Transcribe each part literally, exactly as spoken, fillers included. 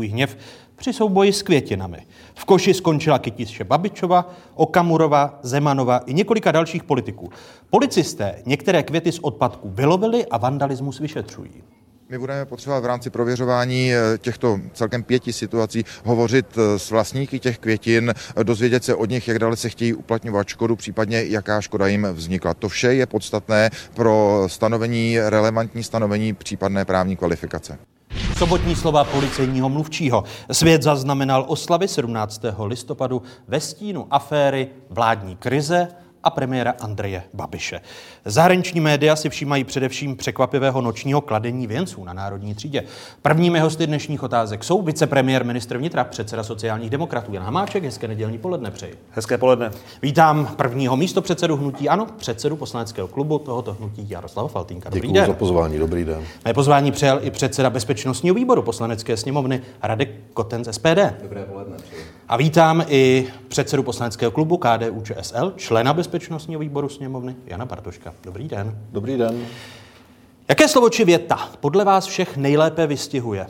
svůj hněv při souboji s květinami. V koši skončila Kytiše Babičova, Okamurova, Zemanova i několika dalších politiků. Policisté některé květy z odpadků vylovili a vandalismus vyšetřují. My budeme potřebovat v rámci prověřování těchto celkem pěti situací hovořit s vlastníky těch květin, dozvědět se od nich, jak dále se chtějí uplatňovat škodu, případně jaká škoda jim vznikla. To vše je podstatné pro stanovení, relevantní stanovení případné právní kvalifikace. Sobotní slova policejního mluvčího. Svět zaznamenal oslavy sedmnáctého listopadu ve stínu aféry vládní krize a premiéra Andreje Babiše. Zahraniční média si všímají především překvapivého nočního kladení věnců na Národní třídě. Prvními hosty dnešních otázek jsou vicepremiér, ministr vnitra, předseda sociálních demokratů Jan Hamáček. Hezké nedělní poledne přeji. Hezké poledne. Vítám prvního místopředsedu hnutí ANO, předsedu poslaneckého klubu tohoto hnutí Jaroslava Faltýnka. Dobrý Děkuji den. za pozvání, dobrý den. Mé pozvání přijal i předseda bezpečnostního výboru Poslanecké sněmovny Radek Koten z S P D. Dobré poledne přeji. A vítám i předsedu poslaneckého klubu K D U Č S L, člena bezpečnostního výboru sněmovny Jana Bartoška. Dobrý den. Dobrý den. Jaké slovo či věta podle vás všech nejlépe vystihuje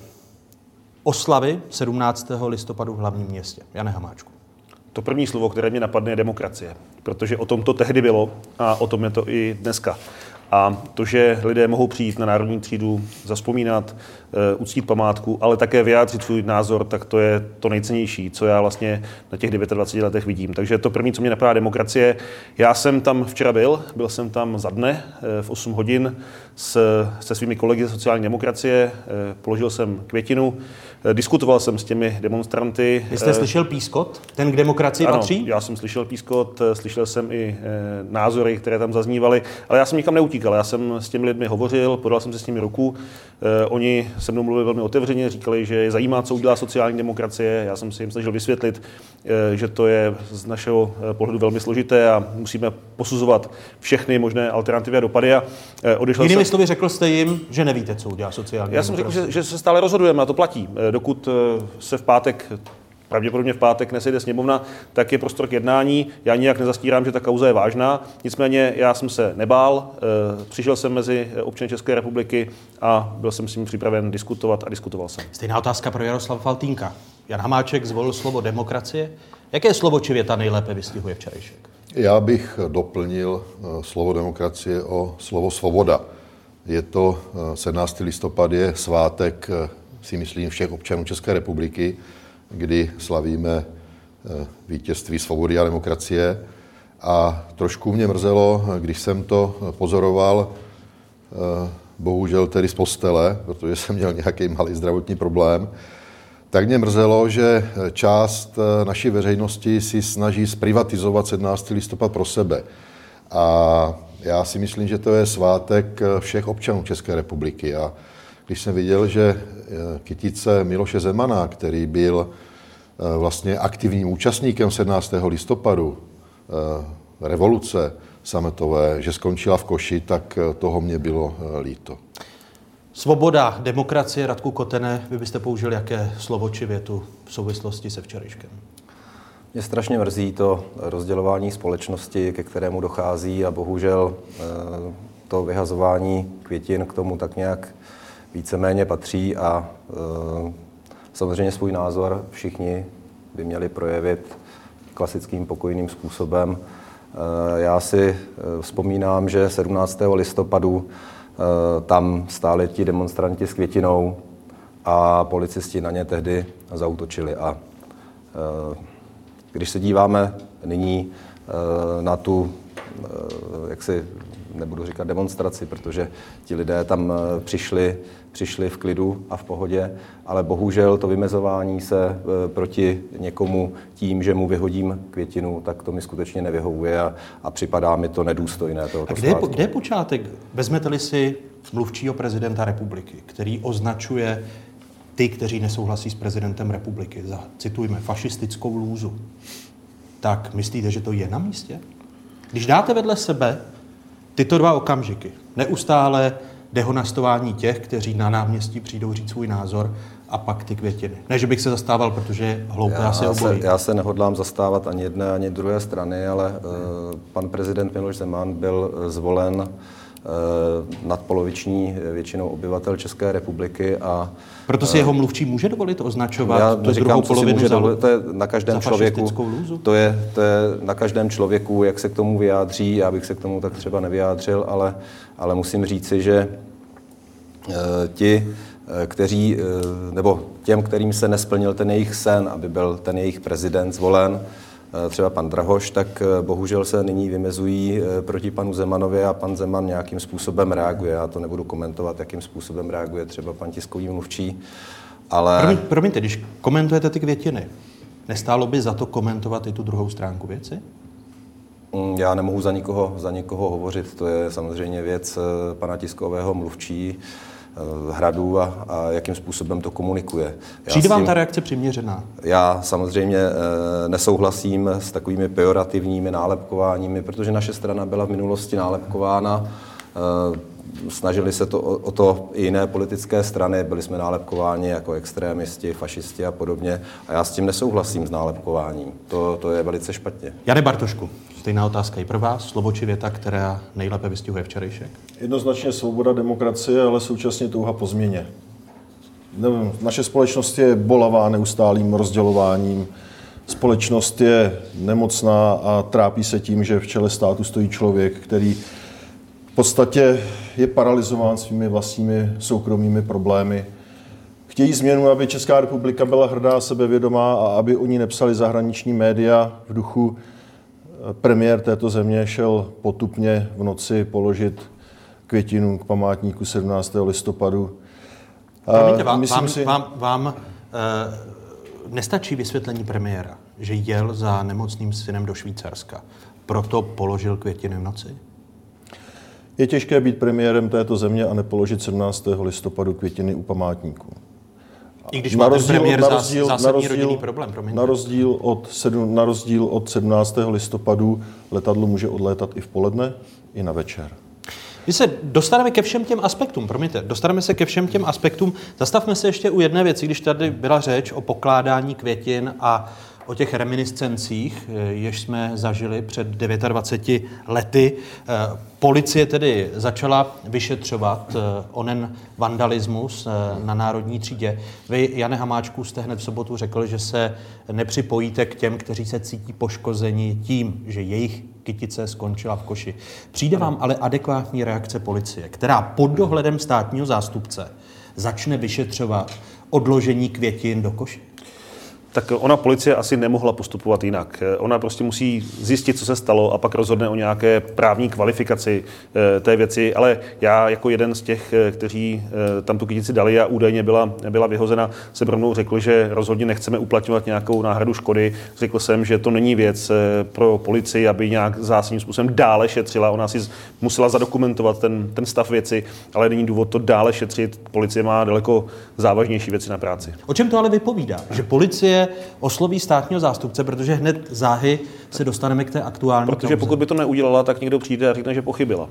oslavy sedmnáctého listopadu v hlavním městě? Jane Hamáčku. To první slovo, které mě napadne, je demokracie, protože o tom to tehdy bylo a o tom je to i dneska. A to, že lidé mohou přijít na Národní třídu, zavzpomínat, uctít památku, ale také vyjádřit svůj názor, tak to je to nejcennější, co já vlastně na těch dvaceti devíti letech vidím. Takže to první, co mě napadá, demokracie. Já jsem tam včera byl, byl jsem tam za dne v osm hodin s, se svými kolegy ze sociální demokracie, položil jsem květinu, diskutoval jsem s těmi demonstranty. Vy jste slyšel pískot? Ten k demokracii ano, patří? Já jsem slyšel pískot, slyšel jsem i názory, které tam zaznívaly, ale já jsem nikam neutíkal. Já jsem s těmi lidmi hovořil, podal jsem si s nimi ruku. Oni se mnou mluvili velmi otevřeně, říkali, že je zajímá, co udělá sociální demokracie. Já jsem si jim snažil vysvětlit, že to je z našeho pohledu velmi složité a musíme posuzovat všechny možné alternativy a dopady. A jinými slovy, řekl jste jim, že nevíte, co udělá sociální Já demokracie. jsem řekl, že, že se stále rozhodujeme a to platí. Dokud se v pátek, pravděpodobně v pátek nesejde sněmovna, tak je prostor k jednání. Já nijak nezastírám, že ta kauza je vážná. Nicméně já jsem se nebál, přišel jsem mezi občany České republiky a byl jsem s nimi připraven diskutovat a diskutoval jsem. Stejná otázka pro Jaroslava Faltýnka. Jan Hamáček zvolil slovo demokracie. Jaké slovo či věta nejlépe vystihuje včerejšek? Já bych doplnil slovo demokracie o slovo svoboda. Je to sedmnáctého listopad, je svátek, si myslím, všech občanů České republiky, kdy slavíme vítězství svobody a demokracie. A trošku mě mrzelo, když jsem to pozoroval, bohužel tedy z postele, protože jsem měl nějaký malý zdravotní problém, tak mě mrzelo, že část naší veřejnosti si snaží zprivatizovat sedmnáctého listopad pro sebe. A já si myslím, že to je svátek všech občanů České republiky. A když jsem viděl, že kytice Miloše Zemana, který byl vlastně aktivním účastníkem sedmnáctého listopadu revoluce sametové, že skončila v koši, tak toho mě bylo líto. Svoboda, demokracie, Radku Kotene, vy byste použil jaké slovo či větu v souvislosti se včerejškem? Mě strašně mrzí to rozdělování společnosti, ke kterému dochází a bohužel to vyhazování květin k tomu tak nějak víceméně patří a samozřejmě svůj názor všichni by měli projevit klasickým pokojným způsobem. Já si vzpomínám, že sedmnáctého listopadu tam stáli ti demonstranti s květinou a policisti na ně tehdy zaútočili. A když se díváme nyní na tu, jak si nebudu říkat demonstraci, protože ti lidé tam přišli, přišli v klidu a v pohodě, ale bohužel to vymezování se proti někomu tím, že mu vyhodím květinu, tak to mi skutečně nevyhovuje a, a připadá mi to nedůstojné tohoto A kde je, svátku. kde je počátek? Vezmete-li si mluvčího prezidenta republiky, který označuje ty, kteří nesouhlasí s prezidentem republiky za, citujme, fašistickou lůzu, tak myslíte, že to je na místě? Když dáte vedle sebe tyto dva okamžiky, neustále dehonastování těch, kteří na náměstí přijdou říct svůj názor, a pak ty květiny. Ne, že bych se zastával, protože je hloupé já asi obojí. Se, já se nehodlám zastávat ani jedné, ani druhé strany, ale uh, pan prezident Miloš Zeman byl zvolen nadpoloviční většinou obyvatel České republiky. A proto si jeho mluvčí může dovolit označovat já tu říkám, druhou co si polovinu může za, dovolit, to je na každém člověku. To je, to je na každém člověku, jak se k tomu vyjádří. Já bych se k tomu tak třeba nevyjádřil, ale, ale musím říci, že e, ti, kteří, nebo těm, kterým se nesplnil ten jejich sen, aby byl ten jejich prezident zvolen, třeba pan Drahoš, tak bohužel se nyní vymezují proti panu Zemanovi a pan Zeman nějakým způsobem reaguje. Já to nebudu komentovat, jakým způsobem reaguje třeba pan tiskový mluvčí, ale... Promiň, promiňte, když komentujete ty Květiny, nestálo by za to komentovat i tu druhou stránku věci? Já nemohu za nikoho, za nikoho hovořit, to je samozřejmě věc pana tiskového mluvčí Hradu a, a jakým způsobem to komunikuje. Přijde vám ta reakce přiměřená? Já samozřejmě e, nesouhlasím s takovými pejorativními nálepkováními, protože naše strana byla v minulosti nálepkována. E, snažili se to o, o to i jiné politické strany, byli jsme nálepkováni jako extrémisti, fašisti a podobně. A já s tím nesouhlasím s nálepkováním. To, to je velice špatně. Jane Bartošku, stejná otázka i pro vás. Slovo či věta, která nejlépe vystihuje včerejšek? Jednoznačně svoboda, demokracie, ale současně touha po změně. Nevím, naše společnost je bolavá neustálým rozdělováním. Společnost je nemocná a trápí se tím, že v čele státu stojí člověk, který v podstatě je paralyzován svými vlastními soukromými problémy. Chtějí změnu, aby Česká republika byla hrdá, sebevědomá a aby o ní nepsali zahraniční média v duchu premiér této země šel potupně v noci položit květinu k památníku sedmnáctého listopadu. Promiňte, vám, Myslím vám, si... vám, vám uh, nestačí vysvětlení premiéra, že jel za nemocným synem do Švýcarska, proto položil květiny v noci? Je těžké být premiérem této země a nepoložit sedmnáctého listopadu květiny u památníku. I když má ten premiér na rozdíl, zásadní na rozdíl, rodinný problém, promiňte. Na rozdíl, od sedm, na rozdíl od sedmnáctého listopadu letadlo může odlétat i v poledne, i na večer. My se dostaneme ke všem těm aspektům, promiňte, dostaneme se ke všem těm aspektům. Zastavme se ještě u jedné věci, když tady byla řeč o pokládání květin a o těch reminiscencích, jež jsme zažili před dvaceti devíti lety. Policie tedy začala vyšetřovat onen vandalismus na Národní třídě. Vy, Jane Hamáčku, jste hned v sobotu řekl, že se nepřipojíte k těm, kteří se cítí poškozeni tím, že jejich kytice skončila v koši. Přijde vám ale adekvátní reakce policie, která pod dohledem státního zástupce začne vyšetřovat odložení květin do koše? Tak ona policie asi nemohla postupovat jinak. Ona prostě musí zjistit, co se stalo a pak rozhodne o nějaké právní kvalifikaci té věci, ale já jako jeden z těch, kteří tam tu kytici dali a údajně byla, byla vyhozena, jsem rovnou řekl, že rozhodně nechceme uplatňovat nějakou náhradu škody. Řekl jsem, že to není věc pro policii, aby nějak zásadním způsobem dále šetřila. Ona si musela zadokumentovat ten, ten stav věci, ale není důvod to dále šetřit. Policie má daleko závažnější věci na práci. O čem to ale vypovídá? Že policie osloví státního zástupce, protože hned záhy se dostaneme k té aktuální Protože kauze. pokud by to neudělala, tak někdo přijde a řekne, že pochybila.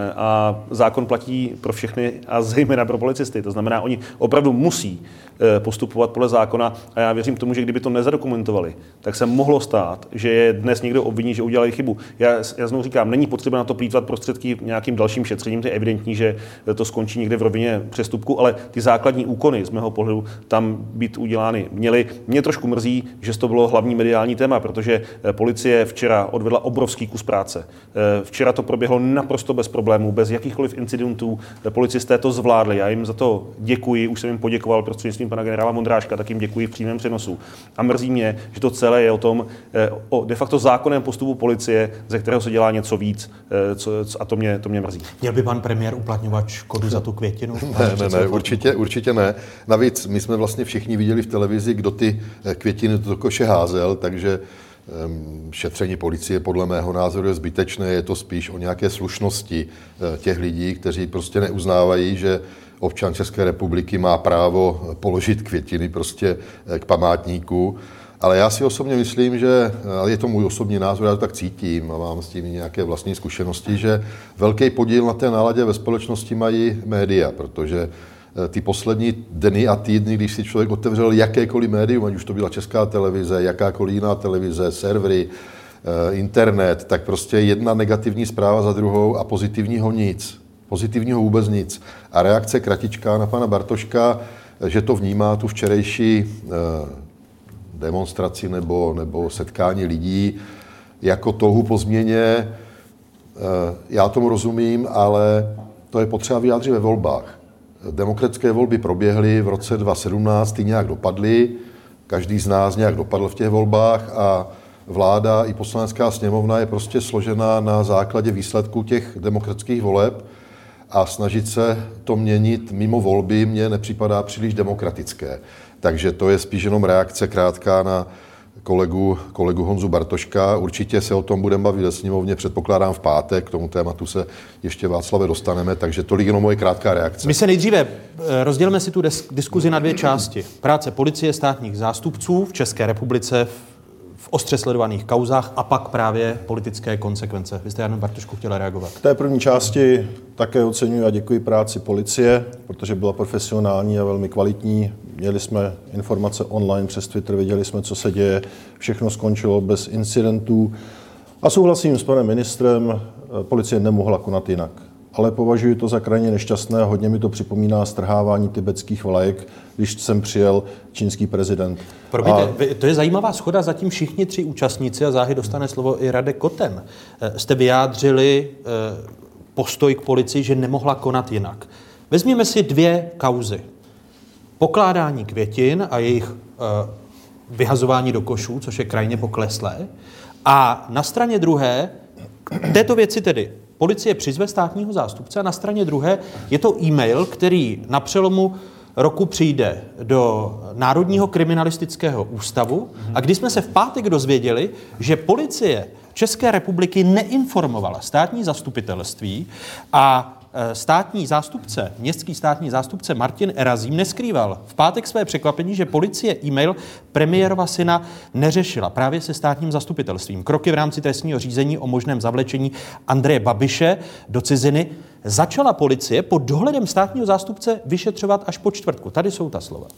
A zákon platí pro všechny a zejména pro policisty. To znamená, oni opravdu musí postupovat podle zákona a já věřím tomu, že kdyby to nezadokumentovali, tak se mohlo stát, že je dnes někdo obviní, že udělali chybu. Já, já znovu říkám, není potřeba na to plýtvat prostředky nějakým dalším šetřením, to je evidentní, že to skončí někde v rovině přestupku, ale ty základní úkony z mého pohledu tam být udělány měly. Mě trošku mrzí, že to bylo hlavní mediální téma, protože policie včera odvedla obrovský kus práce. Včera to proběhlo naprosto bez problémů, bez jakýchkoliv incidentů. Policisté to zvládli. Já jim za to děkuji, už jsem jim poděkoval prostřednictvím pana generála Vondráška, tak jim děkuji v přímém přenosu. A mrzí mě, že to celé je o tom, o de facto zákonném postupu policie, ze kterého se dělá něco víc, co, a to mě, to mě mrzí. Měl by pan premiér uplatňovat škodu za tu květinu? Ne, ne, ne, určitě, určitě ne. Navíc my jsme vlastně všichni viděli v televizi, kdo ty květiny do koše házel, takže šetření policie podle mého názoru je zbytečné, je to spíš o nějaké slušnosti těch lidí, kteří prostě neuznávají, že občan České republiky má právo položit květiny prostě k památníku. Ale já si osobně myslím, že, a je to můj osobní názor, já to tak cítím a mám s tím nějaké vlastní zkušenosti, že velký podíl na té náladě ve společnosti mají média, protože ty poslední dny a týdny, když si člověk otevřel jakékoliv médium, ať už to byla Česká televize, jakákoliv jiná televize, servery, internet, tak prostě jedna negativní zpráva za druhou a pozitivního nic. Pozitivního vůbec nic. A reakce kratičká na pana Bartoška, že to vnímá tu včerejší demonstraci nebo, nebo setkání lidí jako touhu po změně. Já tomu rozumím, ale to je potřeba vyjádřit ve volbách. Demokratické volby proběhly v roce dva tisíce sedmnáct, ty nějak dopadly, každý z nás nějak dopadl v těch volbách a vláda i poslanecká sněmovna je prostě složená na základě výsledků těch demokratických voleb a snažit se to měnit mimo volby mně nepřipadá příliš demokratické. Takže to je spíš jenom reakce krátká na kolegu, kolegu Honzu Bartoška. Určitě se o tom budeme bavit ve sněmovně, předpokládám v pátek, k tomu tématu se ještě Václave dostaneme, takže tolik jenom moje krátká reakce. My se nejdříve rozdělíme si tu diskuzi na dvě části. Práce policie, státních zástupců v České republice v ostře sledovaných kauzách a pak právě politické konsekvence. Vy jste, Jane Bartošku, chtěla reagovat. V té první části také oceňuji a děkuji práci policie, protože byla profesionální a velmi kvalitní. Měli jsme informace online přes Twitter, věděli jsme, co se děje. Všechno skončilo bez incidentů. A souhlasím s panem ministrem, policie nemohla konat jinak. Ale považuji to za krajně nešťastné. Hodně mi to připomíná strhávání tibetských vlajek, když sem přijel čínský prezident. Promiňte, a... to je zajímavá shoda, zatím všichni tři účastníci, a záhy dostane slovo i Radek Koten, jste vyjádřili postoj k policii, že nemohla konat jinak. Vezměme si dvě kauzy. Pokládání květin a jejich vyhazování do košů, což je krajně pokleslé. A na straně druhé, této věci tedy, policie přizve státního zástupce a na straně druhé je to e-mail, který na přelomu roku přijde do Národního kriminalistického ústavu a když jsme se v pátek dozvěděli, že policie České republiky neinformovala státní zastupitelství a státní zástupce, městský státní zástupce Martin Erazím neskrýval v pátek své překvapení, že policie e-mail premiérova syna neřešila právě se státním zastupitelstvím. Kroky v rámci trestního řízení o možném zavlečení Andreje Babiše do ciziny začala policie pod dohledem státního zástupce vyšetřovat až po čtvrtku. Tady jsou ta slova.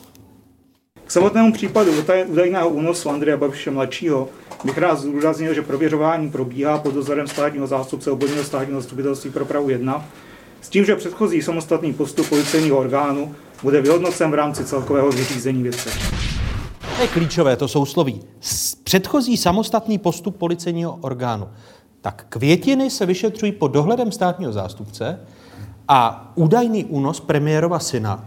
K samotnému případu údajného únosu Andreje Babiše mladšího bych rád zdůraznil, že prověřování probíhá pod dozorem státního zástupce obvodního státního zastupitelství pro Prahu jedna, s tím, že předchozí samostatný postup policejního orgánu bude vyhodnocen v rámci celkového vyřízení věci. To je klíčové, to sousloví. Předchozí samostatný postup policejního orgánu. Tak květiny se vyšetřují pod dohledem státního zástupce a údajný únos premiérova syna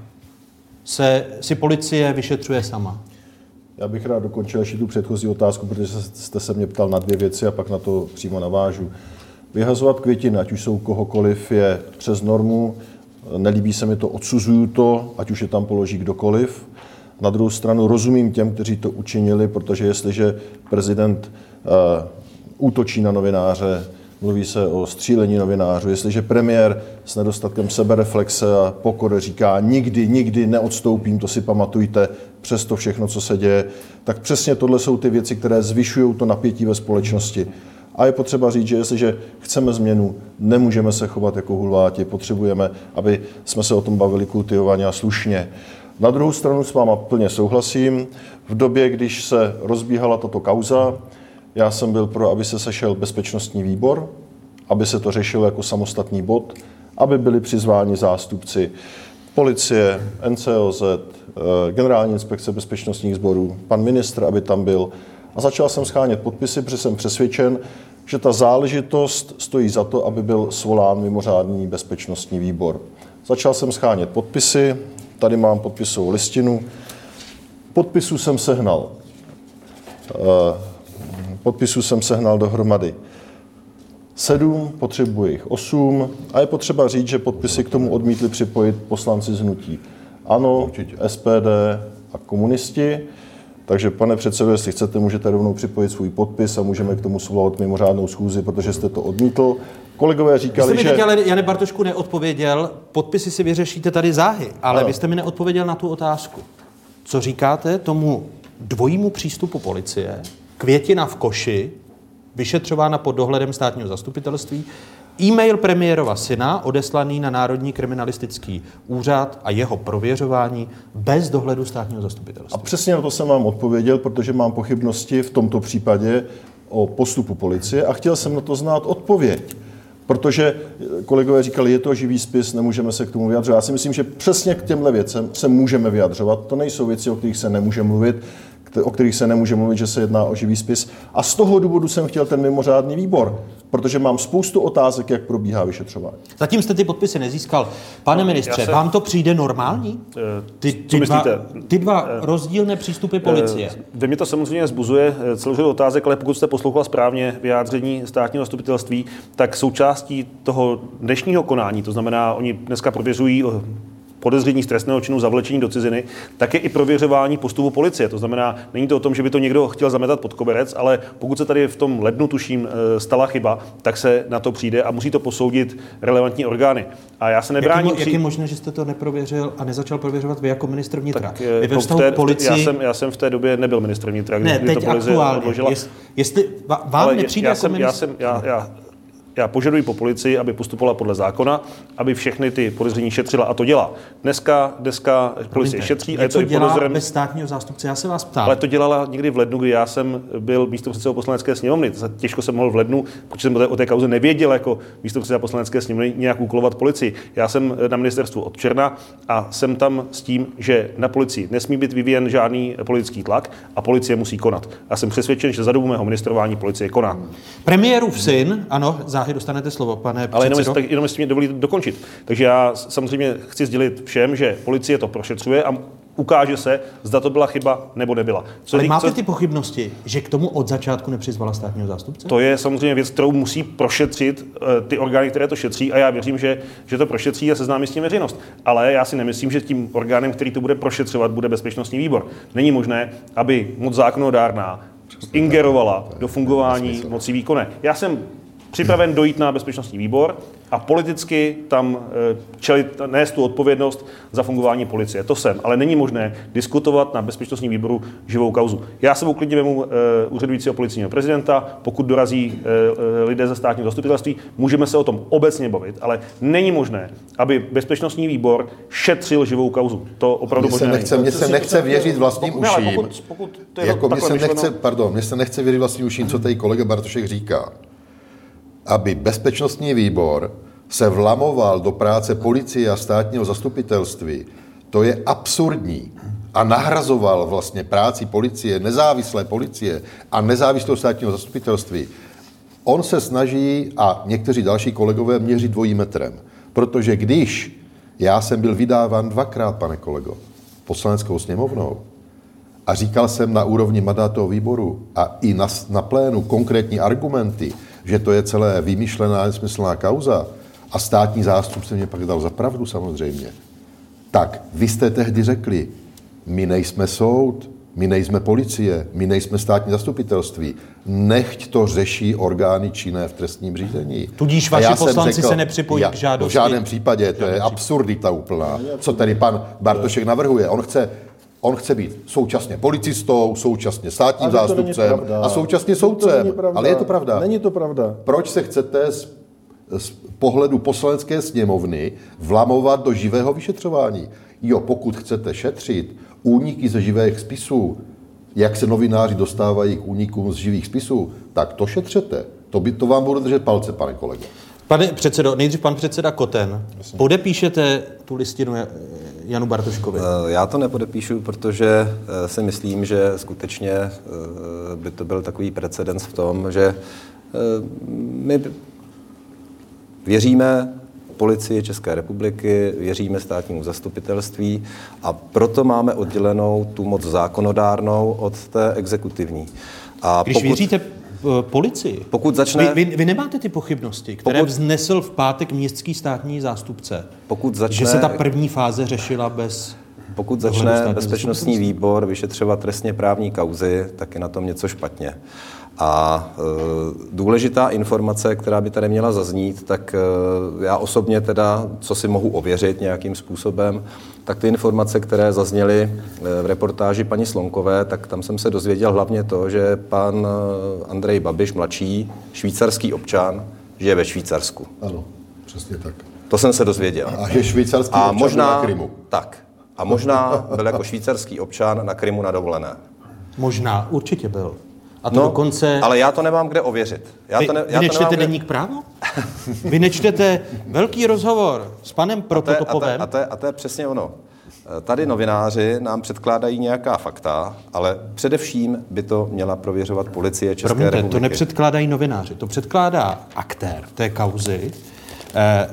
se, si policie vyšetřuje sama. Já bych rád dokončil ještě tu předchozí otázku, protože jste se mě ptal na dvě věci a pak na to přímo navážu. Vyhazovat květiny, ať už jsou kohokoliv, je přes normu. Nelíbí se mi to, odsuzuju to, ať už je tam položí kdokoliv. Na druhou stranu rozumím těm, kteří to učinili, protože jestliže prezident uh, útočí na novináře, mluví se o střílení novinářů, jestliže premiér s nedostatkem sebereflexe a pokory říká nikdy, nikdy neodstoupím, to si pamatujte, přes to všechno, co se děje, tak přesně tohle jsou ty věci, které zvyšují to napětí ve společnosti. A je potřeba říct, že jestliže chceme změnu, nemůžeme se chovat jako hulváti, potřebujeme, aby jsme se o tom bavili kultivovaně a slušně. Na druhou stranu s váma plně souhlasím. V době, když se rozbíhala tato kauza, já jsem byl pro, aby se sešel bezpečnostní výbor, aby se to řešilo jako samostatný bod, aby byli přizváni zástupci policie, N C O Z, Generální inspekce bezpečnostních sborů, pan ministr, aby tam byl. A začal jsem shánět podpisy, protože jsem přesvědčen, že ta záležitost stojí za to, aby byl svolán mimořádný bezpečnostní výbor. Začal jsem shánět podpisy, tady mám podpisovou listinu. Podpisů jsem sehnal. Podpisů jsem sehnal dohromady sedm, potřebuji jich osm a je potřeba říct, že podpisy k tomu odmítli připojit poslanci z hnutí ANO, S P D a komunisti. Takže, pane předsedo, jestli chcete, můžete rovnou připojit svůj podpis a můžeme k tomu svolat mimořádnou schůzi, protože jste to odmítl. Kolegové říkali, vy jste mi že... teď ale, Jane Bartošku, neodpověděl, podpisy si vyřešíte tady záhy, ale ano. Vy jste mi neodpověděl na tu otázku. Co říkáte tomu dvojímu přístupu policie, květina v koši, vyšetřována pod dohledem státního zastupitelství, e-mail premiérova syna, odeslaný na Národní kriminalistický úřad a jeho prověřování bez dohledu státního zastupitelství. A přesně na to jsem vám odpověděl, protože mám pochybnosti v tomto případě o postupu policie a chtěl jsem na to znát odpověď. Protože kolegové říkali, je to živý spis, nemůžeme se k tomu vyjadřovat. Já si myslím, že přesně k těmhle věcem se můžeme vyjadřovat. To nejsou věci, o kterých se nemůže mluvit, o kterých se nemůže mluvit, že se jedná o živý spis. A z toho důvodu jsem chtěl ten mimořádný výbor, protože mám spoustu otázek, jak probíhá vyšetřování. Zatím jste ty podpisy nezískal. Pane ministře, se... vám to přijde normální? Ty, ty, dva, ty dva rozdílné přístupy policie. Ve mě to samozřejmě vzbuzuje celou řadu otázek, ale pokud jste poslouchal správně vyjádření státního zastupitelství, tak součástí toho dnešního konání, to znamená, oni dneska prověřují podezření z trestného činu zavlečení do ciziny, tak je i prověřování postupu policie. To znamená, není to o tom, že by to někdo chtěl zametat pod koberec, ale pokud se tady v tom lednu, tuším, stala chyba, tak se na to přijde a musí to posoudit relevantní orgány. A já se nebráním... Jak je, jak je možné, že jste to neprověřil a nezačal prověřovat vy jako ministr vnitra? Tak, ve vztahu k policii... Já jsem, já jsem v té době nebyl ministr vnitra. Ne, teď to aktuálně. Jest, jestli vám ale nepřijde já jako jsem, ministr... Já jsem, já, já, Já požaduji po policii, aby postupovala podle zákona, aby všechny ty podezření šetřila a to dělá. Dneska, dneska policie šetří a je to i podezřelé. Bez státního zástupce, já se vás ptám. Ale to dělala někdy v lednu, kdy já jsem byl místopředsedou Poslanecké sněmovny. Těžko jsem mohl v lednu, protože jsem o té kauze nevěděl jako místopředseda Poslanecké sněmovny nějak úkolovat policii. Já jsem na ministerstvu od června a jsem tam s tím, že na policii nesmí být vyvíjen žádný politický tlak a policie musí konat. Já jsem přesvědčen, že za dobu mého ministrování policie koná. Premiérův syn, ano, záhy dostanete slovo, pane ale jenom, předsedo. Ale jenom jestli mě dovolíte dokončit. Takže já samozřejmě chci sdělit všem, že policie to prošetřuje a ukáže se, zda to byla chyba nebo nebyla. Co ale dík, máte co... ty pochybnosti, že k tomu od začátku nepřizvala státního zástupce? To je samozřejmě věc, kterou musí prošetřit uh, ty orgány, které to šetří a já věřím, že, že to prošetří a seznámí s tím veřejnost. Ale já si nemyslím, že tím orgánem, který to bude prošetřovat, bude bezpečnostní výbor. Není možné, aby moc zákonodárná ingerovala do fungování moci výkonné. Já jsem připraven dojít na bezpečnostní výbor a politicky tam čelit, nést tu odpovědnost za fungování policie. To jsem, ale není možné diskutovat na bezpečnostním výboru živou kauzu. Já se uklidně vemu uh, úřadujícího policejního prezidenta, pokud dorazí uh, lidé ze státního zastupitelství, můžeme se o tom obecně bavit, ale není možné, aby bezpečnostní výbor šetřil živou kauzu. To opravdu možné není. Mně se nechce věřit vlastním pokud, uším. Ne, pokud, pokud to je jako mně se myšleno... nechce, pardon, mně se nechce věřit vlastním uším, co tady kolega Bartošek říká. Aby bezpečnostní výbor se vlamoval do práce policie a státního zastupitelství, to je absurdní. A nahrazoval vlastně práci policie, nezávislé policie a nezávislého státního zastupitelství. On se snaží, a někteří další kolegové, měřit dvojím metrem. Protože když já jsem byl vydáván dvakrát, pane kolego, poslaneckou sněmovnou, a říkal jsem na úrovni mandátového výboru a i na, na plénu konkrétní argumenty, že to je celé vymyšlená, nesmyslná kauza a státní zástupce mě pak dal za pravdu samozřejmě, tak vy jste tehdy řekli, my nejsme soud, my nejsme policie, my nejsme státní zastupitelství, nechť to řeší orgány činné v trestním řízení. Tudíž vaši poslanci řekl, se nepřipojí já, k žádosti? V žádném případě, to je absurdita úplná, co tady pan Bartošek navrhuje. On chce On chce být současně policistou, současně státním zástupcem a současně soudcem. Ale je to pravda. Není to pravda. Proč se chcete z, z pohledu poslanecké sněmovny vlamovat do živého vyšetřování? Jo, pokud chcete šetřit úniky ze živých spisů, jak se novináři dostávají k únikům z živých spisů, tak to šetřete. To, by, to vám budu držet palce, pane kolego. Pane předsedo, nejdřív pan předseda Koten. Jasně. Podepíšete tu listinu Janu Bartoškovi? Já to nepodepíšu, protože si myslím, že skutečně by to byl takový precedens v tom, že my věříme policii České republiky, věříme státnímu zastupitelství a proto máme oddělenou tu moc zákonodárnou od té exekutivní. A Když pokud... věříte policii. Pokud začne... vy, vy, vy nemáte ty pochybnosti, které pokud... vznesl v pátek městský státní zástupce, pokud začne... že se ta první fáze řešila bez... Pokud začne bezpečnostní výbor vyšetřovat trestně právní kauzy, tak je na tom něco špatně. A e, důležitá informace, která by tady měla zaznít, tak e, já osobně teda, co si mohu ověřit nějakým způsobem, tak ty informace, které zazněly e, v reportáži paní Slonkové, tak tam jsem se dozvěděl hlavně to, že pan Andrej Babiš, mladší, švýcarský občan, žije ve Švýcarsku. Ano, přesně tak. To jsem se dozvěděl. A je švýcarský a občan možná, na Krymu. Tak. A možná byl jako švýcarský občan na Krymu na dovolené. Možná, určitě byl. A to no, dokonce... Ale já to nemám kde ověřit. Já vy, to ne, vy já nečtete to kde... deník Právo? Vy nečtete velký rozhovor s panem Protopopovem? A to, je, a, to je, a to je přesně ono. Tady novináři nám předkládají nějaká fakta, ale především by to měla prověřovat policie České Promiňte, republiky. to nepředkládají novináři, to předkládá aktér té kauzy. Eh,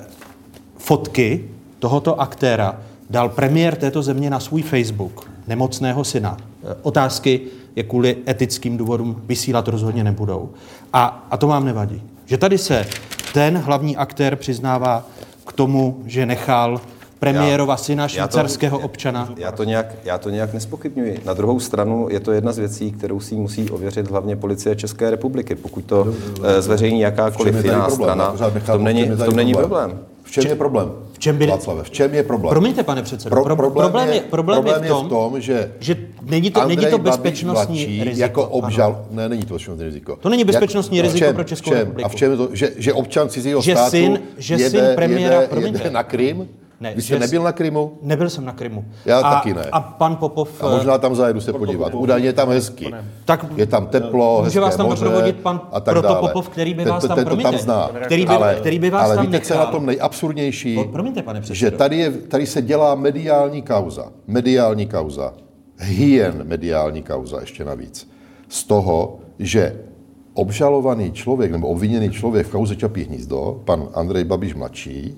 fotky tohoto aktéra dal premiér této země na svůj Facebook, nemocného syna. Eh, otázky je kvůli etickým důvodům vysílat rozhodně nebudou. A, a to vám nevadí. Že tady se ten hlavní aktér přiznává k tomu, že nechal premiérova syna švýcarského já to, občana. Já to, nějak, já to nějak nespochybňuji. Na druhou stranu je to jedna z věcí, kterou si musí ověřit hlavně policie České republiky. Pokud to no, no, zveřejní jakákoliv jiná strana, v tom není, v tom není problém. V čem je problém? V čem by... Václave, v čem je problém? Promiňte, pane předsedo. Pro, Pro, problém, problém, je, problém, problém je, v tom, je v tom, že, že není to, není to bezpečnostní riziko. Jako obžal... Ne, není to bezpečnostní riziko. To není bezpečnostní Jak, riziko čem, pro Českou čem, republiku. A v čem je to? Že, že občan cizího že státu syn, že jede, syn premiéra, jede, jede na Krym? Ne, Vy jste nebyl na Krymu? Nebyl jsem na Krymu. Já a, taky ne. A pan Popov... A možná tam zajedu se podívat. Údajně je tam hezky. Tak, je tam teplo, může vás tam moře doprovodit pan a tak dále. Protopopov, který by vás tam, ten, promiňte, tam zná. Který by, ale, který by vás ale tam víte, nechal. co je na tom nejabsurdnější? O, promiňte, pane předsedo. Že tady, je, tady se dělá mediální kauza. Mediální kauza. Hyen mediální kauza ještě navíc. Z toho, že obžalovaný člověk nebo obviněný člověk v kauze Čapí hnízdo, pan Andrej Babiš mladší,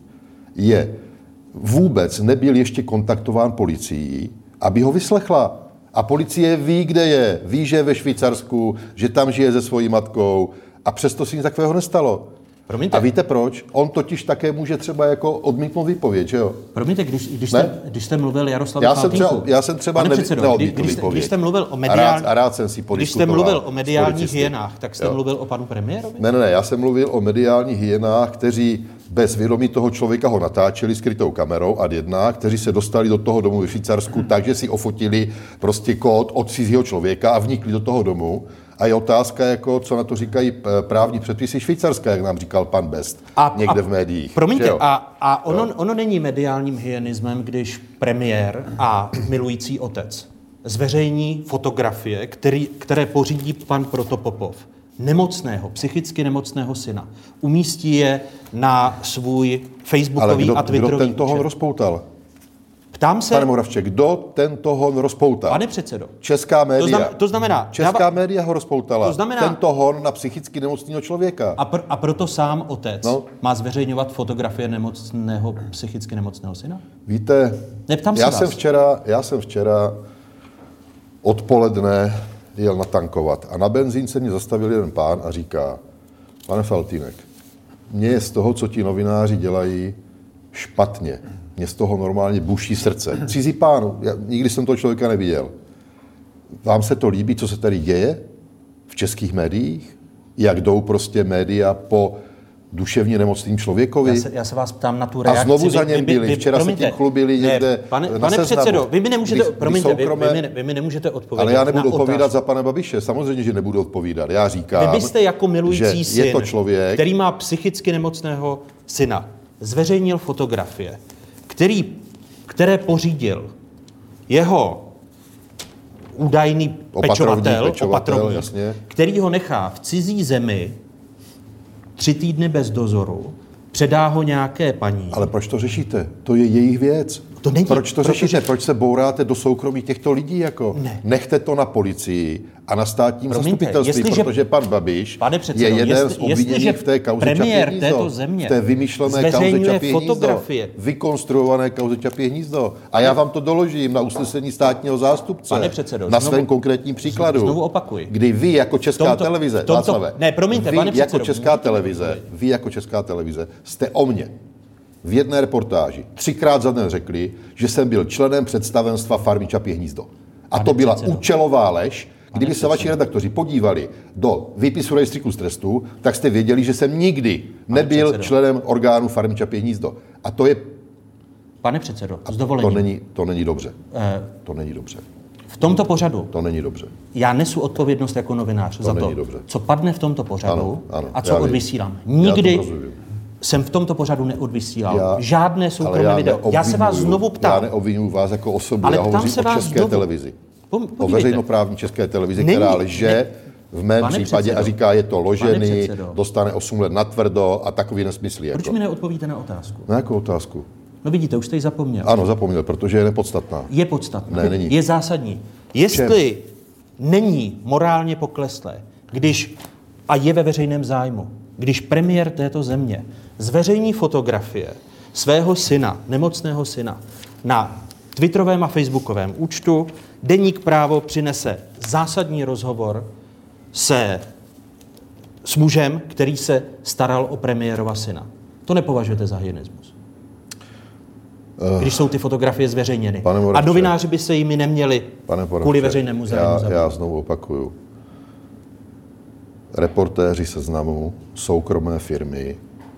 je vůbec nebyl ještě kontaktován policií, aby ho vyslechla. A policie ví, kde je. Ví, že je ve Švýcarsku, že tam žije se svojí matkou a přesto si nic takového nestalo. Promiňte. A víte proč? On totiž také může třeba jako odmítnout výpověď, že jo? Promiňte, když, když, jste, když jste mluvil Jaroslavu já jsem třeba, Faltýnku, já jsem třeba pane předsedo, neodmítl když, výpověď. Když jste mluvil o mediální, a rád, a rád jsem si když jste mluvil o mediálních policisty. hyenách, tak jste jo. mluvil o panu premiérovi? Ne, ne, ne, já jsem mluvil o mediálních hyenách, kteří bez vědomí toho člověka ho natáčeli skrytou kamerou ad jedna, kteří se dostali do toho domu ve Švýcarsku, hmm. takže si ofotili prostě kód od cizího člověka a vnikli do toho domu. A je otázka, jako, co na to říkají právní předpisy Švýcarska, jak nám říkal pan Best a, někde a, v médiích. Promiňte, a, a ono, ono není mediálním hyenismem, když premiér a milující otec zveřejní fotografie, který, které pořídí pan Protopopov, nemocného, psychicky nemocného syna. Umístí je na svůj facebookový kdo, a twitterový kdo ten toho účet. rozpoutal? Ptám se... Pane Moravče, kdo tento hon rozpoutal? Pane předsedo. Česká média. To, znam, to znamená... Česká dáva, média ho rozpoutala. To znamená, tento hon na psychicky nemocného člověka. A, pr, a proto sám otec no. má zveřejňovat fotografie nemocného, psychicky nemocného syna? Víte, Neptám já se jsem vás. včera, já jsem včera odpoledne jel natankovat a na benzínce mě zastavil jeden pán a říká, pane Faltýnek, mně je z toho, co ti novináři dělají, špatně. Mně z toho normálně buší srdce. Cizí pánu, já nikdy jsem toho člověka neviděl. Vám se to líbí, co se tady děje v českých médiích? Jak jdou prostě média po duševně nemocným člověkovi? Já se, já se vás ptám na tu reakci. A znovu za vy, něm vy, byli. vy, Včera promiňte, se tím chlubili někde ne, pane, na pane seznamu. předsedo, vy mi nemůžete, Kdy, promiňte, kdy soukromé... vy, vy, mi, vy mi nemůžete odpovědět. Ale já nebudu na odpovídat otázku. za pana Babiše. Samozřejmě, že nebudu odpovídat. Já říkám, vy byste jako milující že syn, je to člověk, který má psychicky nemocného syna, zveřejnil fotografie, který, které pořídil jeho údajný pečovatel, pečovatel opatrovník, jasně. který ho nechá v cizí zemi tři týdny bez dozoru, předá ho nějaké paní. Ale proč to řešíte? To je jejich věc. To není, proč to protože... řešíte? Proč se bouráte do soukromí těchto lidí? Jako? Ne. Nechte to na policii a na státním Promiňte, zastupitelství, jestliže, protože pan Babiš pane předsedo, je jeden jestli, z obviněných v té kauze premiér Čapí hnízdo. této země v té vymyšlené kauze Čapí fotografie. hnízdo. Vykonstruované kauze Čapí hnízdo. A já vám to doložím na usnesení státního zástupce. Pane předsedo, na znovu, svém konkrétním příkladu. Znovu opakuji. Kdy vy jako Česká tomto, televize, tomto, Václave, ne, promiňte, vy pane jako předsedo, Česká televize, vy jako Česká televize jste o mně v jedné reportáži třikrát za den řekli, že jsem byl členem představenstva farmy Čapí hnízdo. A Pane to byla předsedo. účelová lež. Kdyby se vaši redaktoři podívali do výpisu rejstříku z trestů, tak jste věděli, že jsem nikdy nebyl předsedo. členem orgánu farmy Čapí hnízdo. A to je... Pane předsedo, s To dovolením. není, to není dobře. Eh, To není dobře. v tomto pořadu To není dobře. já nesu odpovědnost jako novinář To za to, není dobře. co padne v tomto pořadu Ano, ano, a co já vím. odvysílám. Já Nikdy to rozumím. jsem v tomto pořadu neodvysílal Já- žádné Ale soukromé já video. Já se vás neobvinuju- znovu Já ptám. neobvinuju vás jako osobu, Ale já ptám hovořím se o vás České znovu. televizi. Po- O podívejte. veřejnoprávní České televizi, Není- která lže ne- v mém Pane případě předsedo, a říká, je to ložený, předsedo. dostane osm let natvrdo a takový nesmysly. Proč Jako. mi neodpovíte na otázku? Na jakou otázku? No vidíte, už jste ji zapomněl. Ano, zapomněl, protože je nepodstatná. Je podstatná. Ne, není. Je zásadní. Jestli není morálně pokleslé, když, a je ve veřejném zájmu, když premiér této země zveřejní fotografie svého syna, nemocného syna, na twitterovém a facebookovém účtu, Deník Právo přinese zásadní rozhovor se, s mužem, který se staral o premiérova syna. To nepovažujete za hyenismus? Když jsou ty fotografie zveřejněny. Moravče, a novináři by se jimi neměli Pane Moravče, kvůli veřejnému zájmu. Já, já znovu opakuju. Reportéři Seznamu, soukromé firmy,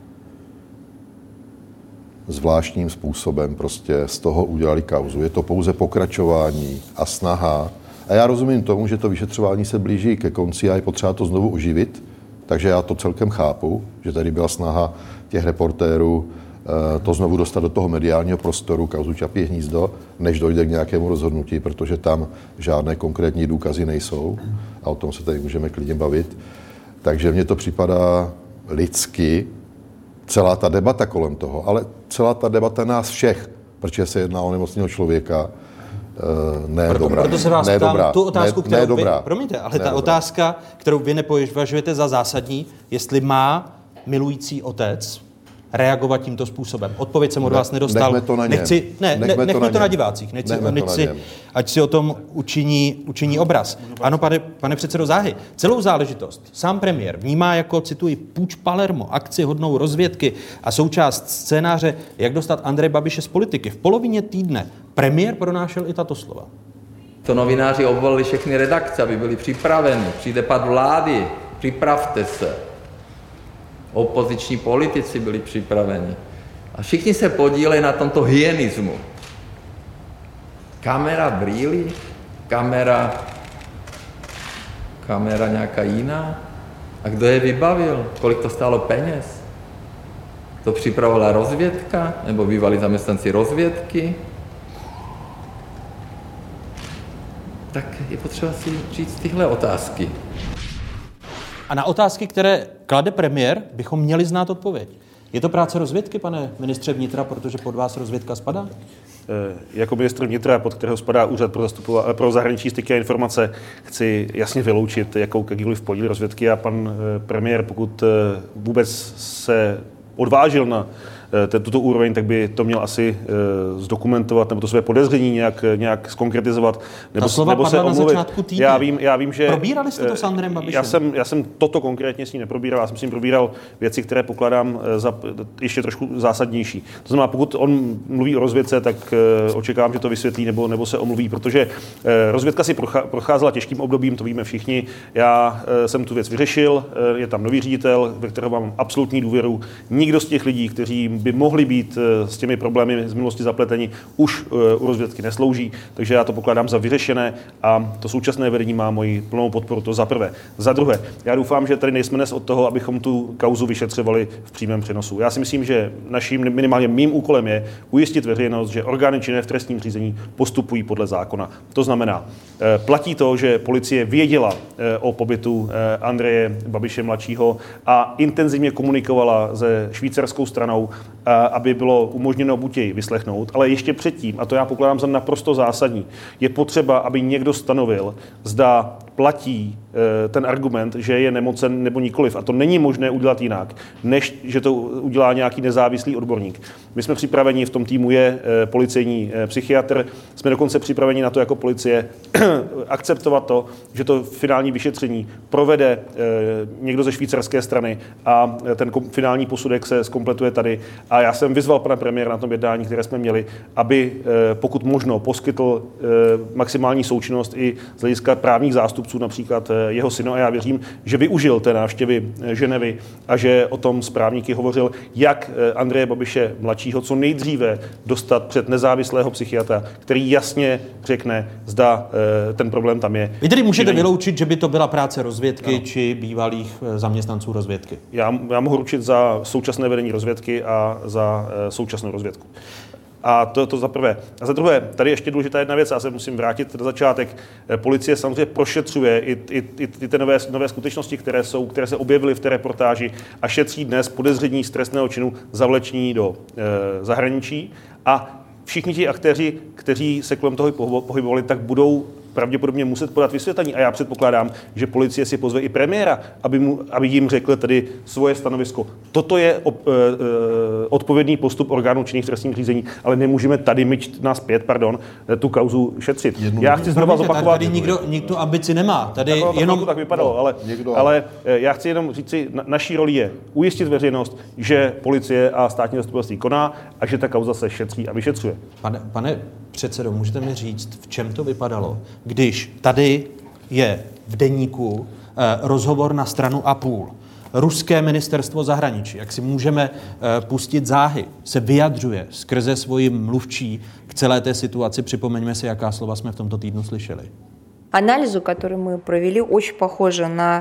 zvláštním způsobem prostě z toho udělali kauzu. Je to pouze pokračování a snaha. A já rozumím tomu, že to vyšetřování se blíží ke konci a je potřeba to znovu oživit, takže já to celkem chápu, že tady byla snaha těch reportérů to znovu dostat do toho mediálního prostoru, kauzu Čapí hnízdo, než dojde k nějakému rozhodnutí, protože tam žádné konkrétní důkazy nejsou a o tom se tady můžeme klidně bavit. Takže mně to připadá lidsky, celá ta debata kolem toho, ale celá ta debata nás všech, protože se jedná o nemocného člověka, ne Proto, dobrá. proto se vás ne ptám dobrá. tu otázku, ne, kterou ne vy, dobrá. promiňte, ale ne ta dobrá. otázka, kterou vy nepovažujete za zásadní, jestli má milující otec reagovat tímto způsobem. Odpověď jsem od Ne, vás nedostal. nechme to na něm. Nechci, ne, Nechme ne, to nechme na to na něm. divácích, nechci, Nechme to na nechci, něm. ať si o tom učiní, učiní obraz. Ano, pane, pane předsedo Záhy, celou záležitost sám premiér vnímá jako, cituji, půjč Palermo, akci hodnou rozvědky a součást scénáře, jak dostat Andreje Babiše z politiky. V polovině týdne premiér pronášel i tato slova. To novináři obvolili všechny redakce, aby byli připraveni. Přijde pad vlády, připravte se. Opoziční politici byli připraveni. A všichni se podílejí na tomto hyenismu. Kamera brýlí, kamera, kamera nějaká jiná. A kdo je vybavil? Kolik to stálo peněz? To připravovala rozvědka? Nebo bývalí zaměstnanci rozvědky? Tak je potřeba si říct tyhle otázky. A na otázky, které klade premiér, bychom měli znát odpověď. Je to práce rozvědky, pane ministře vnitra, protože pod vás rozvědka spadá? Jako ministr vnitra, pod kterého spadá Úřad pro, pro zahraniční styky a informace, chci jasně vyloučit jakoukoliv podíl rozvědky a pan premiér, pokud vůbec se odvážil na tuto úroveň, tak by to měl asi zdokumentovat nebo to své podezření nějak, nějak zkonkretizovat. Nebo, Ta slova nebo se padla na omluvit. začátku týdne. Já vím, já vím, že... Probírali jste to s Andrejem Babišem? Já jsem, já jsem toto konkrétně s ním neprobíral, já jsem s ním probíral věci, které pokládám za ještě trošku zásadnější. To znamená, pokud on mluví o rozvědce, tak očekávám, že to vysvětlí nebo, nebo se omluví, protože rozvědka si procházela těžkým obdobím, to víme všichni. Já jsem tu věc vyřešil, je tam nový ředitel, ve kterého mám absolutní důvěru. Nikdo z těch lidí, kteří by mohli být s těmi problémy z minulosti zapleteni, už u rozvědky neslouží, takže já to pokládám za vyřešené a to současné vedení má moji plnou podporu, to za prvé. Za druhé, já doufám, že tady nejsme dnes od toho, abychom tu kauzu vyšetřovali v přímém přenosu. Já si myslím, že naším, minimálně mým úkolem je ujistit veřejnost, že orgány činné v trestním řízení postupují podle zákona. To znamená, platí to, že policie věděla o pobytu Andreje Babiše mladšího a intenzivně komunikovala se švýcarskou stranou, aby bylo umožněno buď jej vyslechnout, ale ještě předtím, a to já pokládám za naprosto zásadní, je potřeba, aby někdo stanovil, zda platí ten argument, že je nemocen nebo nikoliv. A to není možné udělat jinak, než že to udělá nějaký nezávislý odborník. My jsme připraveni, v tom týmu je policejní psychiatr, jsme dokonce připraveni na to jako policie akceptovat to, že to finální vyšetření provede někdo ze švýcarské strany a ten finální posudek se zkompletuje tady. A já jsem vyzval pana premiéra na tom jednání, které jsme měli, aby pokud možno poskytl maximální součinnost i z hlediska právních zástupců, například jeho syna, a já věřím, že využil té návštěvy Ženevy a že o tom s právníky hovořil, jak Andreje Babiše mladšího co nejdříve dostat před nezávislého psychiatra, který jasně řekne, zda ten problém tam je. Vy tedy můžete vyloučit, že by to byla práce rozvědky ano. či bývalých zaměstnanců rozvědky? Já, já mohu ručit za současné vedení rozvědky a za současnou rozvědku. A to, to za prvé. A za druhé, tady ještě důležitá jedna věc, já se musím vrátit na začátek. Policie samozřejmě prošetřuje i, i, i, i ty nové, nové skutečnosti, které, jsou, které se objevily v té reportáži a šetří dnes podezření z trestného činu zavlečení do e, zahraničí. A všichni ti aktéři, kteří se kolem toho pohybovali, tak budou pravděpodobně muset podat vysvětlení. A já předpokládám, že policie si pozve i premiéra, aby, mu, aby jim řekl tedy svoje stanovisko. Toto je op, e, e, odpovědný postup orgánů činných v trestním řízení, ale nemůžeme tady myť nás pět, pardon, tu kauzu šetřit. Jednu já chci znova zopakovat. Tady nikdo, nikdo ambici nemá. Tady tak, jenom... tak, tak vypadalo, ale, ale já chci jenom říci, na, naší roli je ujistit veřejnost, že policie a státní zastupitelství koná a že ta kauza se šetří a vyšetřuje. Pane, pane předsedo, můžete mi říct, v čem to vypadalo, když tady je v deníku eh, rozhovor na stranu a půl. Ruské ministerstvo zahraničí, jak si můžeme eh, pustit záhy, se vyjadřuje skrze svoji mluvčí k celé té situaci. Připomeňme si, jaká slova jsme v tomto týdnu slyšeli. Анализу, который мы провели, очень похоже на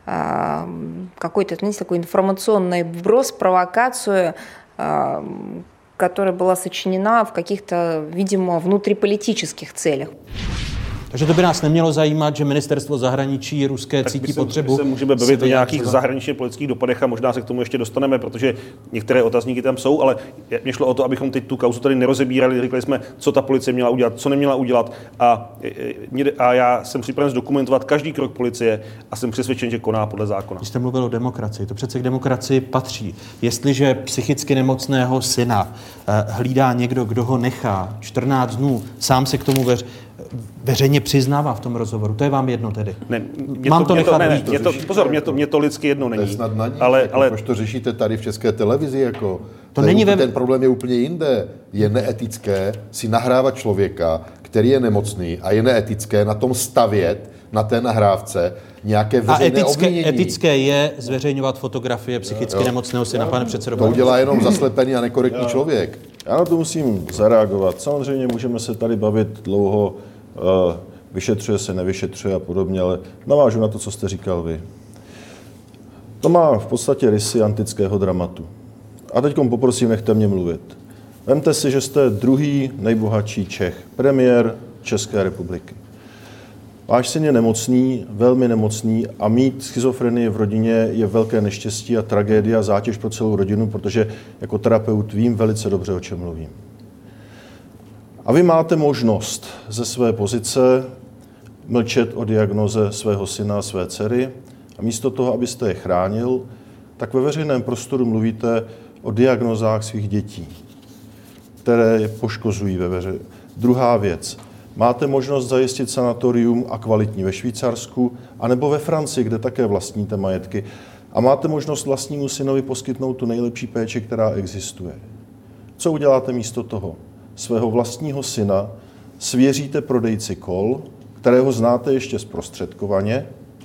э, какой-то, знаете, такой информационный вброс, провокацию, э, которая была сочинена в каких-то, видимо, внутриполитических целях. Takže to by nás nemělo zajímat, že ministerstvo zahraničí ruské tak cítí my se, potřebu. My se můžeme bavit o nějakých zahraničně politických dopadech a možná se k tomu ještě dostaneme, protože některé otazníky tam jsou, ale mě šlo o to, abychom teď tu kauzu tady nerozebírali, řekli jsme, co ta policie měla udělat, co neměla udělat a, a já jsem připraven zdokumentovat každý krok policie a jsem přesvědčen, že koná podle zákona. Když jste mluvil o demokracii, to přece k demokracii patří. Jestliže psychicky nemocného syna hlídá někdo, kdo ho nechá čtrnáct dnů, sám se k tomu veř, veřejně přiznává v tom rozhovoru. To je vám jedno tedy? Ne, Mám to, to nechat ne, ne, to mě to, pozor, mě to, mě to lidsky jedno není. To je snad na ní, ale, jako, ale... proč to řešíte tady v České televizi? Jako, to není úplně, ve... Ten problém je úplně jinde. Je neetické si nahrávat člověka, který je nemocný a je neetické na tom stavět, na té nahrávce, nějaké veřejné a etické, obvinění. etické je zveřejňovat fotografie psychicky jo. nemocného syna, pane předsedo. To udělá jenom zaslepený a nekorektní já, člověk. Já na to musím zareagovat. Samozřejmě můžeme se tady bavit dlouho, uh, vyšetřuje se, nevyšetřuje a podobně, ale navážu na to, co jste říkal vy. To má v podstatě rysy antického dramatu. A teď poprosím, nechte mě mluvit. Vemte si, že jste druhý nejbohatší Čech, premiér České republiky. Váš syn je nemocný, velmi nemocný a mít schizofrenii v rodině je velké neštěstí a tragédia, zátěž pro celou rodinu, protože jako terapeut vím velice dobře, o čem mluvím. A vy máte možnost ze své pozice mlčet o diagnoze svého syna a své dcery a místo toho, abyste je chránil, tak ve veřejném prostoru mluvíte o diagnozách svých dětí, které je poškozují ve veřejném. Druhá věc. Máte možnost zajistit sanatorium a kvalitní ve Švýcarsku, anebo ve Francii, kde také vlastníte majetky. A máte možnost vlastnímu synovi poskytnout tu nejlepší péči, která existuje. Co uděláte místo toho? Svého vlastního syna svěříte prodejci kol, kterého znáte ještě zprostředkovaně.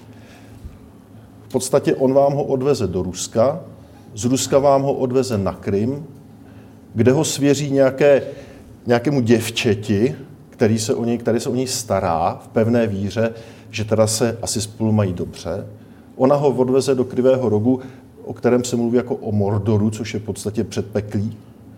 V podstatě on vám ho odveze do Ruska, z Ruska vám ho odveze na Krym, kde ho svěří nějaké, nějakému děvčeti, který se o něj, který se o něj stará v pevné víře, že teda se asi spolu mají dobře. Ona ho odveze do Krivého rohu, o kterém se mluví jako o Mordoru, což je v podstatě předpeklí.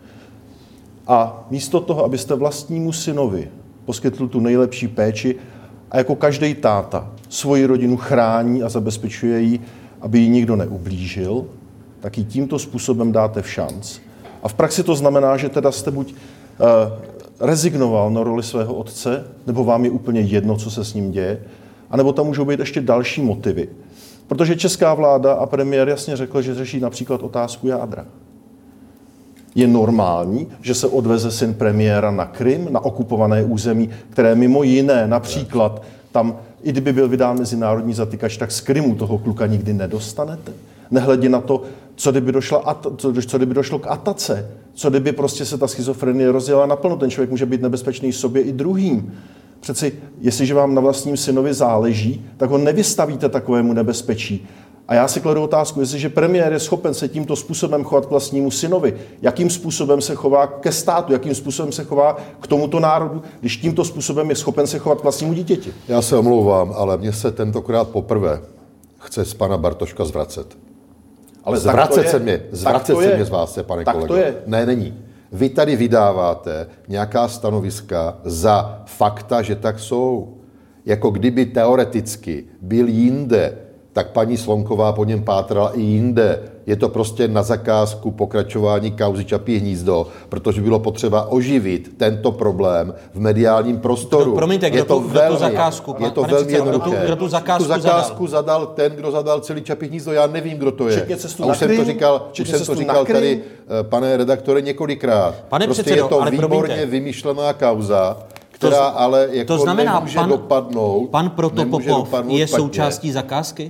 A místo toho, abyste vlastnímu synovi poskytl tu nejlepší péči a jako každý táta svoji rodinu chrání a zabezpečuje ji, aby ji nikdo neublížil, tak ji tímto způsobem dáte v šanc. A v praxi to znamená, že teda jste buď uh, rezignoval na roli svého otce, nebo vám je úplně jedno, co se s ním děje, anebo tam můžou být ještě další motivy. Protože česká vláda a premiér jasně řekl, že řeší například otázku jádra. Je normální, že se odveze syn premiéra na Krym, na okupované území, které mimo jiné například tam, i kdyby byl vydán mezinárodní zatykač, tak z Krymu toho kluka nikdy nedostanete. Nehledě na to, co kdyby, došla, co, co kdyby došlo k atace, co kdyby prostě se ta schizofrenie rozjela naplno. Ten člověk může být nebezpečný sobě i druhým. Přeci, jestliže vám na vlastním synovi záleží, tak ho nevystavíte takovému nebezpečí. A já si kladu otázku, jestliže premiér je schopen se tímto způsobem chovat k vlastnímu synovi, jakým způsobem se chová ke státu, jakým způsobem se chová k tomuto národu, když tímto způsobem je schopen se chovat k vlastnímu dítěti. Já se omlouvám, ale mně se tentokrát poprvé chce z pana Bartoška zvracet. Ale zvracet se mě, zvracet se mě z vás, pane tak kolego. To je. Ne, není. Vy tady vydáváte nějaká stanoviska za fakta, že tak jsou. Jako kdyby teoreticky byl jinde, tak paní Slonková po něm pátrala i jinde. Je to prostě na zakázku pokračování kauzy Čapí hnízdo, protože bylo potřeba oživit tento problém v mediálním prostoru. Kdo, promiňte, kdo, je to tu, velmi, kdo tu zakázku, je to pane velmi předsedo, jednoduché. Kdo tu, kdo tu zakázku, tu zakázku zadal? zadal ten, kdo zadal celý Čapí hnízdo, já nevím, kdo to je. Včetně cestu A na už jsem to Krym, říkal, už jsem to říkal tady, pane redaktore, několikrát. Pane prostě předsedo, je to ale výborně promiňte. vymyšlená kauza, která To, ale jako to znamená, nemůže pan, dopadnout. pan Protopopov je špatně. součástí zakázky?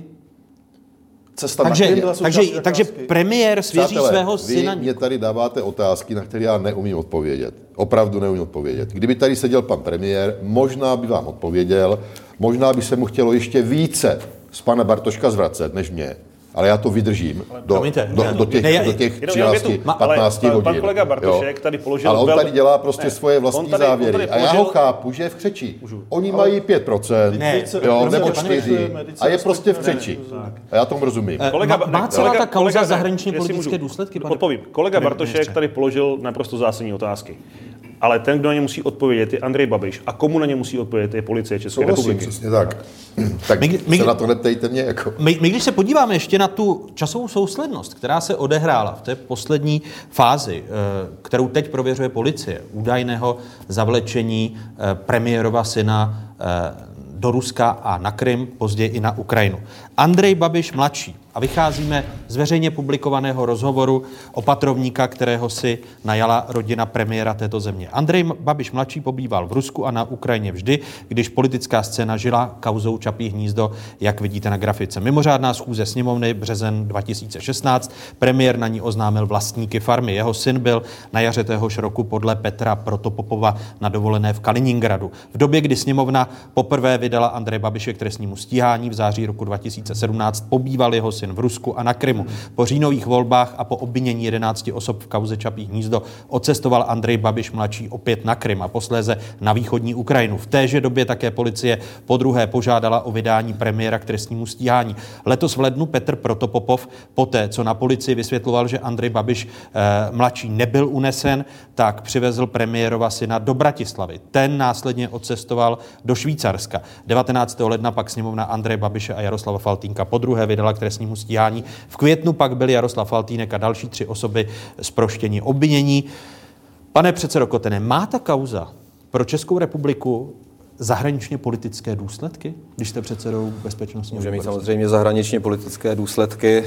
Cesta takže, na Krym byla takže, součástí takže zakázky. premiér svěří Přátelé, svého vy syna. mě tady dáváte otázky, na které já neumím odpovědět. Opravdu neumím odpovědět. Kdyby tady seděl pan premiér, možná by vám odpověděl, možná by se mu chtělo ještě více z pana Bartoška zvracet, než mě. Ale já to vydržím do, Promiňte, do, ne, do těch, ne, já- do těch jenom- jenom třinácti větu. patnácti Ale hodin. pan kolega Bartošek jo. tady položil Ale on vel- tady dělá prostě Ne, svoje on vlastní tady- on závěry. tady A já ho položil- chápu, že je v křeči. Oni mají pět procent, Ne, jo, promiňte, nebo pane čtyři. respektujeme, A je prostě v křeči. A já tomu rozumím. Eh, Kolega, má- má ne, celá kolega, ta kauza kolega- zahraničně jestli politické můžu, důsledky, pane- Odpovím. Kolega pane Bartošek ministře. tady položil naprosto zásadní otázky. Ale ten, kdo na ně musí odpovědět, je Andrej Babiš. A komu na ně musí odpovědět, je policie České Souhlasím, republiky. přesně tak. Tak My- my- se na to neptejte mě jako. My, my když se podíváme ještě na tu časovou souslednost, která se odehrála v té poslední fázi, eh, kterou teď prověřuje policie, údajného zavlečení eh, premiérova syna eh, do Ruska a na Krym, později i na Ukrajinu. Andrej Babiš mladší. A vycházíme z veřejně publikovaného rozhovoru opatrovníka, kterého si najala rodina premiéra této země. Andrej Babiš mladší pobýval v Rusku a na Ukrajině vždy, když politická scéna žila kauzou Čapí hnízdo, jak vidíte na grafice. Mimořádná schůze sněmovny březen dva tisíce šestnáct. Premiér na ní oznámil vlastníky farmy. Jeho syn byl na jaře téhož roku podle Petra Protopopova na dovolené v Kaliningradu. V době, kdy sněmovna poprvé vydala Andreje Babiše k trestnímu stíhání v září roku dva tisíce sedmnáct, pobýval jeho syn v Rusku a na Krymu. Po říjnových volbách a po obvinění jedenácti osob v kauze Čapí hnízdo odcestoval Andrej Babiš mladší opět na Krym a posléze na východní Ukrajinu. V téže době také policie podruhé požádala o vydání premiéra k trestnímu stíhání. Letos v lednu Petr Protopopov, poté co na policii vysvětloval, že Andrej Babiš eh, mladší nebyl unesen, tak přivezl premiérova syna do Bratislavy. Ten následně odcestoval do Švýcarska. devatenáctého ledna pak sněmovna Andreje Babiše a Jaroslava Faltýnka podruhé vydala k trestnímu stíhání. V květnu pak byli Jaroslav Faltýnek a další tři osoby zproštěni obvinění. Pane předsedo Kotene, má ta kauza pro Českou republiku zahraničně politické důsledky, když jste předsedou bezpečnostního Může mít výboru? samozřejmě zahraničně politické důsledky.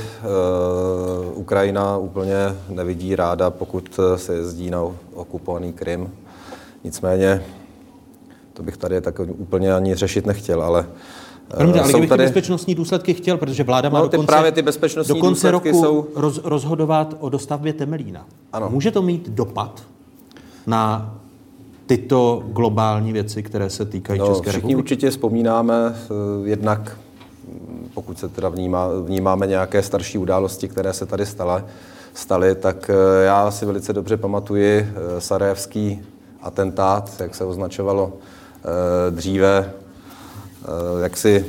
Uh, Ukrajina úplně nevidí ráda, pokud se jezdí na okupovaný Krym. Nicméně, to bych tady tak úplně ani řešit nechtěl, ale Promiňte, ale kdybych tady... ty bezpečnostní důsledky chtěl, protože vláda má No, do ty konce, právě ty bezpečnostní do konce důsledky roku jsou- roz, rozhodovat o dostavbě Temelína. Ano. Může to mít dopad na tyto globální věci, které se týkají No, České všichni republiky? určitě vzpomínáme, eh, jednak mm, pokud se teda vnímá, vnímáme nějaké starší události, které se tady staly, staly, tak eh, já si velice dobře pamatuji eh, sarajevský atentát, jak se označovalo eh, dříve, eh, jaksi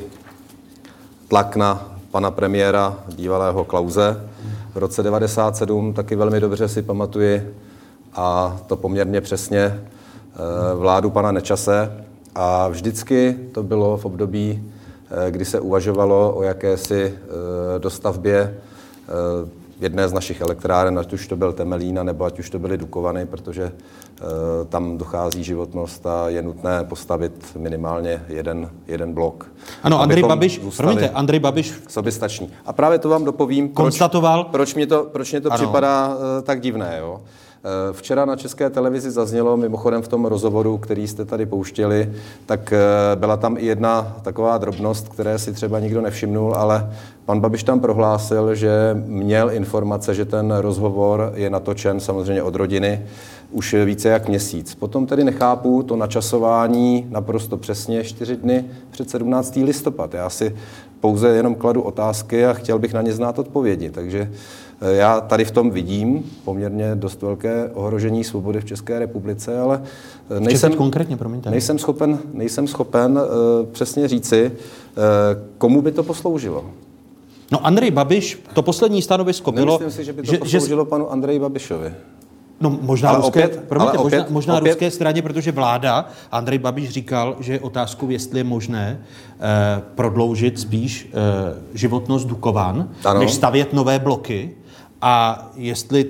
tlak na pana premiéra, bývalého Klause. V roce devadesát sedm taky velmi dobře si pamatuji, a to poměrně přesně, vládu pana Nečase. A vždycky to bylo v období, kdy se uvažovalo o jakési dostavbě jedné z našich elektráren, ať už to byl Temelín, nebo ať už to byly Dukovany, protože tam dochází životnost a je nutné postavit minimálně jeden, jeden blok. Ano, Andrej abychom Babiš, zůstali promiňte, Andrej Babiš soběstační. A právě to vám dopovím, proč, konstatoval, proč mě to, proč mě to Ano. připadá uh, tak divné. Jo? Uh, včera na České televizi zaznělo, mimochodem v tom rozhovoru, který jste tady pouštěli, tak uh, byla tam i jedna taková drobnost, které si třeba nikdo nevšimnul, ale pan Babiš tam prohlásil, že měl informace, že ten rozhovor je natočen samozřejmě od rodiny už více jak měsíc. Potom tedy nechápu to načasování naprosto přesně čtyři dny před sedmnáctého listopad. Já si pouze jenom kladu otázky a chtěl bych na ně znát odpovědi. Takže já tady v tom vidím poměrně dost velké ohrožení svobody v České republice, ale nejsem, konkrétně, promiňte. nejsem schopen, nejsem schopen uh, přesně říci, uh, komu by to posloužilo. No Andrej Babiš, to poslední stanovisko bylo, Nemyslím si, že by to posloužilo panu Andreji Babišovi. No možná, Ale ruské, opět- promiňte, ale opět- možná, možná opět- ruské straně, protože vláda, Andrej Babiš říkal, že je otázkou, jestli je možné eh, prodloužit spíš eh, životnost Dukovan, Ano. než stavět nové bloky a jestli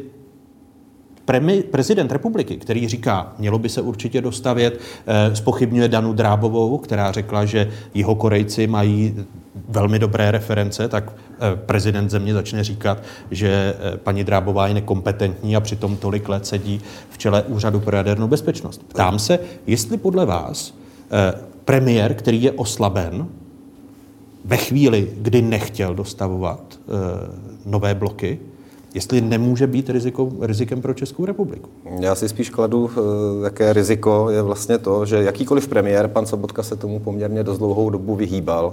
Premi, prezident republiky, který říká, mělo by se určitě dostavět, eh, zpochybňuje Danu Drábovou, která řekla, že Jihokorejci mají velmi dobré reference, tak eh, prezident země začne říkat, že eh, paní Drábová je nekompetentní a přitom tolik let sedí v čele Úřadu pro jadernou bezpečnost. Ptám se, jestli podle vás eh, premiér, který je oslaben, ve chvíli, kdy nechtěl dostavovat eh, nové bloky, jestli nemůže být riziko, rizikem pro Českou republiku. Já si spíš kladu, jaké riziko je vlastně to, že jakýkoliv premiér, pan Sobotka se tomu poměrně dost dlouhou dobu vyhýbal.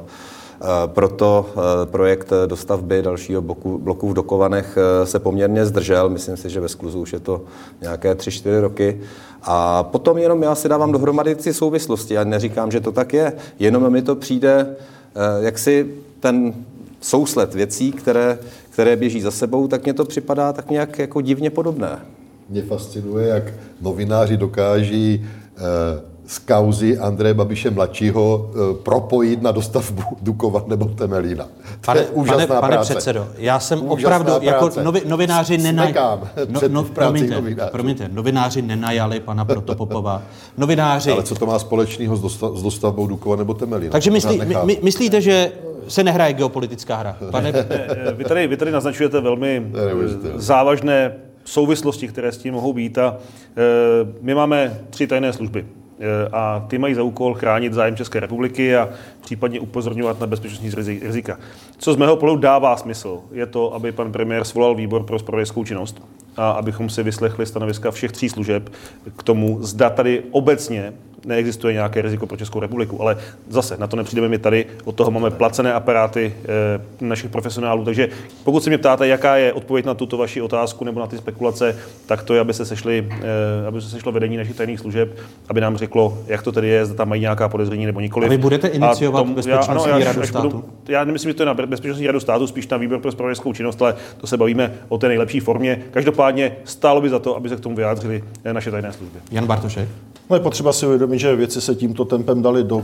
Proto projekt dostavby dalšího bloku, bloku v Dokovanech se poměrně zdržel. Myslím si, že ve skluzu už je to nějaké tři čtyři roky. A potom jenom já si dávám dohromady ty souvislosti. Já neříkám, že to tak je. Jenom mi to přijde, jak si ten sousled věcí, které, které běží za sebou, tak mně to připadá tak nějak jako divně podobné. Mě fascinuje, jak novináři dokáží eh, z kauzy Andreje Babiše mladšího eh, propojit na dostavbu Dukovan nebo Temelína. To Pane, je úžasná pane, pane práce. předsedo, já jsem Úžasná opravdu, práce. jako novi, novináři nenaj... no, no, promiňte, promiňte, novináři nenajali pana Protopopova. Novináři... Ale co to má společného s, dostav, s dostavbou Dukovan nebo Temelína? Takže myslí, my, my, myslíte, že se nehraje geopolitická hra? Pane... Vy tady, vy tady naznačujete velmi závažné souvislosti, které s tím mohou být. A my máme tři tajné služby. A ty mají za úkol chránit zájem České republiky a případně upozorňovat na bezpečnostní rizika. Co z mého pohledu dává smysl, je to, aby pan premiér svolal výbor pro zpravodajskou činnost a abychom si vyslechli stanoviska všech tří služeb k tomu, zda tady obecně neexistuje nějaké riziko pro Českou republiku, ale zase na to nepřijdeme my tady, od toho máme placené aparáty e, našich profesionálů, takže pokud se mě ptáte, jaká je odpověď na tuto vaši otázku nebo na ty spekulace, tak to je, aby se sešli, e, aby se sešlo vedení našich tajných služeb, aby nám řeklo, jak to tedy je, zda tam mají nějaká podezření nebo nikoliv. A vy budete iniciovat tom, bezpečnostní já, ano, radu státu? Budu, já nemyslím, že to je na bezpečnostní radu státu, spíš na výbor pro zpravodajskou činnost, ale to se bavíme o té nejlepší formě. Každopádně stálo by za to, aby se k tomu vyjádřili naše tajné služby. Jan Bartošek. No je potřeba si uvědomit, že věci se tímto tempem daly do,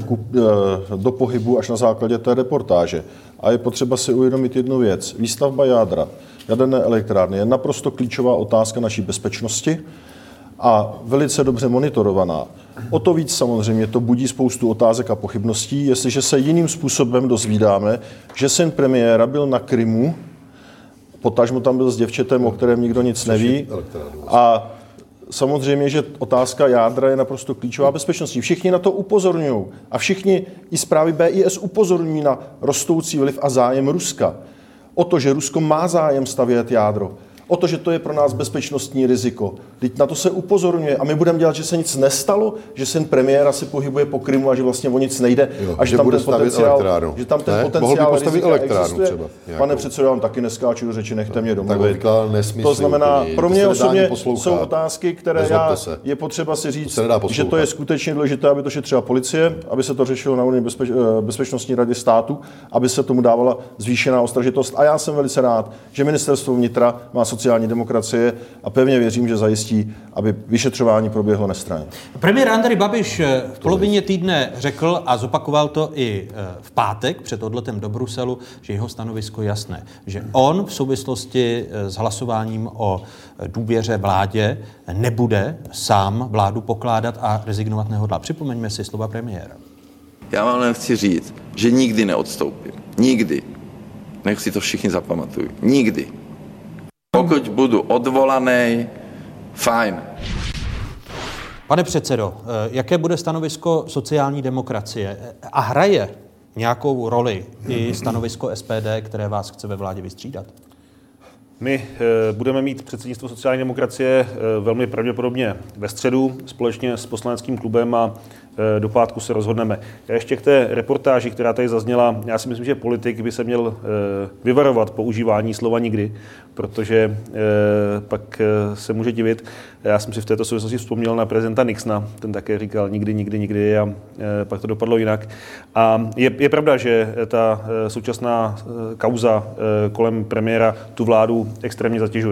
do pohybu až na základě té reportáže. A je potřeba si uvědomit jednu věc. Výstavba jádra, jaderné elektrárny je naprosto klíčová otázka naší bezpečnosti a velice dobře monitorovaná. O to víc samozřejmě to budí spoustu otázek a pochybností, jestliže se jiným způsobem dozvídáme, že syn premiéra byl na Krymu, potažmo tam byl s děvčetem, o kterém nikdo nic neví, a samozřejmě, že otázka jádra je naprosto klíčová bezpečnostní. Všichni na to upozorňují a všichni i zprávy B I S upozorňují na rostoucí vliv a zájem Ruska. O to, že Rusko má zájem stavět jádro. O to, že to je pro nás bezpečnostní riziko. Teď na to se upozorňuje a my budeme dělat, že se nic nestalo, že syn premiéra se pohybuje po Krymu a že vlastně o nic nejde jo, a že, že tam bude ten potenciál, že tam ten ne? potenciál rizika existuje. Třeba, Pane předsedo, já vám taky neskáču do řeči, nechte mě domluvit. Nesmysl, To znamená, úplně, pro mě to osobně jsou otázky, které já, se. je potřeba si říct, to že to je skutečně důležité, aby to šetřila policie, aby se to řešilo na úrovni bezpeč, Bezpečnostní rady státu, aby se tomu dávala zvýšená ostražitost. A já jsem velice rád, že ministerstvo vnitra má sociální demokracie a pevně věřím, že zajistí, aby vyšetřování proběhlo nestranně. Premiér Andrej Babiš v polovině týdne řekl a zopakoval to i v pátek před odletem do Bruselu, že jeho stanovisko je jasné, že on v souvislosti s hlasováním o důvěře vládě nebude sám vládu pokládat a rezignovat nehodlá. Připomeňme si slova premiéra. Já vám jen chci říct, že nikdy neodstoupím. Nikdy. Nech si to všichni zapamatují. Nikdy. Pokud budu odvolaný, fajn. Pane předsedo, jaké bude stanovisko sociální demokracie? A hraje nějakou roli i stanovisko S P D, které vás chce ve vládě vystřídat? My e, budeme mít předsednictvo sociální demokracie e, velmi pravděpodobně ve středu společně s poslaneckým klubem a e, do pátku se rozhodneme. Já ještě k té reportáži, která tady zazněla, já si myslím, že politik by se měl e, vyvarovat používání slova nikdy, protože e, pak e, se může divit. Já jsem si v této souvislosti vzpomněl na prezidenta Nixona, ten také říkal nikdy, nikdy, nikdy a e, pak to dopadlo jinak. A je, je pravda, že ta e, současná e, kauza e, kolem premiéra tu vládu extrémně zatěžuje.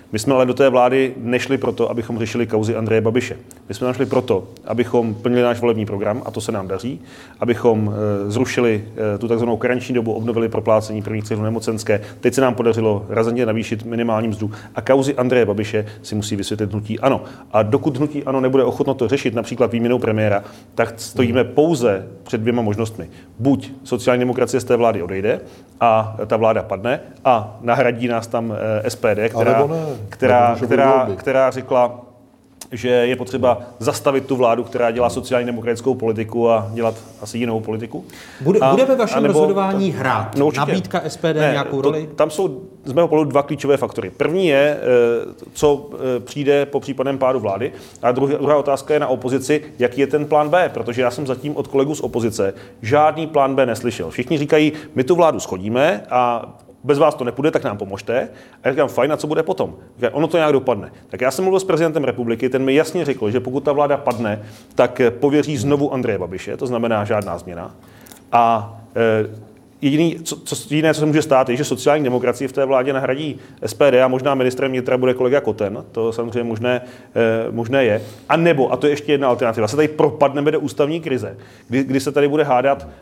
My jsme ale do té vlády nešli proto, abychom řešili kauzy Andreje Babiše. My jsme tam šli proto, abychom plnili náš volební program, a to se nám daří, abychom zrušili tu takzvanou karenční dobu, obnovili proplácení prvních třech dnů nemocenské. Teď se nám podařilo razantně navýšit minimální mzdu. A kauzy Andreje Babiše si musí vysvětlit hnutí ANO. A dokud hnutí ANO nebude ochotno to řešit, například výměnou premiéra, tak stojíme pouze před dvěma možnostmi. Buď sociální demokracie z té vlády odejde a ta vláda padne a nahradí nás tam S P D, která, ne, která, která, která řekla, že je potřeba zastavit tu vládu, která dělá sociálně demokratickou politiku a dělat asi jinou politiku. Bude, a, bude ve vašem anebo, rozhodování hrát no nabídka S P D ne, nějakou to, roli? Tam jsou z mého pohledu dva klíčové faktory. První je, co přijde po případném pádu vlády, a druhá, druhá otázka je na opozici, jaký je ten plán B, protože já jsem zatím od kolegů z opozice žádný plán B neslyšel. Všichni říkají, my tu vládu shodíme a bez vás to nepůjde, tak nám pomožte. A já říkám, fajn, a co bude potom? Říkám, ono to nějak dopadne. Tak já jsem mluvil s prezidentem republiky, ten mi jasně řekl, že pokud ta vláda padne, tak pověří znovu Andreje Babiše, to znamená žádná změna. A e, jediný, co, co, jediné, co se může stát, je, že sociální demokracie v té vládě nahradí S P D a možná ministrem vnitra bude kolega Koten. To samozřejmě možné, e, možné je. A nebo, a to je ještě jedna alternativa, se tady propadneme do ústavní krize, kdy, kdy se tady bude hádat e,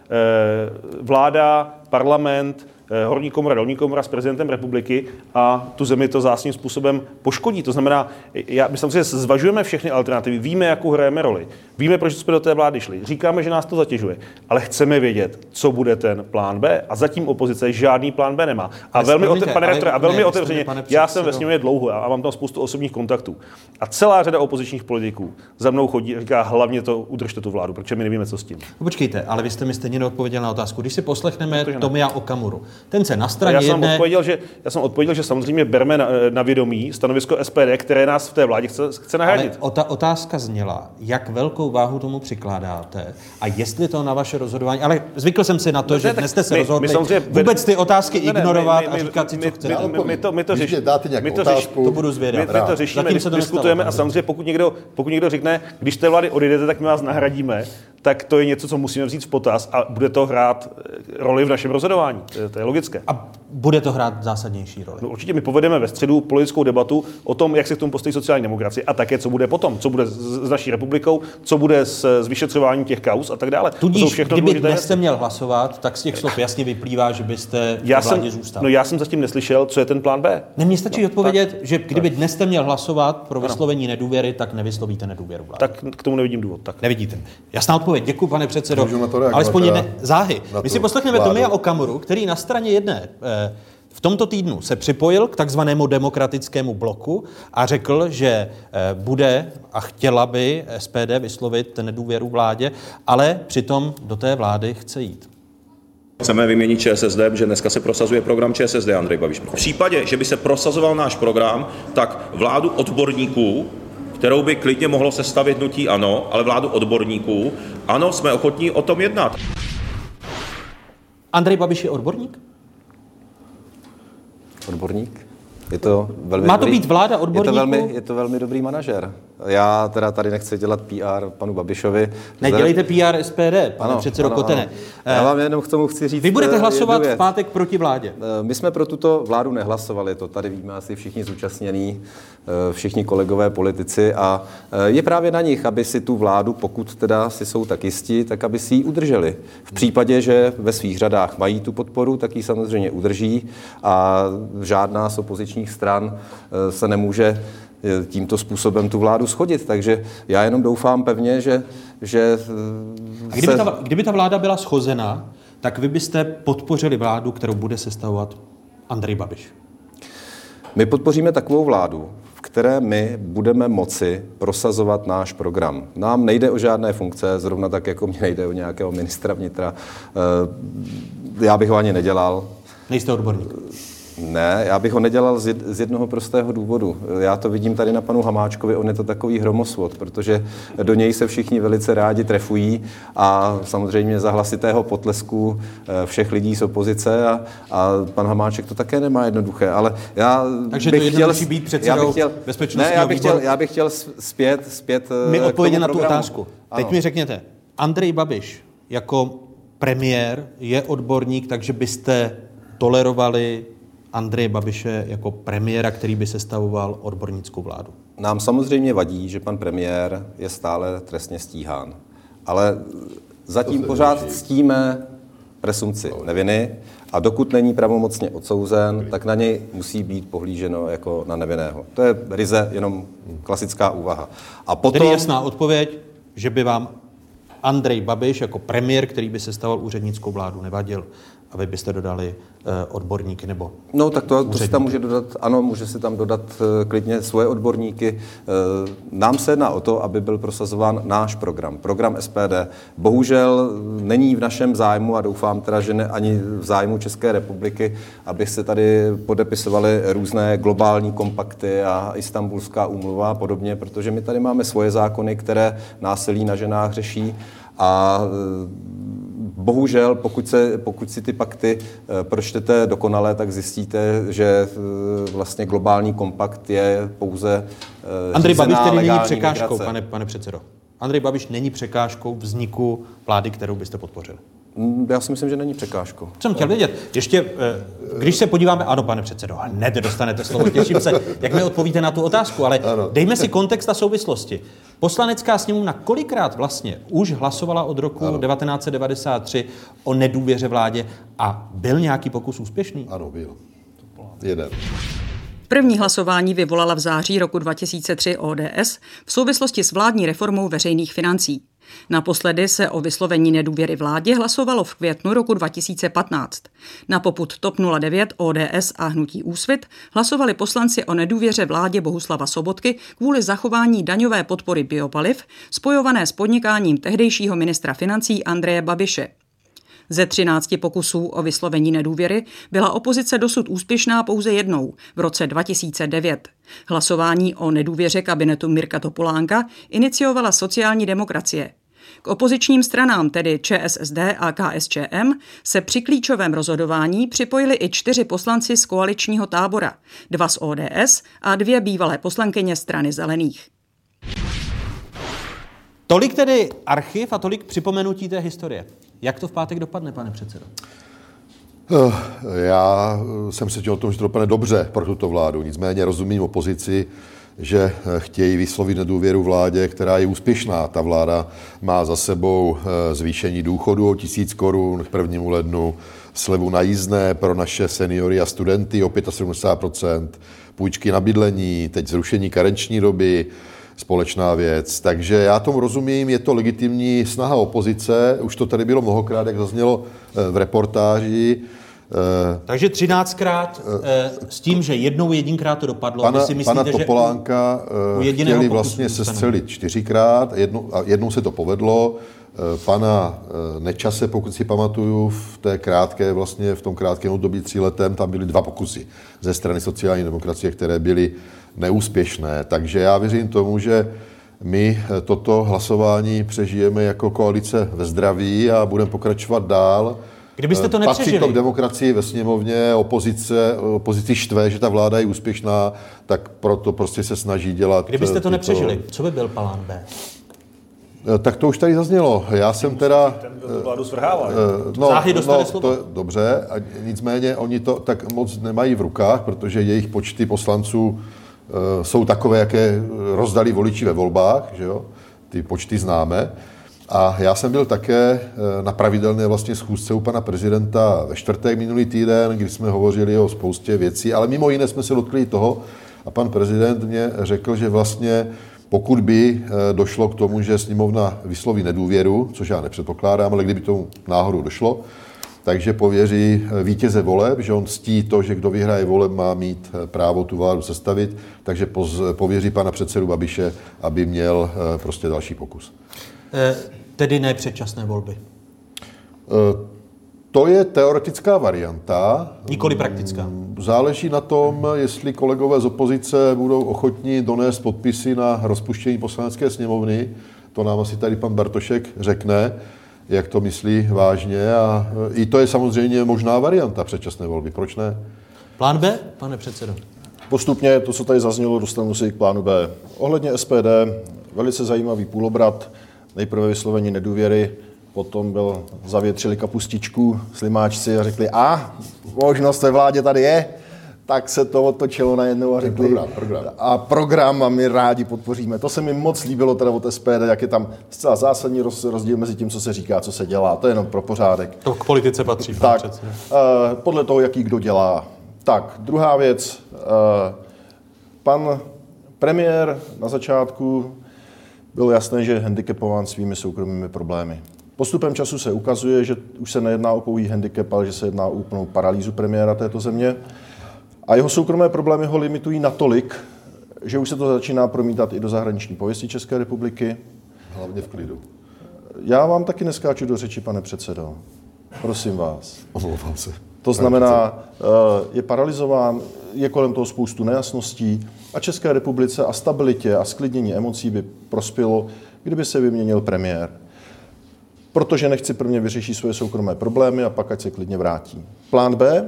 vláda, parlament, horní komora, dolní komora s prezidentem republiky a tu zemi to zásadním způsobem poškodí. To znamená, já, my samozřejmě zvažujeme všechny alternativy, víme, jakou hrajeme roli, víme, proč jsme do té vlády šli, říkáme, že nás to zatěžuje, ale chceme vědět, co bude ten plán B a zatím opozice žádný plán B nemá. A ale velmi, otevřeně, pane rektore, a velmi ne, otevřeně, já jsem ve sněmovně dlouho a mám tam spoustu osobních kontaktů. A celá řada opozičních politiků za mnou chodí a říká, hlavně to udržte tu vládu, protože my nevíme, co s tím. No, počkejte, ale vy jste mi stejně neodpověděl na otázku. Když si poslechneme Tomia Okamuru, ten se na straně já jsem jedné... Odpověděl, že, já jsem odpověděl, že samozřejmě bereme na, na vědomí stanovisko S P D, které nás v té vládě chce, chce nahradit. Ale ta otázka zněla, jak velkou váhu tomu přikládáte a jestli to na vaše rozhodování... Ale zvykl jsem si na to, no, že dnes jste se my, rozhodli my vůbec ty otázky ne, ne, ignorovat my, my, a říkat si, co chcete. My, my, my to, my to, řeš, my to, řeš, to budu zvědat. My, my to řešíme, my diskutujeme a samozřejmě pokud někdo, pokud někdo řekne, když té vlády odejdete, tak my vás nahradíme, tak to je něco, co musíme vzít v potaz a bude to hrát roli v našem rozhodování. To je, to je logické. A bude to hrát zásadnější roli? No, určitě my povedeme ve středu politickou debatu o tom, jak se k tomu postaví sociální demokracie a také, co bude potom, co bude s, s naší republikou, co bude s, s vyšetřováním těch kauz a tak dále. Tudíž, kdyby dnes jste měl hlasovat, tak z těch slov jasně vyplývá, že byste já v vládě jsem, zůstal. No já jsem zatím neslyšel, co je ten plán B. Ne, mně stačí no, odpovědět, tak, že kdyby tak. dnes jste měl hlasovat pro vyslovení nedůvěry, tak nevyslovíte nedůvěru vládě. Tak k tomu nevidím důvod. Tak. Nevidíte. Jasná odpověď. Děkuji, pane předsedo. Alespoň jedné záhy. My si poslechneme Tomia Okamuru, který na straně jedné eh, v tomto týdnu se připojil k takzvanému demokratickému bloku a řekl, že eh, bude a chtěla by S P D vyslovit nedůvěru vládě, ale přitom do té vlády chce jít. Chceme vyměnit ČSSD, protože dneska se prosazuje program ČSSD, Andrej Babiš. V případě, že by se prosazoval náš program, tak vládu odborníků, kterou by klidně mohlo sestavit hnutí ANO, ale vládu odborníků, ano, jsme ochotní o tom jednat. Andrej Babiš je odborník? Odborník? Je to velmi Má to dobrý, být vláda odborníků? Je to, velmi, je to velmi dobrý manažer. Já teda tady nechci dělat P R panu Babišovi. Nedělejte P R S P D, pane ano, předsedo ano, Kotene. Ano. Já vám jenom k tomu chci říct. Vy budete hlasovat v pátek proti vládě. My jsme pro tuto vládu nehlasovali, to tady víme asi všichni zúčastnění, všichni kolegové politici a je právě na nich, aby si tu vládu, pokud teda si jsou tak jistí, tak aby si ji udrželi. V případě, že ve svých řadách mají tu podporu, tak ji samozřejmě udrží a žádná z opozičních stran se nemůže tímto způsobem tu vládu shodit. Takže já jenom doufám pevně, že... že a kdyby, se... ta, kdyby ta vláda byla schozena, tak vy byste podpořili vládu, kterou bude sestavovat Andrej Babiš? My podpoříme takovou vládu, v které my budeme moci prosazovat náš program. Nám nejde o žádné funkce, zrovna tak, jako mě nejde o nějakého ministra vnitra. Já bych ho ani nedělal. Nejste odborník? Ne, já bych ho nedělal z jednoho prostého důvodu. Já to vidím tady na panu Hamáčkovi, on je to takový hromosvod, protože do něj se všichni velice rádi trefují a samozřejmě za hlasitého potlesku všech lidí z opozice a, a pan Hamáček to také nemá jednoduché, ale já Takže bych to chtěl... musí být předsedou chtěl, bezpečnostního ne, já bych výboru. chtěl, já bych chtěl zpět, zpět Mi odpovědět na tu programu. otázku. Teď ano. mi řekněte, Andrej Babiš jako premiér je odborník, takže byste tolerovali Andreje Babiše jako premiéra, který by sestavoval odbornickou vládu? Nám samozřejmě vadí, že pan premiér je stále trestně stíhán. Ale zatím pořád ctíme presumpci neviny a dokud není pravomocně odsouzen, tak na něj musí být pohlíženo jako na nevinného. To je ryze jenom klasická úvaha. A potom... Tedy jasná odpověď, že by vám Andrej Babiš jako premiér, který by sestavoval úřednickou vládu, nevadil. A vy byste dodali uh, odborníky nebo No tak to, to si tam může dodat, ano, může si tam dodat uh, klidně svoje odborníky. Uh, nám se jedná o to, aby byl prosazován náš program, program S P D. Bohužel není v našem zájmu a doufám teda, že ne ani v zájmu České republiky, aby se tady podepisovaly různé globální kompakty a Istanbulská úmluva a podobně, protože my tady máme svoje zákony, které násilí na ženách řeší a bohužel, pokud, se, pokud si ty pakty pročtete dokonale, tak zjistíte, že vlastně globální kompakt je pouze Andrej Babiš tedy není překážkou, pane, pane předsedo. Andrej Babiš není překážkou vzniku vlády, kterou byste podpořili. Já si myslím, že není překážkou. Co jsem chtěl vědět? Ještě, když se podíváme, ano, pane předsedo, hned dostanete slovo, těším se, jak mi odpovíte na tu otázku, ale dejme si kontext a souvislosti. Poslanecká sněmovna kolikrát vlastně už hlasovala od roku ano. devatenáct set devadesát tři o nedůvěře vládě a byl nějaký pokus úspěšný? Ano, byl. Jeden. První hlasování vyvolala v září roku dva tisíce tři O D S v souvislosti s vládní reformou veřejných financí. Naposledy se o vyslovení nedůvěry vládě hlasovalo v květnu roku dva tisíce patnáct. Na popud TOP nula devět, O D S a hnutí Úsvit hlasovali poslanci o nedůvěře vládě Bohuslava Sobotky kvůli zachování daňové podpory biopaliv spojované s podnikáním tehdejšího ministra financí Andreje Babiše. Ze třinácti pokusů o vyslovení nedůvěry byla opozice dosud úspěšná pouze jednou, v roce dva tisíce devět. Hlasování o nedůvěře kabinetu Mirka Topolánka iniciovala sociální demokracie. K opozičním stranám, tedy Č S S D a K S Č M, se při klíčovém rozhodování připojili i čtyři poslanci z koaličního tábora, dva z O D S a dvě bývalé poslankyně Strany zelených. Tolik tedy archiv a tolik připomenutí té historie. Jak to v pátek dopadne, pane předsedo? Já jsem se o tom, že to dopadne dobře pro tuto vládu. Nicméně rozumím opozici, že chtějí vyslovit nedůvěru vládě, která je úspěšná. Ta vláda má za sebou zvýšení důchodu o tisíc korun k prvnímu lednu, slevu na jízdné pro naše seniory a studenty o sedmdesát pět procent, půjčky na bydlení, teď zrušení karenční doby, společná věc. Takže já tomu rozumím, je to legitimní snaha opozice, už to tady bylo mnohokrát, jak zaznělo v reportáži. Takže třináctkrát s tím, že jednou jedinkrát to dopadlo. Pana, si myslíte, pana Topolánka že u, u chtěli vlastně se střelit čtyřikrát, jednou, a jednou se to povedlo. Pana Nečase, pokud si pamatuju, v té krátké, vlastně v tom krátkém období tří letem, tam byly dva pokusy ze strany sociální demokracie, které byly neúspěšné. Takže já věřím tomu, že my toto hlasování přežijeme jako koalice ve zdraví a budeme pokračovat dál. Kdybyste to nepřežili. Patří to k demokracii ve sněmovně, opozice, opozici štve, že ta vláda je úspěšná, tak proto prostě se snaží dělat. Kdybyste to tyto... nepřežili, co by byl plán B? Tak to už tady zaznělo. Já jsem teda... Ten, kdo tu vládu svrhával. No, no to je dobře, a nicméně oni to tak moc nemají v rukách, protože jejich počty poslanců uh, jsou takové, jaké rozdali voliči ve volbách, že jo? Ty počty známe. A já jsem byl také na pravidelné vlastně schůzce u pana prezidenta ve čtvrtek minulý týden, kdy jsme hovořili o spoustě věcí, ale mimo jiné jsme se dotkli toho a pan prezident mě řekl, že vlastně pokud by došlo k tomu, že sněmovna vysloví nedůvěru, což já nepředpokládám, ale kdyby tomu náhodou došlo, takže pověří vítěze voleb, že on ctí to, že kdo vyhraje voleb, má mít právo tu vládu sestavit, takže pověří pana předsedu Babiše, aby měl prostě další pokus. Tedy ne předčasné volby. To je teoretická varianta. Nikoli praktická. Záleží na tom, jestli kolegové z opozice budou ochotní donést podpisy na rozpuštění poslanecké sněmovny. To nám asi tady pan Bartošek řekne, jak to myslí vážně. A i to je samozřejmě možná varianta předčasné volby. Proč ne? Plán B, pane předsedo? Postupně to, co tady zaznělo, dostanu se i k plánu B. Ohledně S P D, velice zajímavý půlobrat. Nejprve vyslovení nedůvěry, potom byl zavětřili kapustičku slimáčci a řekli, a možnost ve vládě tady je, tak se to otočilo najednou a řekli program, program. a program a my rádi podpoříme. To se mi moc líbilo teda od S P D, jak je tam zcela zásadní rozdíl mezi tím, co se říká, co se dělá. To je jenom pro pořádek. To k politice patří. Tak, uh, podle toho, jaký kdo dělá. Tak, druhá věc. Uh, pan premiér na začátku bylo jasné, že je handicapován svými soukromými problémy. Postupem času se ukazuje, že už se nejedná o pouhý handicap, ale že se jedná o úplnou paralýzu premiéra této země. A jeho soukromé problémy ho limitují natolik, že už se to začíná promítat i do zahraniční pověsti České republiky. Hlavně v klidu. Já vám taky neskáču do řeči, pane předsedo. Prosím vás. Omlouvám se. To znamená, je paralyzován, je kolem toho spoustu nejasností a České republice a stabilitě a sklidnění emocí by prospělo, kdyby se vyměnil premiér. Protože nechci prvně vyřešit svoje soukromé problémy a pak ať se klidně vrátí. Plán B?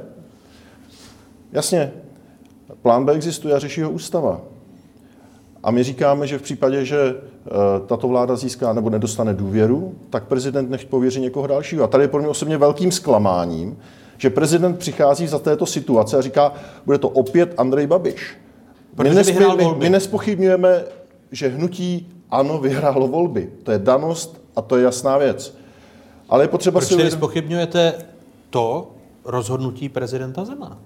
Jasně, plán B existuje a řeší ho ústava. A my říkáme, že v případě, že tato vláda získá nebo nedostane důvěru, tak prezident nechť pověří někoho dalšího. A tady je pro mě osobně velkým zklamáním, že prezident přichází za této situace a říká, bude to opět Andrej Babiš. My, nespěl, my, my nespochybňujeme, že hnutí ANO vyhrálo volby. To je danost a to je jasná věc. Ale je potřeba Proč si... Proč zpochybňujete to rozhodnutí prezidenta Zemana?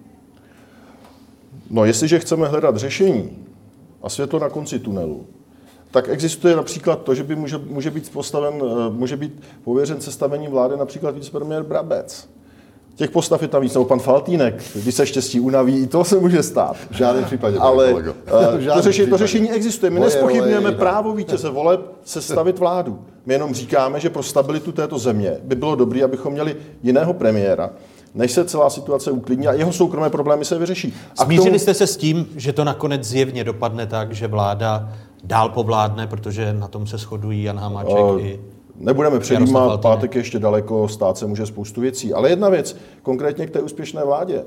No, jestliže chceme hledat řešení a světlo na konci tunelu, tak existuje například to, že by může, může být postaven, může být pověřen sestavením vlády například vicepremiér Brabec. Těch postav je tam víc, nebo pan Faltýnek, když se štěstí unaví, i to se může stát. V žádném případě, ale kolego. to, řešení, to řešení existuje. My nespochybňujeme právo vítěze voleb sestavit vládu. My jenom říkáme, že pro stabilitu této země by bylo dobré, abychom měli jiného premiéra, než se celá situace uklidní a jeho soukromé problémy se vyřeší. A Smířili tomu... jste se s tím, že to nakonec zjevně dopadne tak, že vláda dál povládne, protože na tom se shodují Jan Hamáček uh, i... Nebudeme předjímat, pátek ještě daleko, stát se může spoustu věcí. Ale jedna věc, konkrétně k té úspěšné vládě.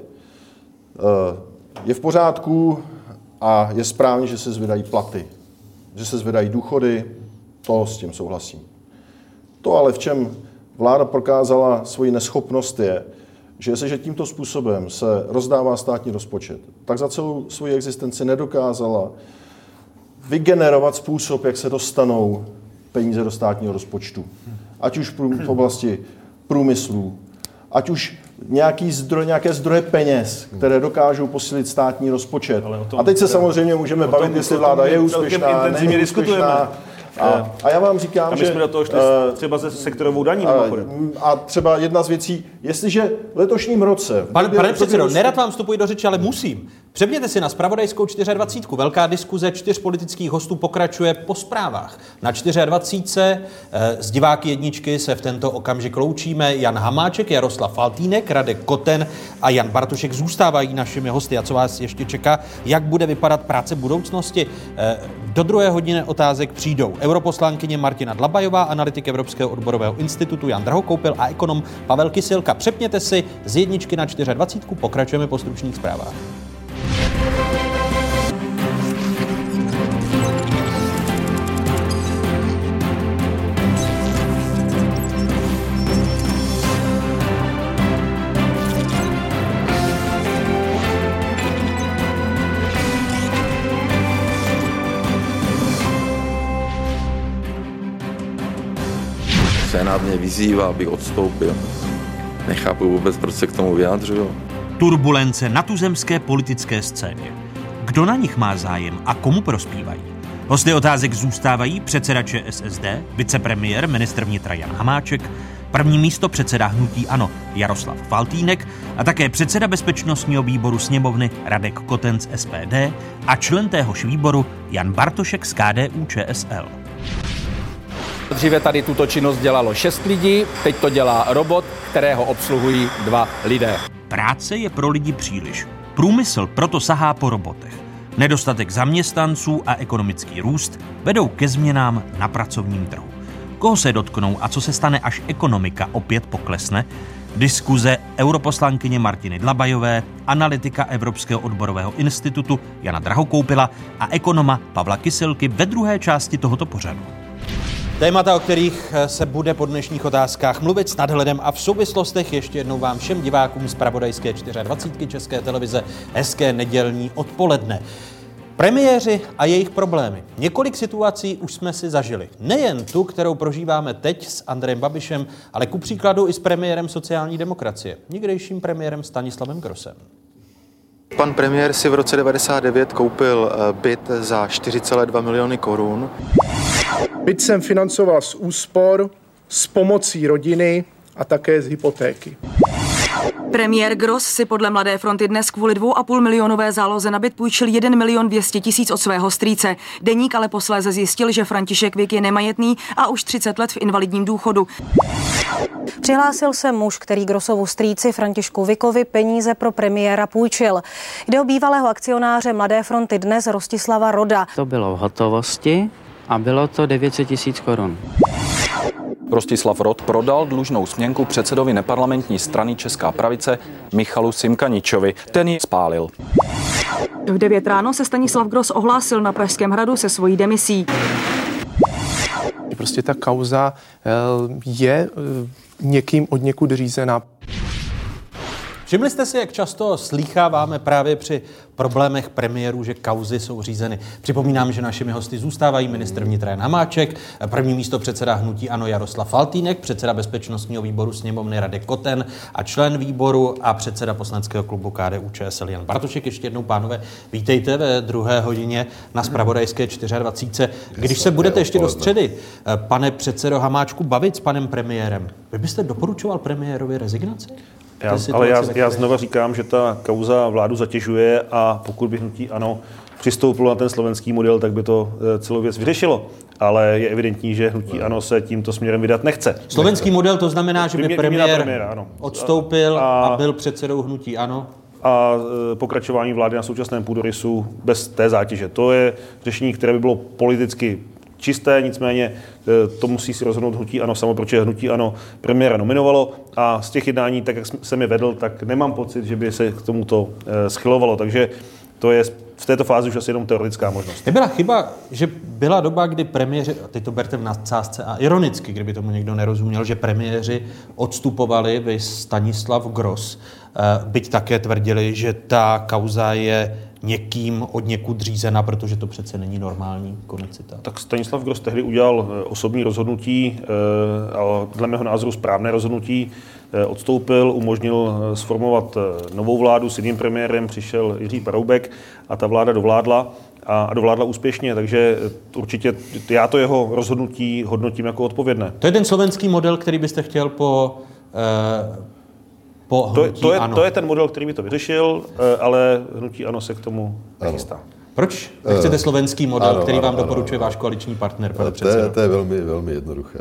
Je v pořádku a je správně, že se zvedají platy, že se zvedají důchody, to s tím souhlasím. To ale v čem vláda prokázala svoji neschopnost je, že jestliže tímto způsobem se rozdává státní rozpočet, tak za celou svoji existenci nedokázala vygenerovat způsob, jak se dostanou peníze do státního rozpočtu. Ať už v oblasti průmyslu, ať už nějaký zdroj, nějaké zdroje peněz, které dokážou posílit státní rozpočet. A teď se samozřejmě můžeme bavit, jestli vláda je úspěšná, není úspěšná. A, a já vám říkám, a my že... jsme do toho šli třeba se sektorovou daní. A, a třeba jedna z věcí, jestliže v letošním roce... Pane, pane předsedo, nerad vám vstupuji do řeči, ale musím. Přepněte si na zpravodajskou dvacet čtyři. Velká diskuze čtyř politických hostů pokračuje po zprávách. Na dvacet čtyři z diváky jedničky se v tento okamžik loučíme. Jan Hamáček, Jaroslav Faltýnek, Radek Koten a Jan Bartošek zůstávají našimi hosty. A co vás ještě čeká, jak bude vypadat práce budoucnosti? Do druhé hodiny otázek přijdou europoslankyně Martina Dlabajová, analytik Evropského odborového institutu Jan Drahokoupil a ekonom Pavel Kysilka. Přepněte si z jedničky na dvacet čtyři. Pokračujeme po stručných zprávách. Senát mě vyzývá, abych odstoupil. Nechápu vůbec, proč se k tomu vyjádřuju. Turbulence na tuzemské politické scéně. Kdo na nich má zájem a komu prospívají? Hosty otázek zůstávají předseda ČSSD, vicepremiér, ministr vnitra Jan Hamáček, první místo předseda hnutí ANO Jaroslav Faltýnek a také předseda bezpečnostního výboru sněmovny Radek Koten z S P D a člen téhož výboru Jan Bartošek z K D U Č S L. Dříve tady tuto činnost dělalo šest lidí, teď to dělá robot, kterého obsluhují dva lidé. Práce je pro lidi příliš. Průmysl proto sahá po robotech. Nedostatek zaměstnanců a ekonomický růst vedou ke změnám na pracovním trhu. Koho se dotknou a co se stane, až ekonomika opět poklesne? Diskuze europoslankyně Martiny Dlabajové, analytika Evropského odborového institutu Jana Drahokoupila a ekonoma Pavla Kysilky ve druhé části tohoto pořadu. Témata, o kterých se bude po dnešních otázkách mluvit s nadhledem a v souvislostech. Ještě jednou vám všem divákům z Pravodajské dvacet čtyři České televize hezké nedělní odpoledne. Premiéři a jejich problémy. Několik situací už jsme si zažili. Nejen tu, kterou prožíváme teď s Andrejem Babišem, ale ku příkladu i s premiérem sociální demokracie, někdejším premiérem Stanislavem Grossem. Pan premiér si v roce devadesát devět koupil byt za čtyři celé dva miliony korun. Byt jsem financoval z úspor, s pomocí rodiny a také z hypotéky. Premiér Gross si podle Mladé fronty dnes kvůli dvou a půl milionové záloze na byt půjčil jeden milion dvě stě tisíc od svého strýce. Deník ale posléze zjistil, že František Vik je nemajetný a už třicet let v invalidním důchodu. Přihlásil se muž, který Grossovu strýci Františku Vikovi peníze pro premiéra půjčil. Jde o bývalého akcionáře Mladé fronty dnes Rostislava Roda. To bylo v hotovosti a bylo to devět set tisíc korun. Rostislav Rod prodal dlužnou směnku předsedovi neparlamentní strany Česká pravice Michalu Simkaničovi. Ten ji spálil. V devět ráno se Stanislav Gross ohlásil na Pražském hradu se svojí demisí. Prostě ta kauza je někým od někud řízená. Všimli jste si, jak často slýcháváme právě při problémech premiérů, že kauzy jsou řízeny. Připomínám, že našimi hosty zůstávají ministr vnitra Jan Hamáček, první místo předseda hnutí ANO Jaroslav Faltýnek, předseda bezpečnostního výboru sněmovny Radek Koten a člen výboru a předseda poslaneckého klubu K D U Č S L Jan Bartošek. Ještě jednou, pánové, vítejte ve druhé hodině na Zpravodajské dvacet čtyři. Když se budete ještě do středy, pane předsedo Hamáčku, bavit s panem premiérem, vy byste doporučoval premiérovi rezignaci? Já, ale já, já znova říkám, že ta kauza vládu zatěžuje a pokud by hnutí ANO přistoupilo na ten slovenský model, tak by to celou věc vyřešilo. Ale je evidentní, že hnutí ANO se tímto směrem vydat nechce. Slovenský model to znamená, že by Vymě, premiér premiéra, ano. odstoupil a, a byl předsedou hnutí ANO? A pokračování vlády na současném půdorysu bez té zátěže. To je řešení, které by bylo politicky čisté, nicméně to musí si rozhodnout hnutí ANO samo, protože hnutí ANO premiéra nominovalo a z těch jednání, tak jak jsem je vedl, tak nemám pocit, že by se k tomuto schylovalo, takže to je v této fázi už asi jenom teoretická možnost. Nebyla chyba, že byla doba, kdy premiéři, teď to berte v nadsázce a ironicky, kdyby tomu někdo nerozuměl, že premiéři odstupovali, vy Stanislav Gross, byť také tvrdili, že ta kauza je někým od někud řízena, protože to přece není normální, konec citátu. Tak Stanislav Gross tehdy udělal osobní rozhodnutí, a dle mého názoru správné rozhodnutí, odstoupil, umožnil sformovat novou vládu s jiným premiérem, přišel Jiří Paroubek a ta vláda dovládla a dovládla úspěšně, takže určitě já to jeho rozhodnutí hodnotím jako odpovědné. To je ten slovenský model, který byste chtěl po eh, To je, to, je, to je ten model, který by to vyřešil, ale hnutí ANO se k tomu nechystá. Proč nechcete slovenský model, ano, který vám ano, doporučuje ano, váš koaliční partner, pane předsedo? To je, to je velmi, velmi jednoduché.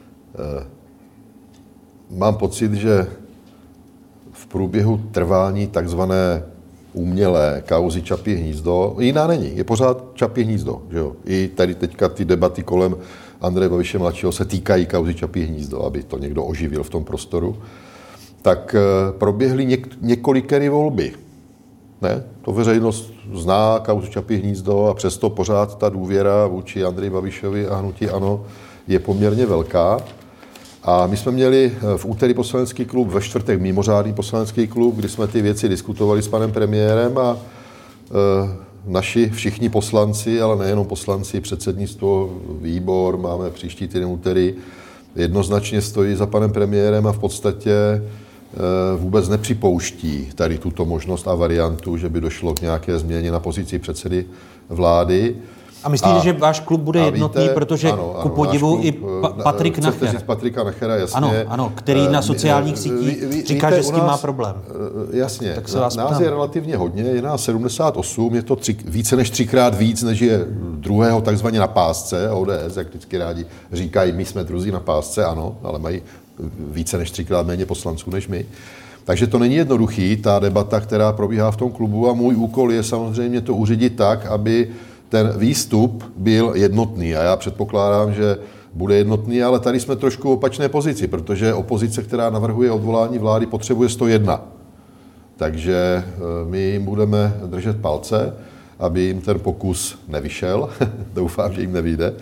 Mám pocit, že v průběhu trvání takzvané umělé kauzy Čapí hnízdo, jiná není, je pořád Čapí hnízdo. Že jo? I tady teďka ty debaty kolem Andreje Babiše mladšího se týkají kauzy Čapí hnízdo, aby to někdo oživil v tom prostoru. Tak proběhly něk- několikeré volby. Ne? To veřejnost zná kauzu Čapí hnízdo a přesto pořád ta důvěra vůči Andreji Babišovi a hnutí ANO je poměrně velká. A my jsme měli v úterý poslanecký klub, ve čtvrtek mimořádný poslanecký klub, kdy jsme ty věci diskutovali s panem premiérem a e, naši všichni poslanci, ale nejenom poslanci, předsednictvo, výbor, máme příští týden úterý, jednoznačně stojí za panem premiérem a v podstatě vůbec nepřipouští tady tuto možnost a variantu, že by došlo k nějaké změně na pozici předsedy vlády. A myslíte, a, že váš klub bude jednotný, víte, protože ano, ano, ku podivu klub, i pa- Patrik Nacher. Chcete Patrika Nachera, jasně. Ano, ano, který na sociálních sítích ví, ví, říká, víte, že s tím nás, má problém. Jasně, tak se nás ptám. Je relativně hodně, je nás sedmdesát osm, je to tři, více než třikrát víc, než je druhého takzvaně na pásce, O D S, jak vždycky rádi říkají, my jsme druzí na pásce, ano, ale mají více než třikrát méně poslanců než my. Takže to není jednoduchý, ta debata, která probíhá v tom klubu a můj úkol je samozřejmě to uřídit tak, aby ten výstup byl jednotný a já předpokládám, že bude jednotný, ale tady jsme trošku v opačné pozici, protože opozice, která navrhuje odvolání vlády, potřebuje sto jedna. Takže my jim budeme držet palce, aby jim ten pokus nevyšel. Doufám, že jim nevyjde.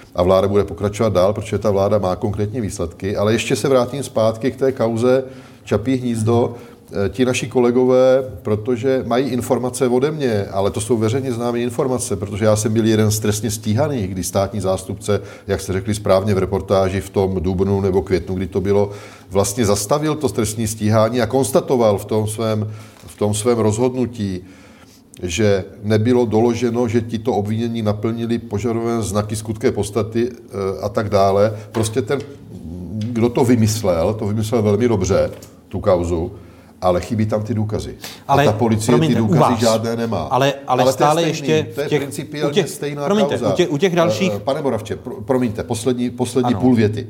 a vláda bude pokračovat dál, protože ta vláda má konkrétní výsledky. Ale ještě se vrátím zpátky k té kauze Čapí hnízdo. Ti naši kolegové, protože mají informace ode mě, ale to jsou veřejně známé informace, protože já jsem byl jeden z trestně stíhaných, kdy státní zástupce, jak jste řekli správně v reportáži v tom dubnu nebo květnu, kdy to bylo, vlastně zastavil to trestní stíhání a konstatoval v tom svém, v tom svém rozhodnutí, že nebylo doloženo, že tito obvinění naplnili požadované znaky skutkové podstaty a tak dále. Prostě ten, kdo to vymyslel, to vymyslel velmi dobře, tu kauzu, ale chybí tam ty důkazy. Ale, a ta policie promiňte, ty důkazy žádné nemá. Ale, ale, ale stále to je stejný, ještě... To je těch, principiálně těch, stejná promiňte, kauza. U těch, u těch dalších... Pane Moravče, pro, promiňte, poslední, poslední půl věty.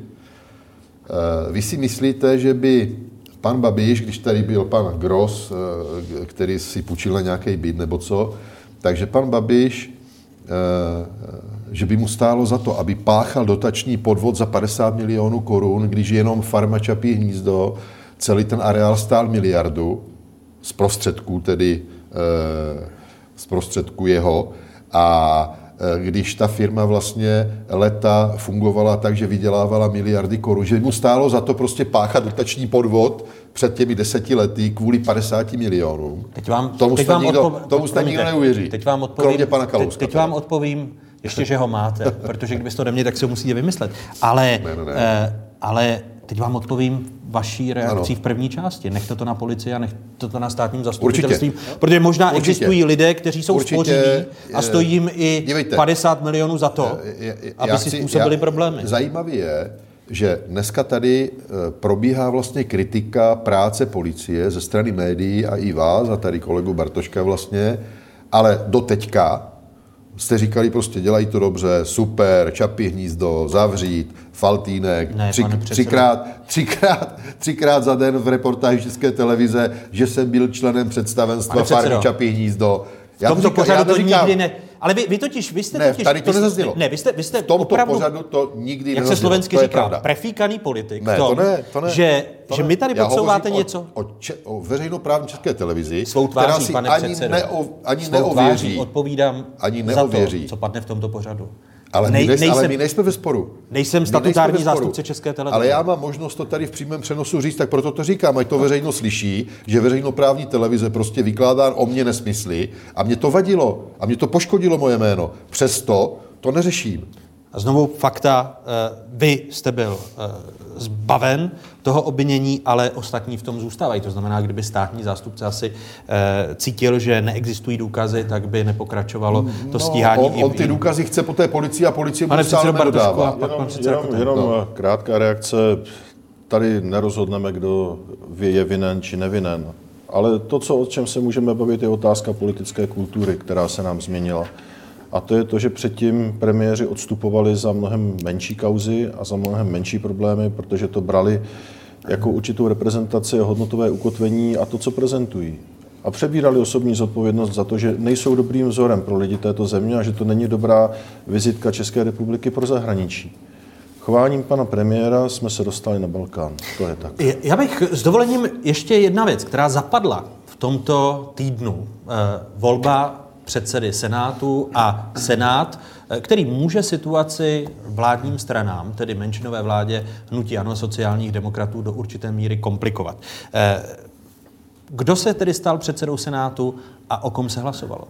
Vy si myslíte, že by pan Babiš, když tady byl pan Gross, který si půjčil na nějaký byt nebo co, takže pan Babiš, že by mu stálo za to, aby páchal dotační podvod za padesát milionů korun, když jenom farma Čapí hnízdo, celý ten areál stál miliardu, z prostředků tedy, z prostředků jeho, a když ta firma vlastně leta fungovala tak, že vydělávala miliardy korun, že mu stálo za to prostě páchat dotační podvod před těmi deseti lety kvůli padesáti milionům. Teď vám, tomu teď jste vám nikdo, odpo- tomu jste nikdo neuvěří. Teď vám odpovím, kromě pana Kalouska. Teď, teď vám odpovím, ještě, že ho máte, protože kdybyste to ode mě, tak si ho musíte vymyslet. Ale, ne, ne, ne. Eh, ale teď vám odpovím vaší reakcí ano. v první části. Nechte to na policii a nechte to na státním zastupitelství. Protože možná Určitě. existují lidé, kteří jsou Určitě. spořiví a stojí jim i Dívejte. padesát milionů za to, já, já, aby já si chci, způsobili já, problémy. Zajímavé je, že dneska tady probíhá vlastně kritika práce policie ze strany médií a i vás, a tady kolegu Bartoška vlastně, ale do teďka jste říkali prostě dělají to dobře, super, Čapí hnízdo, zavřít, Faltýnek, ne, tři, třikrát, třikrát, třikrát za den v reportáži České televize, že jsem byl členem představenstva farmy Čapí hnízdo. V tomto říkám, pořadu to říkám, nikdy ne... Ale vy, vy totiž, vy jste ne, totiž... tady to vy, nezaznělo. Ne, vy jste, vy jste v tomto opravdu, pořadu to nikdy jak nezaznělo. se slovensky to říká, prefíkaný politik. Ne, tom, to ne, to ne. Že, to že ne. my tady Já podsouváte něco... O, o, če, o veřejnoprávní České televizi, svou tváří, která si pane ani, předsedo, neo, ani svou neověří. Tváří odpovídám ani neověří. za to, co padne v tomto pořadu. Ale, Nej, my nejsme, nejsem, ale my nejsme ve sporu. Nejsem statutární nejsme zástupce České televize. Ale já mám možnost to tady v přímém přenosu říct, tak proto to říkám, ať to veřejnost slyší, že veřejnoprávní televize prostě vykládá o mě nesmysly a mě to vadilo a mě to poškodilo moje jméno. Přesto to neřeším. A znovu fakta, vy jste byl zbaven toho obvinění, ale ostatní v tom zůstávají. To znamená, kdyby státní zástupce asi cítil, že neexistují důkazy, tak by nepokračovalo to no, stíhání. On, on ty důkazy chce po té policii a policie mu stále nedodává. Jenom, jenom, jenom no. krátká reakce. Tady nerozhodneme, kdo je vinen či nevinen. Ale to, co, o čem se můžeme bavit, je otázka politické kultury, která se nám změnila. A to je to, že předtím premiéři odstupovali za mnohem menší kauzy a za mnohem menší problémy, protože to brali jako určitou reprezentaci a hodnotové ukotvení a to, co prezentují. A přebírali osobní zodpovědnost za to, že nejsou dobrým vzorem pro lidi této země a že to není dobrá vizitka České republiky pro zahraničí. Chováním pana premiéra jsme se dostali na Balkán. To je tak. Já bych s dovolením ještě jedna věc, která zapadla v tomto týdnu. Volba předsedy Senátu a Senát, který může situaci vládním stranám, tedy menšinové vládě hnutí ANO, sociálních demokratů, do určité míry komplikovat. Kdo se tedy stal předsedou Senátu a o kom se hlasovalo?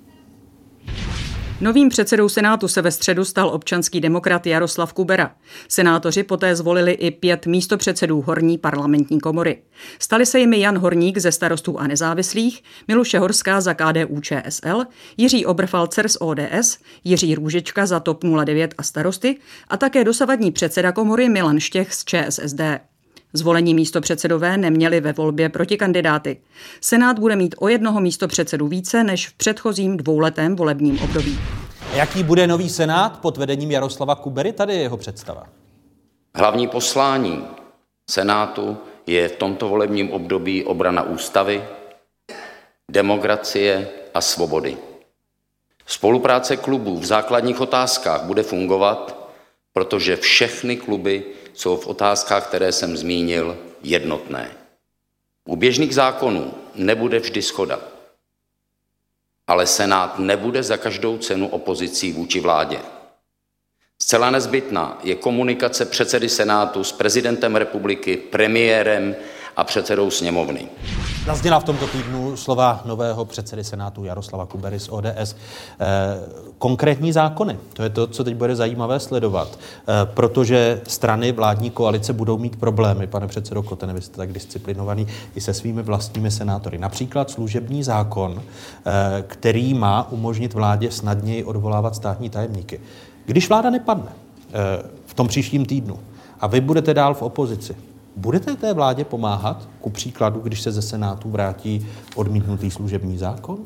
Novým předsedou Senátu se ve středu stal občanský demokrat Jaroslav Kubera. Senátoři poté zvolili i pět místopředsedů horní parlamentní komory. Stali se jimi Jan Horník ze Starostů a nezávislých, Miluše Horská za K D U Č S L, Jiří Oberfalzer z O D S, Jiří Růžička za TOP nula devět a Starosty a také dosavadní předseda komory Milan Štěch z Č S S D. Zvolení místopředsedové neměli ve volbě protikandidáty. Senát bude mít o jednoho místopředsedu více než v předchozím dvouletém volebním období. Jaký bude nový Senát pod vedením Jaroslava Kubery? Tady je jeho představa. Hlavní poslání Senátu je v tomto volebním období obrana ústavy, demokracie a svobody. Spolupráce klubů v základních otázkách bude fungovat, protože všechny kluby jsou v otázkách, které jsem zmínil, jednotné. U běžných zákonů nebude vždy shoda, ale Senát nebude za každou cenu opozicí vůči vládě. Zcela nezbytná je komunikace předsedy Senátu s prezidentem republiky, premiérem a předsedou sněmovny. Zazněla v tomto týdnu slova nového předsedy Senátu Jaroslava Kubery z O D S. Eh, konkrétní zákony, to je to, co teď bude zajímavé sledovat, eh, protože strany vládní koalice budou mít problémy, pane předsedo Kotene, vy jste tak disciplinovaný i se svými vlastními senátory. Například služební zákon, eh, který má umožnit vládě snadněji odvolávat státní tajemníky. Když vláda nepadne eh, v tom příštím týdnu a vy budete dál v opozici, budete té vládě pomáhat, ku příkladu, když se ze Senátu vrátí odmítnutý služební zákon?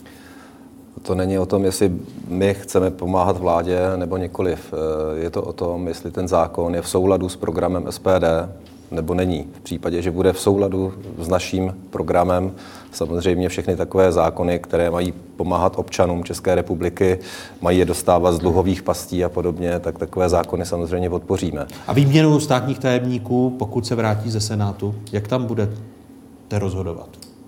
To není o tom, jestli my chceme pomáhat vládě nebo nikoliv. Je to o tom, jestli ten zákon je v souladu s programem S P D nebo není. V případě, že bude v souladu s naším programem, samozřejmě všechny takové zákony, které mají pomáhat občanům České republiky, mají je dostávat z dluhových pastí a podobně, tak takové zákony samozřejmě podpoříme. A výměnu státních tajemníků, pokud se vrátí ze Senátu, jak tam budete rozhodovat?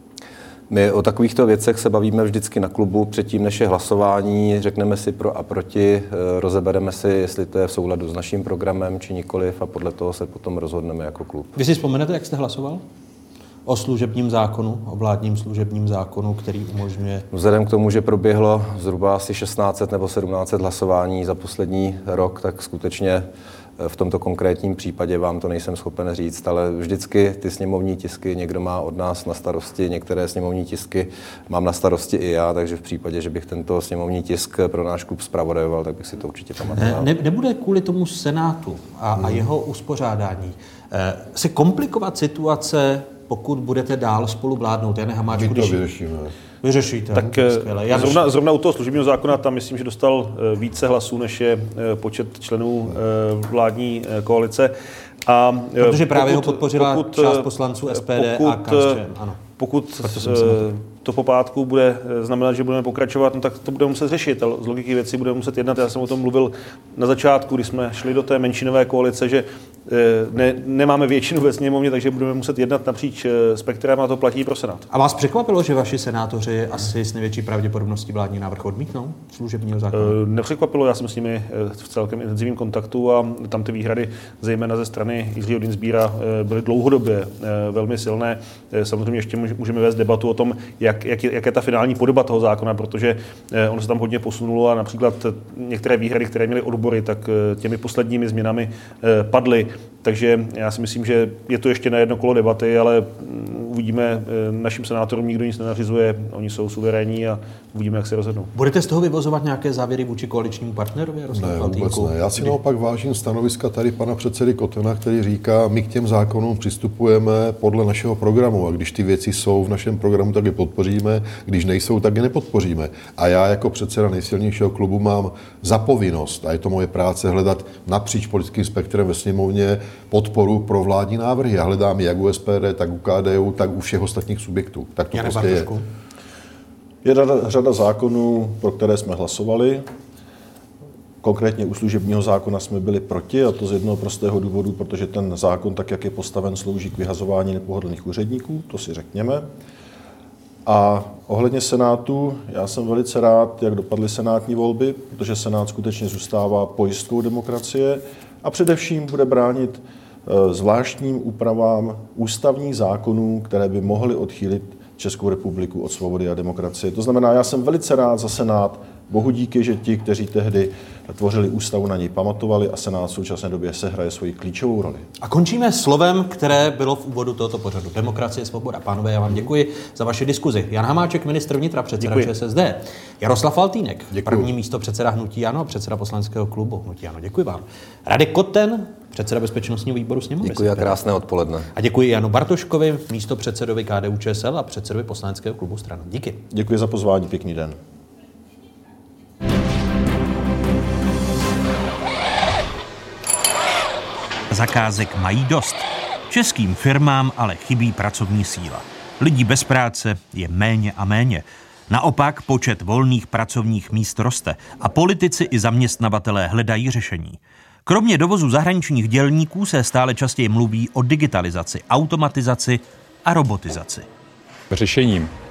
My o takovýchto věcech se bavíme vždycky na klubu předtím, než je hlasování, řekneme si pro a proti, rozebereme si, jestli to je v souladu s naším programem či nikoliv a podle toho se potom rozhodneme jako klub. Vy si vzpomenete, jak jste hlasoval? O služebním zákonu, o vládním služebním zákonu, který umožňuje... Vzhledem k tomu, že proběhlo zhruba asi šestnáct set nebo sedmnáct set hlasování za poslední rok, tak skutečně v tomto konkrétním případě vám to nejsem schopen říct, ale vždycky ty sněmovní tisky někdo má od nás na starosti, některé sněmovní tisky mám na starosti i já, takže v případě, že bych tento sněmovní tisk pro náš klub zpravodajoval, tak bych si to určitě pamatoval. Ne, nebude kvůli tomu Senátu a, hmm. a jeho uspořádání eh, se komplikovat situace, pokud budete dál spolu vládnout? Jane Hamáčku, My to vyřešíme. Vyřešíte. Tak zrovna, zrovna u toho služebního zákona tam myslím, že dostal více hlasů, než je počet členů vládní koalice. A protože právě pokud, ho podpořila pokud, část poslanců S P D pokud, a K S Č M, ano. Pokud to po pátku bude znamenat, že budeme pokračovat, no tak to budeme muset řešit. Z logiky věcí budeme muset jednat. Já jsem o tom mluvil na začátku, když jsme šli do té menšinové koalice, že ne, nemáme většinu ve sněmovně, takže budeme muset jednat napříč spektrem a to platí pro Senát. A vás překvapilo, že vaši senátoři asi s největší pravděpodobností vládní návrh odmítnou služebního zákona? Nepřekvapilo, já jsem s nimi v celkem intenzivním kontaktu a tam ty výhrady, zejména ze strany Jiřího Dienstbiera, byly dlouhodobě velmi silné. Samozřejmě ještě můžeme vést debatu o tom, jak, jak, je, jak je ta finální podoba toho zákona, protože ono se tam hodně posunulo a například některé výhrady, které měly odbory, tak těmi posledními změnami padly. Takže já si myslím, že je to ještě na jedno kolo debaty, ale uvidíme, našim senátorům nikdo nic nenařizuje, oni jsou suverénní a uvidíme, jak se rozhodnou. Budete z toho vyvozovat nějaké závěry vůči koaličnímu partnerovi? Ne, vůbec ne. Já si Kdy? naopak vážím stanoviska tady pana předsedy Kotena, který říká, my k těm zákonům přistupujeme podle našeho programu a když ty věci jsou v našem programu, tak je podpoříme, když nejsou, tak je nepodpoříme. A já jako předseda nejsilnějšího klubu mám za povinnost, a je to moje práce, hledat napříč politickým spektrem ve sněmovně podporu pro vládní návrhy. Já hledám jak u S P D, tak u K D U, tak u všech ostatních subjektů. Tak to Jane prostě je. Je řada, řada zákonů, pro které jsme hlasovali. Konkrétně u služebního zákona jsme byli proti, a to z jednoho prostého důvodu, protože ten zákon, tak jak je postaven, slouží k vyhazování nepohodlných úředníků, to si řekněme. A ohledně Senátu, já jsem velice rád, jak dopadly senátní volby, protože Senát skutečně zůstává pojistkou demokracie a především bude bránit zvláštním úpravám ústavních zákonů, které by mohly odchýlit Českou republiku od svobody a demokracie. To znamená, já jsem velice rád za Senát, bohu díky, že ti, kteří tehdy tvořili ústavu, na něj pamatovali a Senát v současné době sehraje svoji klíčovou roli. A končíme slovem, které bylo v úvodu tohoto pořadu. Demokracie, svoboda. Pánové, já vám děkuji za vaši diskuzi. Jan Hamáček, ministr vnitra, předseda Č S S D. Jaroslav Faltýnek, děkuji. První místo předseda hnutí ANO, předseda poslaneckého klubu hnutí ANO. Děkuji vám. Radek Koten, předseda bezpečnostního výboru sněmovny. Děkuji a krásné odpoledne. A děkuji Janu Bartoškovi, místo předsedovi K D U Č S L a předsedovi poslaneckého klubu Strany. Díky. Děkuji za pozvání, pěkný den. Zakázek mají dost. Českým firmám ale chybí pracovní síla. Lidí bez práce je méně a méně. Naopak počet volných pracovních míst roste a politici i zaměstnavatelé hledají řešení. Kromě dovozu zahraničních dělníků se stále častěji mluví o digitalizaci, automatizaci a robotizaci. Řešením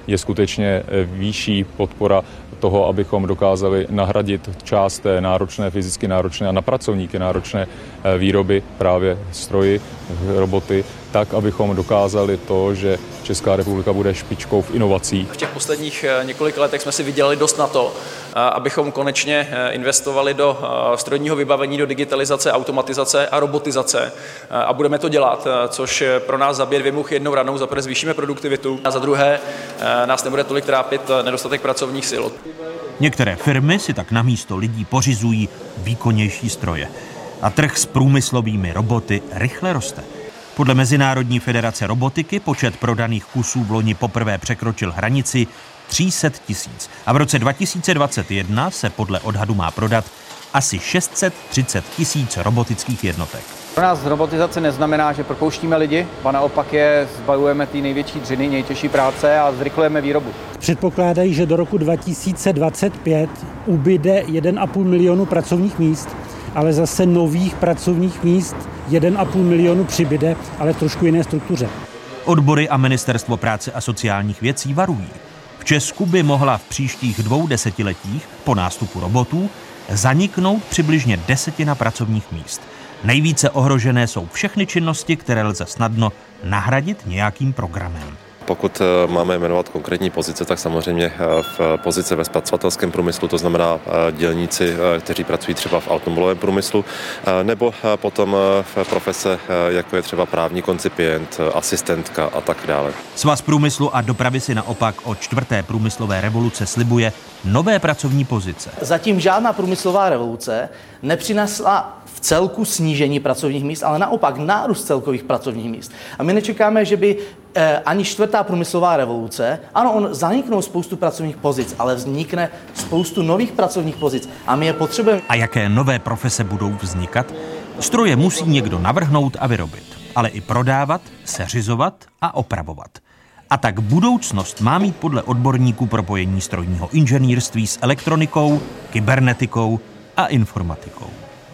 je skutečně výšší podpora toho, abychom dokázali nahradit část té náročné, fyzicky náročné a na pracovníky náročné výroby právě stroji, roboty, tak, abychom dokázali to, že Česká republika bude špičkou v inovacích. V těch posledních několika letech jsme si vydělali dost na to, abychom konečně investovali do strojního vybavení, do digitalizace, automatizace a robotizace. A budeme to dělat, což pro nás zabije dvě muchy jednou ranou. Za prvé zvýšíme produktivitu a za druhé nás nebude tolik trápit nedostatek pracovních sil. Některé firmy si tak namísto lidí pořizují výkonnější stroje. A trh s průmyslovými roboty rychle roste. Podle Mezinárodní federace robotiky počet prodaných kusů v loni poprvé překročil hranici tři sta tisíc a v roce dva tisíce dvacet jedna se podle odhadu má prodat asi šest set třicet tisíc robotických jednotek. Pro nás robotizace neznamená, že propouštíme lidi, a naopak je zbavujeme té největší dřiny, nejtěžší práce a zrychlujeme výrobu. Předpokládají, že do roku dva tisíce dvacet pět ubyde jeden a půl milionu pracovních míst, ale zase nových pracovních míst jeden a půl milionu přibyde, ale v trošku jiné struktuře. Odbory a Ministerstvo práce a sociálních věcí varují. V Česku by mohla v příštích dvou desetiletích po nástupu robotů zaniknout přibližně desetina pracovních míst. Nejvíce ohrožené jsou všechny činnosti, které lze snadno nahradit nějakým programem. Pokud máme jmenovat konkrétní pozice, tak samozřejmě v pozice ve zpracovatelském průmyslu, to znamená dělníci, kteří pracují třeba v automobilovém průmyslu, nebo potom v profese, jako je třeba právní koncipient, asistentka a tak dále. Svaz průmyslu a dopravy si naopak od čtvrté průmyslové revoluce slibuje nové pracovní pozice. Zatím žádná průmyslová revoluce nepřinesla v celku snížení pracovních míst, ale naopak nárůst celkových pracovních míst. A my nečekáme, že by eh, ani čtvrtá průmyslová revoluce, ano, on zaniknou spoustu pracovních pozic, ale vznikne spoustu nových pracovních pozic a my je potřebujeme. A jaké nové profese budou vznikat? Stroje musí někdo navrhnout a vyrobit, ale i prodávat, seřizovat a opravovat. A tak budoucnost má mít podle odborníků propojení strojního inženýrství s elektronikou, kybernetikou a informatikou.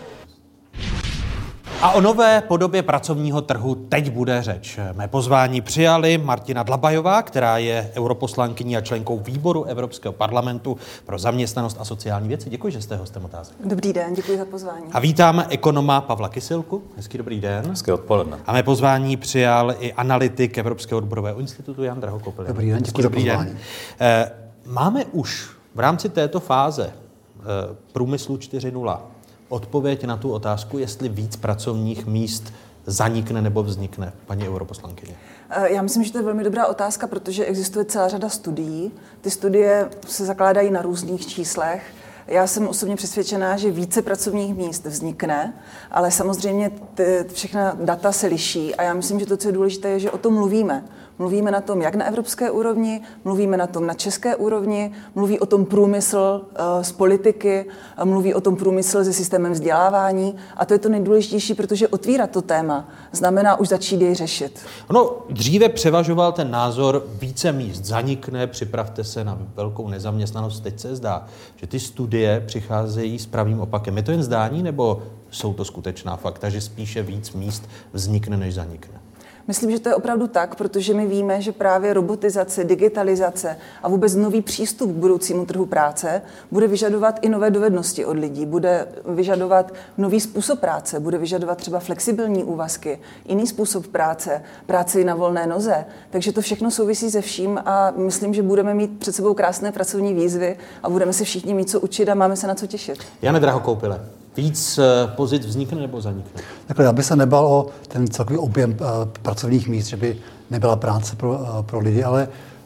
A o nové podobě pracovního trhu teď bude řeč. Mé pozvání přijali Martina Dlabajová, která je europoslankyní a členkou výboru Evropského parlamentu pro zaměstnanost a sociální věci. Děkuji, že jste hostem Otázek. Dobrý den, děkuji za pozvání. A vítáme ekonoma Pavla Kysilku. Hezký dobrý den. Hezké odpoledne. A mé pozvání přijal i analytik Evropského odborového institutu Jan Drahokopil. Dobrý den, děkuji za pozvání. Máme už v rámci této fáze průmyslu čtyři tečka nula odpověď na tu otázku, jestli víc pracovních míst zanikne nebo vznikne, paní europoslankyně? Já myslím, že to je velmi dobrá otázka, protože existuje celá řada studií. Ty studie se zakládají na různých číslech. Já jsem osobně přesvědčená, že více pracovních míst vznikne, ale samozřejmě ty, všechna data se liší a já myslím, že to, co je důležité, je, že o tom mluvíme. Mluvíme na tom jak na evropské úrovni, mluvíme na tom na české úrovni, mluví o tom průmysl uh, z politiky, mluví o tom průmysl se systémem vzdělávání a to je to nejdůležitější, protože otvírat to téma znamená už začít jej řešit. Ono dříve převažoval ten názor, více míst zanikne, připravte se na velkou nezaměstnanost. Teď se zdá, že ty studie přicházejí s pravým opakem. Je to jen zdání, nebo jsou to skutečná fakta, že spíše víc míst vznikne, než zanikne? Myslím, že to je opravdu tak, protože my víme, že právě robotizace, digitalizace a vůbec nový přístup k budoucímu trhu práce bude vyžadovat i nové dovednosti od lidí, bude vyžadovat nový způsob práce, bude vyžadovat třeba flexibilní úvazky, jiný způsob práce, práci na volné noze. Takže to všechno souvisí se vším a myslím, že budeme mít před sebou krásné pracovní výzvy a budeme se všichni mít co učit a máme se na co těšit. Jane Drahokoupile, víc pozic vznikne nebo zanikne? Takhle, já bych se nebal o ten celkový objem uh, pracovních míst, že by nebyla práce pro, uh, pro lidi, ale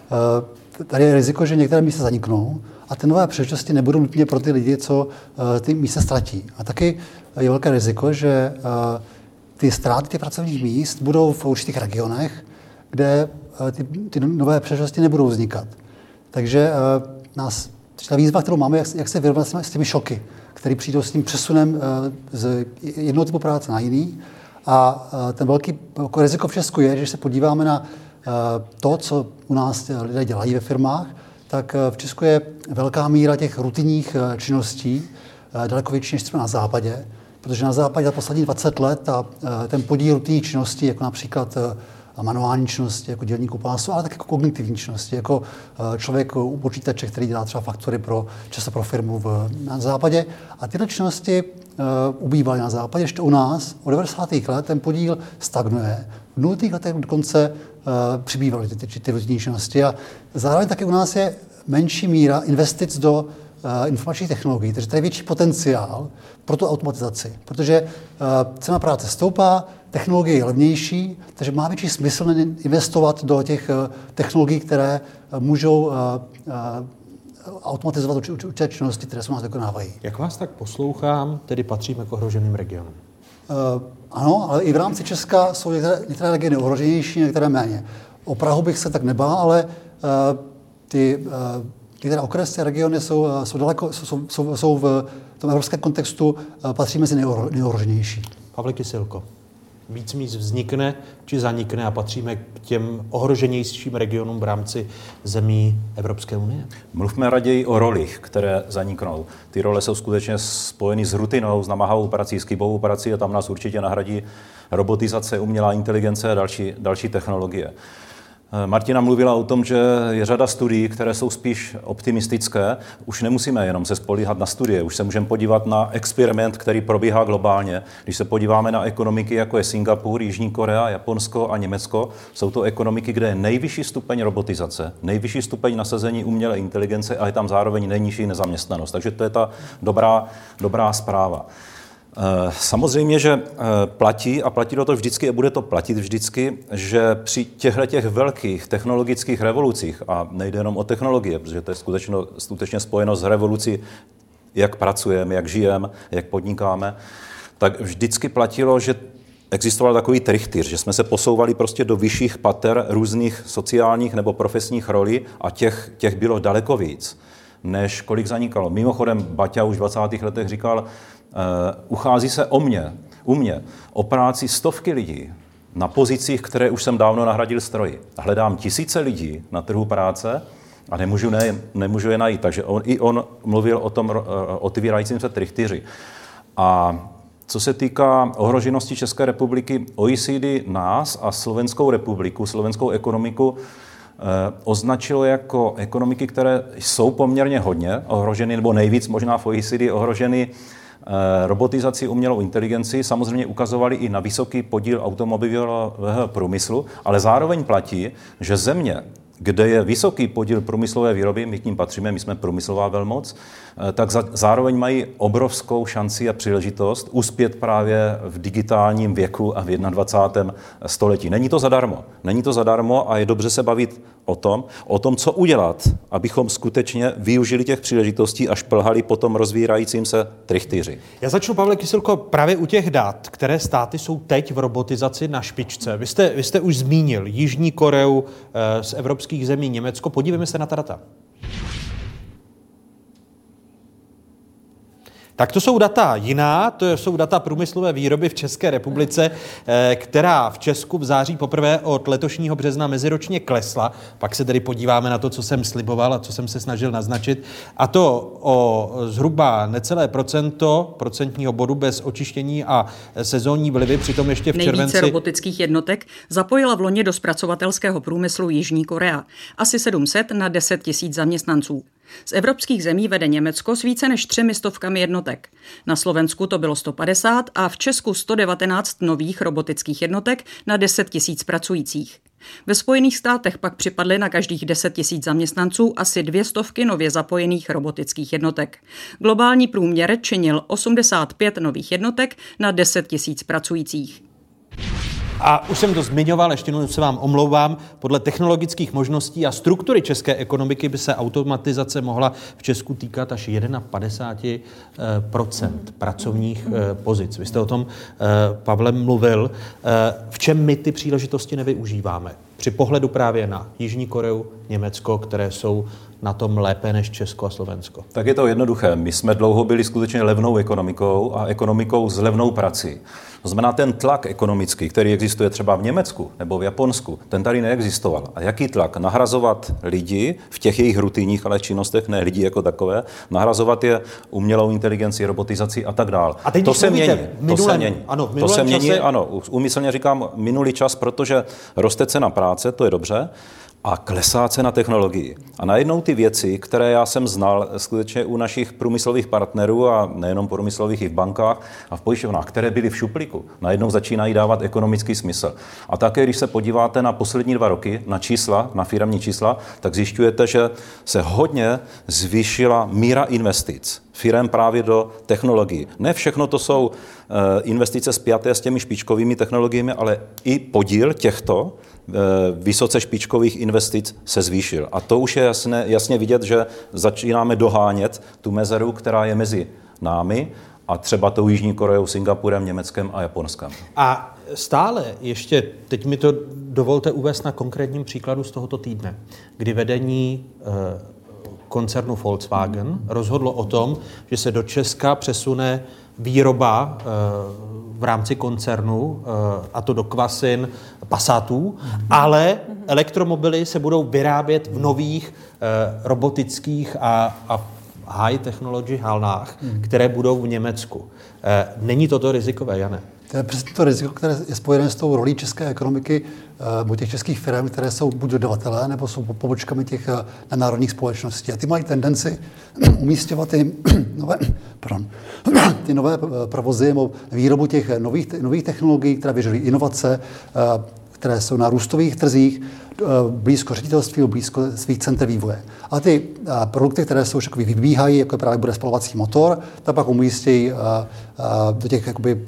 uh, tady je riziko, že některé místa zaniknou a ty nové příležitosti nebudou nutně pro ty lidi, co uh, ty místa ztratí. A taky je velké riziko, že uh, ty ztráty těch pracovních míst budou v určitých regionech, kde uh, ty, ty nové příležitosti nebudou vznikat. Takže uh, nás, ta výzva, kterou máme, jak, jak se vyrovnat s těmi šoky, který přijdou s tím přesunem z jednoho typu práce na jiný. A ten velký riziko v Česku je, že když se podíváme na to, co u nás lidé dělají ve firmách, tak v Česku je velká míra těch rutinních činností, daleko větší než na západě, protože na západě za poslední dvacet let a ten podíl rutinních činností, jako například manuální činnosti, jako dělník u pásu, ale také jako kognitivní činnosti, jako člověk u počítače, který dělá třeba faktury pro, často pro firmu v, na západě. A tyhle činnosti uh, ubývaly na západě, ještě u nás od devadesátých let ten podíl stagnuje. V nultých letech dokonce uh, přibývaly ty, ty, ty různé činnosti a zároveň taky u nás je menší míra investic do uh, informačních technologií, takže tady je větší potenciál pro tu automatizaci, protože uh, cena práce stoupá, technologie je levnější, takže má větší smysl investovat do těch uh, technologií, které uh, můžou uh, uh, automatizovat určité činnosti, které se u nás vykonávají. Jak vás tak poslouchám, tedy patříme k ohroženým regionům? Uh, ano, ale i v rámci Česka jsou některé, některé regiony ohroženější, některé méně. O Prahu bych se tak nebál, ale uh, ty uh, některé okresy a regiony jsou, jsou daleko, jsou, jsou, jsou v tom evropském kontextu, uh, patří mezi nejohroženější. Pavle Kysilko, víc míst vznikne či zanikne a patříme k těm ohroženějším regionům v rámci zemí Evropské unie? Mluvme raději o rolích, které zaniknou. Ty role jsou skutečně spojeny s rutinou, s namáhavou prací, s chybovou prací a tam nás určitě nahradí robotizace, umělá inteligence a další, další technologie. Martina mluvila o tom, že je řada studií, které jsou spíš optimistické. Už nemusíme jenom se spolíhat na studie, už se můžeme podívat na experiment, který probíhá globálně. Když se podíváme na ekonomiky, jako je Singapur, Jižní Korea, Japonsko a Německo, jsou to ekonomiky, kde je nejvyšší stupeň robotizace, nejvyšší stupeň nasazení umělé inteligence a je tam zároveň nejnižší nezaměstnanost. Takže to je ta dobrá, dobrá zpráva. Samozřejmě, že platí a platí to vždycky a bude to platit vždycky, že při těchto těch velkých technologických revolucích, a nejde jenom o technologie, protože to je skutečně, skutečně spojeno s revolucí, jak pracujeme, jak žijeme, jak podnikáme, tak vždycky platilo, že existoval takový trichtýř, že jsme se posouvali prostě do vyšších pater různých sociálních nebo profesních rolí a těch, těch bylo daleko víc, než kolik zanikalo. Mimochodem, Baťa už v dvacátých letech říkal, Uh, uchází se o mě, u mě, o práci stovky lidí na pozicích, které už jsem dávno nahradil stroji. Hledám tisíce lidí na trhu práce a nemůžu, ne, nemůžu je najít. Takže on, i on mluvil o tom uh, otvírajícím se trichtýři. A co se týká ohroženosti České republiky, O E C D nás a Slovenskou republiku, slovenskou ekonomiku, uh, označilo jako ekonomiky, které jsou poměrně hodně ohroženy, nebo nejvíc možná v O E C D ohroženy robotizaci, umělou inteligenci, samozřejmě ukazovali i na vysoký podíl automobilového průmyslu, ale zároveň platí, že země, kde je vysoký podíl průmyslové výroby, my k ním patříme, my jsme průmyslová velmoc, tak zároveň mají obrovskou šanci a příležitost uspět právě v digitálním věku a v dvacátém prvním století. Není to zadarmo. Není to zadarmo a je dobře se bavit o tom, o tom, co udělat, abychom skutečně využili těch příležitostí a šplhali potom rozvírajícím se trichtýři. Já začnu, Pavle Kysilko, právě u těch dat, které státy jsou teď v robotizaci na špičce. Vy jste, vy jste už zmínil Jižní Koreu, z evropských zemí Německo. Podívejme se na ta data. Tak to jsou data jiná, to jsou data průmyslové výroby v České republice, která v Česku v září poprvé od letošního března meziročně klesla. Pak se tedy podíváme na to, co jsem sliboval a co jsem se snažil naznačit. A to o zhruba necelé procento, procentního bodu bez očištění a sezónní vlivy, přitom ještě v červenci... Nejvíce robotických jednotek zapojila v loni do zpracovatelského průmyslu Jižní Korea. Asi sedm set na deset tisíc zaměstnanců. Z evropských zemí vede Německo s více než třemi stovkami jednotek. Na Slovensku to bylo sto padesát a v Česku sto devatenáct nových robotických jednotek na deset tisíc pracujících. Ve Spojených státech pak připadly na každých deset tisíc zaměstnanců asi dvě stovky nově zapojených robotických jednotek. Globální průměr činil osmdesát pět nových jednotek na deset tisíc pracujících. A už jsem to zmiňoval, ještě jednou se vám omlouvám, podle technologických možností a struktury české ekonomiky by se automatizace mohla v Česku týkat až padesát jedna procent pracovních pozic. Vy jste o tom, Pavle, mluvil. V čem my ty příležitosti nevyužíváme? Při pohledu právě na Jižní Koreu, Německo, které jsou na tom lépe než Česko a Slovensko? Tak je to jednoduché. My jsme dlouho byli skutečně levnou ekonomikou a ekonomikou s levnou prací. To znamená, ten tlak ekonomický, který existuje třeba v Německu nebo v Japonsku, ten tady neexistoval. A jaký tlak? Nahrazovat lidi v těch jejich rutinních ale činnostech, ne lidi jako takové, nahrazovat je umělou inteligenci, robotizací a tak dále. A teď, to se mění. Minulém, to se mění. Ano, v to se mění, čase... ano. Úmyslně říkám minulý čas, protože roste cena práce, to je dobře, a klesá cena technologií. A najednou ty věci, které já jsem znal skutečně u našich průmyslových partnerů a nejenom průmyslových i v bankách a v pojišťovnách, které byly v šuplíku, najednou začínají dávat ekonomický smysl. A také, když se podíváte na poslední dva roky, na čísla, na firemní čísla, tak zjišťujete, že se hodně zvýšila míra investic firem právě do technologií. Ne všechno to jsou investice spjaté s těmi špičkovými technologiemi, ale i podíl těchto vysoce špičkových investic se zvýšil. A to už je jasné, jasně vidět, že začínáme dohánět tu mezeru, která je mezi námi a třeba tou Jižní Koreou, Singapurem, Německem a Japonskem. A stále ještě, teď mi to dovolte uvést na konkrétním příkladu z tohoto týdne, kdy vedení koncernu Volkswagen rozhodlo o tom, že se do Česka přesune výroba v rámci koncernu, a to do Kvasin, Passatů, ale elektromobily se budou vyrábět v nových robotických a, a high technology halách, které budou v Německu. Není toto rizikové, Jane? To je přesně to riziko, které je spojené s tou rolí české ekonomiky, nebo těch českých firm, které jsou buď dodavatelé, nebo jsou pobočkami těch národních společností. A ty mají tendenci umístěvat ty nové, pardon, ty nové provozy nebo výrobu těch nových, nových technologií, které vyžadují inovace, které jsou na růstových trzích, blízko ředitelství, blízko svých center vývoje. A ty produkty, které jsou už jakoby vybíhají, jako právě bude spalovací motor, tak pak umístějí do těch jakoby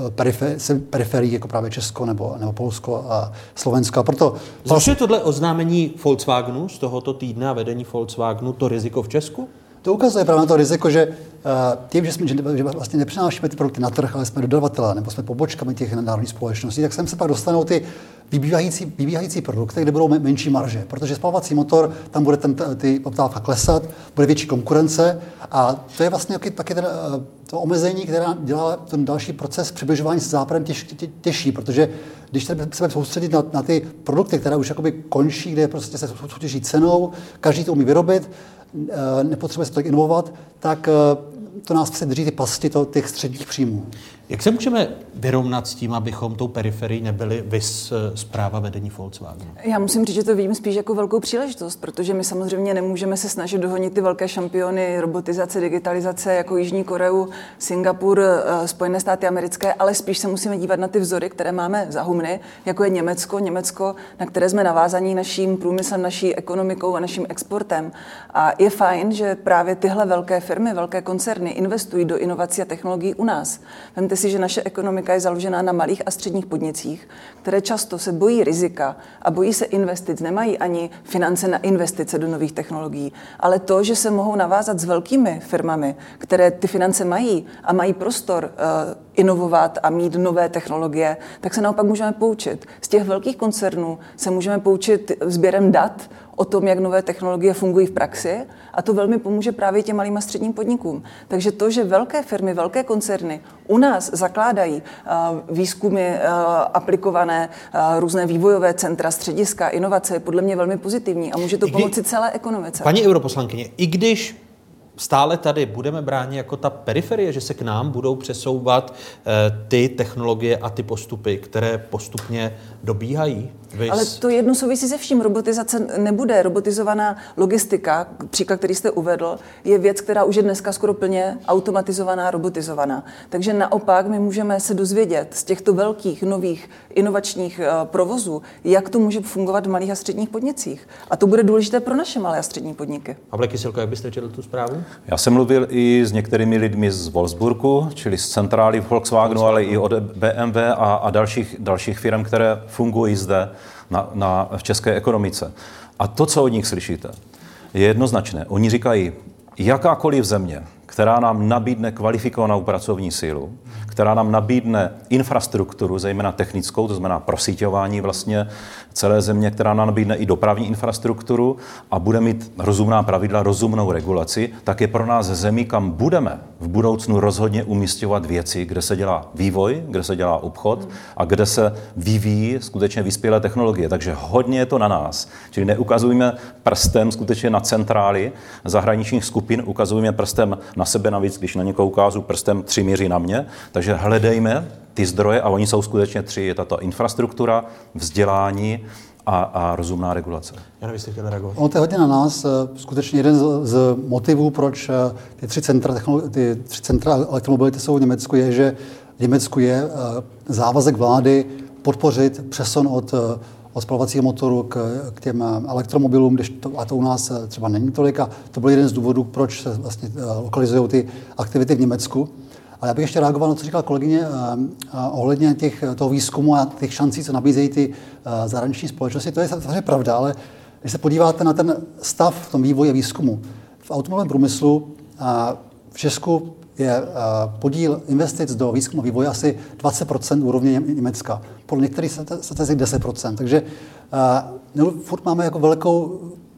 periferií, jako právě Česko nebo, nebo Polsko a Slovensko. A proto Zvažuje tohle oznámení Volkswagenu z tohoto týdne a vedení Volkswagenu to riziko v Česku? To ukazuje právě na to riziko, že uh, tím, že, jsme, že, že vlastně nepřinášíme ty produkty na trh, ale jsme dodavatelé nebo jsme pobočkami těch národních společností, tak sem se pak dostanou ty vybíhající, vybíhající produkty, kde budou menší marže, protože spalovací motor, tam bude ten, ty poptávka klesat, bude větší konkurence a to je vlastně taky ten, to omezení, které dělá ten další proces přibližování se západem těž, tě, těžší, protože když se budeme soustředit na, na ty produkty, které už jakoby končí, kde prostě se soutěží cenou, každý to umí vyrobit, nepotřebuje se tolik inovovat, tak to nás se drží ty pasti to, těch středních příjmů. Jak se můžeme vyrovnat s tím, abychom tou periferií nebyli vys zpráva vedení Volkswagenu? Já musím říct, že to vidím spíš jako velkou příležitost, protože my samozřejmě nemůžeme se snažit dohonit ty velké šampiony robotizace, digitalizace jako Jižní Koreu, Singapur, Spojené státy americké, ale spíš se musíme dívat na ty vzory, které máme za humny, jako je Německo, Německo, na které jsme navázaní naším průmyslem, naší ekonomikou a naším exportem. A je fajn, že právě tyhle velké firmy, velké koncerny investují do inovací a technologií u nás. Vemte si, že naše ekonomika je založená na malých a středních podnicích, které často se bojí rizika a bojí se investic, nemají ani finance na investice do nových technologií, ale to, že se mohou navázat s velkými firmami, které ty finance mají a mají prostor uh, inovovat a mít nové technologie, tak se naopak můžeme poučit. Z těch velkých koncernů se můžeme poučit sběrem dat o tom, jak nové technologie fungují v praxi a to velmi pomůže právě těm malým a středním podnikům. Takže to, že velké firmy, velké koncerny u nás zakládají uh, výzkumy uh, aplikované, uh, různé vývojové centra, střediska, inovace, je podle mě velmi pozitivní a může to pomoci celé ekonomice. Paní europoslankyně, i když stále tady budeme bráni jako ta periferie, že se k nám budou přesouvat eh, ty technologie a ty postupy, které postupně dobíhají. Vys... Ale to jedno souvisí se vším. Robotizace nebude. Robotizovaná logistika, příklad, který jste uvedl, je věc, která už je dneska skoro plně automatizovaná, robotizovaná. Takže naopak my můžeme se dozvědět z těchto velkých, nových, inovačních uh, provozů, jak to může fungovat v malých a středních podnicích. A to bude důležité pro naše malé a střední podniky. Pavle Kysilko, jak byste četl tu zprávu? Já jsem mluvil i s některými lidmi z Wolfsburgu, čili z centrály Volkswagenu, Volkswagen. Ale i od B M W a, a dalších, dalších firm, které fungují zde na, na, v české ekonomice. A to, co od nich slyšíte, je jednoznačné. Oni říkají, jakákoliv země, která nám nabídne kvalifikovanou pracovní sílu, která nám nabídne infrastrukturu, zejména technickou, to znamená prosíťování vlastně celé země, která nám nabídne i dopravní infrastrukturu a bude mít rozumná pravidla, rozumnou regulaci, tak je pro nás zemí, kam budeme v budoucnu rozhodně umísťovat věci, kde se dělá vývoj, kde se dělá obchod a kde se vyvíjí skutečně vyspělé technologie. Takže hodně je to na nás. Čili neukazujeme prstem skutečně na centrály zahraničních skupin, ukazujeme prstem na sebe, navíc, když na někoho ukážu prstem, tři míří na mě. Takže hledejme ty zdroje a oni jsou skutečně tři. Je tato infrastruktura, vzdělání a, a rozumná regulace. Já nevím, jestli chtěli reagovat. On to je hodně na nás. Skutečně jeden z, z motivů, proč ty tři centra, ty tři centra elektromobility jsou v Německu, je, že v Německu je závazek vlády podpořit přesun od, od spalovacího motoru k, k těm elektromobilům, když to, a to u nás třeba není tolik. A to byl jeden z důvodů, proč se vlastně lokalizují ty aktivity v Německu. Ale já bych ještě reagoval na to, co říkala kolegyně ohledně těch, toho výzkumu a těch šancí, co nabízejí ty uh, zahraniční společnosti. To je samozřejmě pravda, ale když se podíváte na ten stav v tom vývoji výzkumu, v automobilovém průmyslu uh, v Česku je uh, podíl investic do výzkumu a vývoje asi dvacet procent úrovně Německa. Podle některých statistik deset procent. Takže uh, furt máme jako velkou,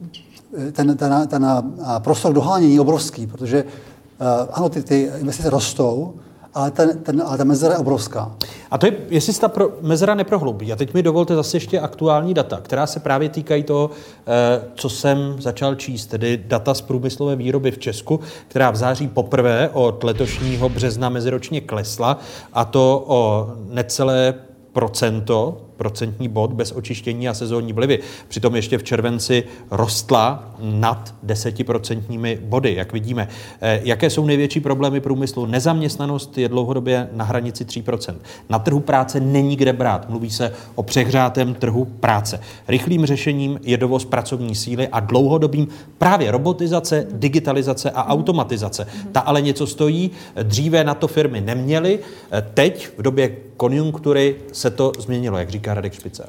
ten, ten, ten uh, prostor dohánění obrovský, protože Uh, ano, ty, ty investice rostou, ale, ten, ten, ale ta mezera je obrovská. A to je, jestli se ta pro, mezera neprohloubí. A teď mi dovolte zase ještě aktuální data, která se právě týkají toho, eh, co jsem začal číst, tedy data z průmyslové výroby v Česku, která v září poprvé od letošního března meziročně klesla, a to o necelé procento, procentní bod bez očištění a sezónní vlivy. Přitom ještě v červenci rostla nad desetiprocentními body, jak vidíme. Jaké jsou největší problémy průmyslu? Nezaměstnanost je dlouhodobě na hranici tří procent. Na trhu práce není kde brát. Mluví se o přehřátém trhu práce. Rychlým řešením je dovoz pracovní síly a dlouhodobým právě robotizace, digitalizace a automatizace. Ta ale něco stojí. Dříve na to firmy neměly. Teď v době konjunktury se to změnilo, jak říká Radek Špicar.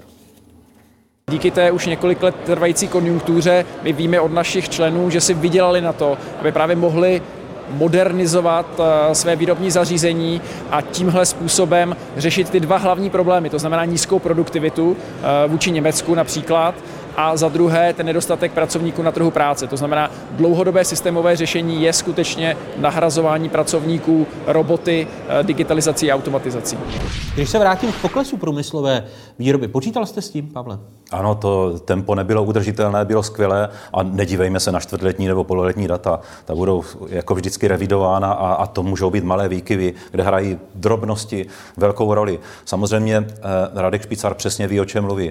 Díky té už několik let trvající konjunktuře my víme od našich členů, že si vydělali na to, aby právě mohli modernizovat své výrobní zařízení a tímhle způsobem řešit ty dva hlavní problémy, to znamená nízkou produktivitu vůči Německu například, a za druhé ten nedostatek pracovníků na trhu práce. To znamená, dlouhodobé systémové řešení je skutečně nahrazování pracovníků roboty, digitalizací a automatizací. Když se vrátím k poklesu průmyslové výroby, počítal jste s tím, Pavle? Ano, to tempo nebylo udržitelné, bylo skvělé a nedívejme se na čtvrtletní nebo pololetní data. Ta budou jako vždycky revidována a, a to můžou být malé výkyvy, kde hrají drobnosti velkou roli. Samozřejmě eh, Radek Špicar přesně ví, o čem mluví.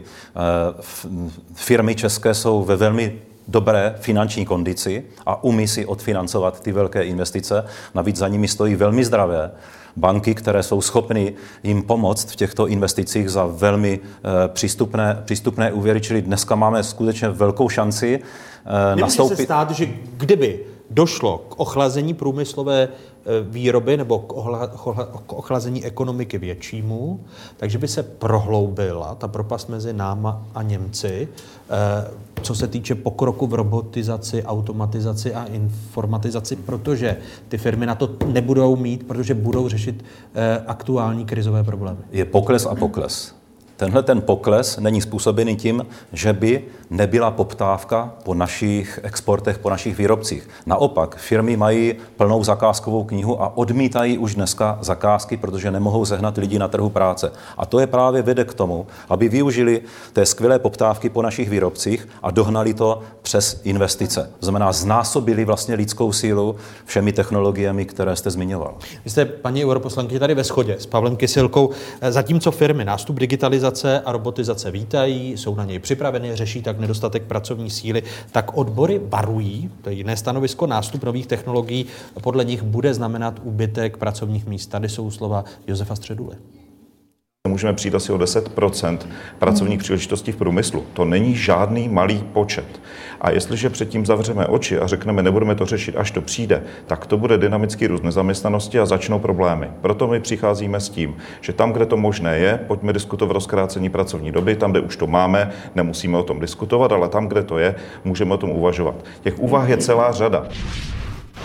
Eh, firmy české jsou ve velmi dobré finanční kondici a umí si odfinancovat ty velké investice. Navíc za nimi stojí velmi zdravé banky, které jsou schopny jim pomoct v těchto investicích za velmi e, přístupné, přístupné úvěry, čili dneska máme skutečně velkou šanci e, nastoupit. Nemůže se stát, že kdyby došlo k ochlazení průmyslové výroby nebo k, ohla, k ochlazení ekonomiky většímu, takže by se prohloubila ta propast mezi náma a Němci, co se týče pokroku v robotizaci, automatizaci a informatizaci, protože ty firmy na to nebudou mít, protože budou řešit aktuální krizové problémy. Je pokles a pokles. Tenhle ten pokles není způsobený tím, že by nebyla poptávka po našich exportech, po našich výrobcích. Naopak, firmy mají plnou zakázkovou knihu a odmítají už dneska zakázky, protože nemohou sehnat lidi na trhu práce. A to je právě vede k tomu, aby využili té skvělé poptávky po našich výrobcích a dohnali to přes investice. To znamená, znásobili vlastně lidskou sílu všemi technologiemi, které jste zmiňoval. Vy jste, paní europoslankyně, tady ve shodě s Pavlem Kysilkou. Zatímco firmy nástup digitalizace a robotizace vítají, jsou na něj připraveny, řeší tak nedostatek pracovní síly, tak odbory varují, to je jiné stanovisko, nástup nových technologií podle nich bude znamenat úbytek pracovních míst. Tady jsou slova Josefa Středuly. Můžeme přijít asi o deset procent pracovních příležitostí v průmyslu. To není žádný malý počet. A jestliže předtím zavřeme oči a řekneme, nebudeme to řešit, až to přijde, tak to bude dynamický růst nezaměstnanosti a začnou problémy. Proto my přicházíme s tím, že tam, kde to možné je, pojďme diskutovat o zkrácení pracovní doby, tam, kde už to máme, nemusíme o tom diskutovat, ale tam, kde to je, můžeme o tom uvažovat. Těch úvah je celá řada.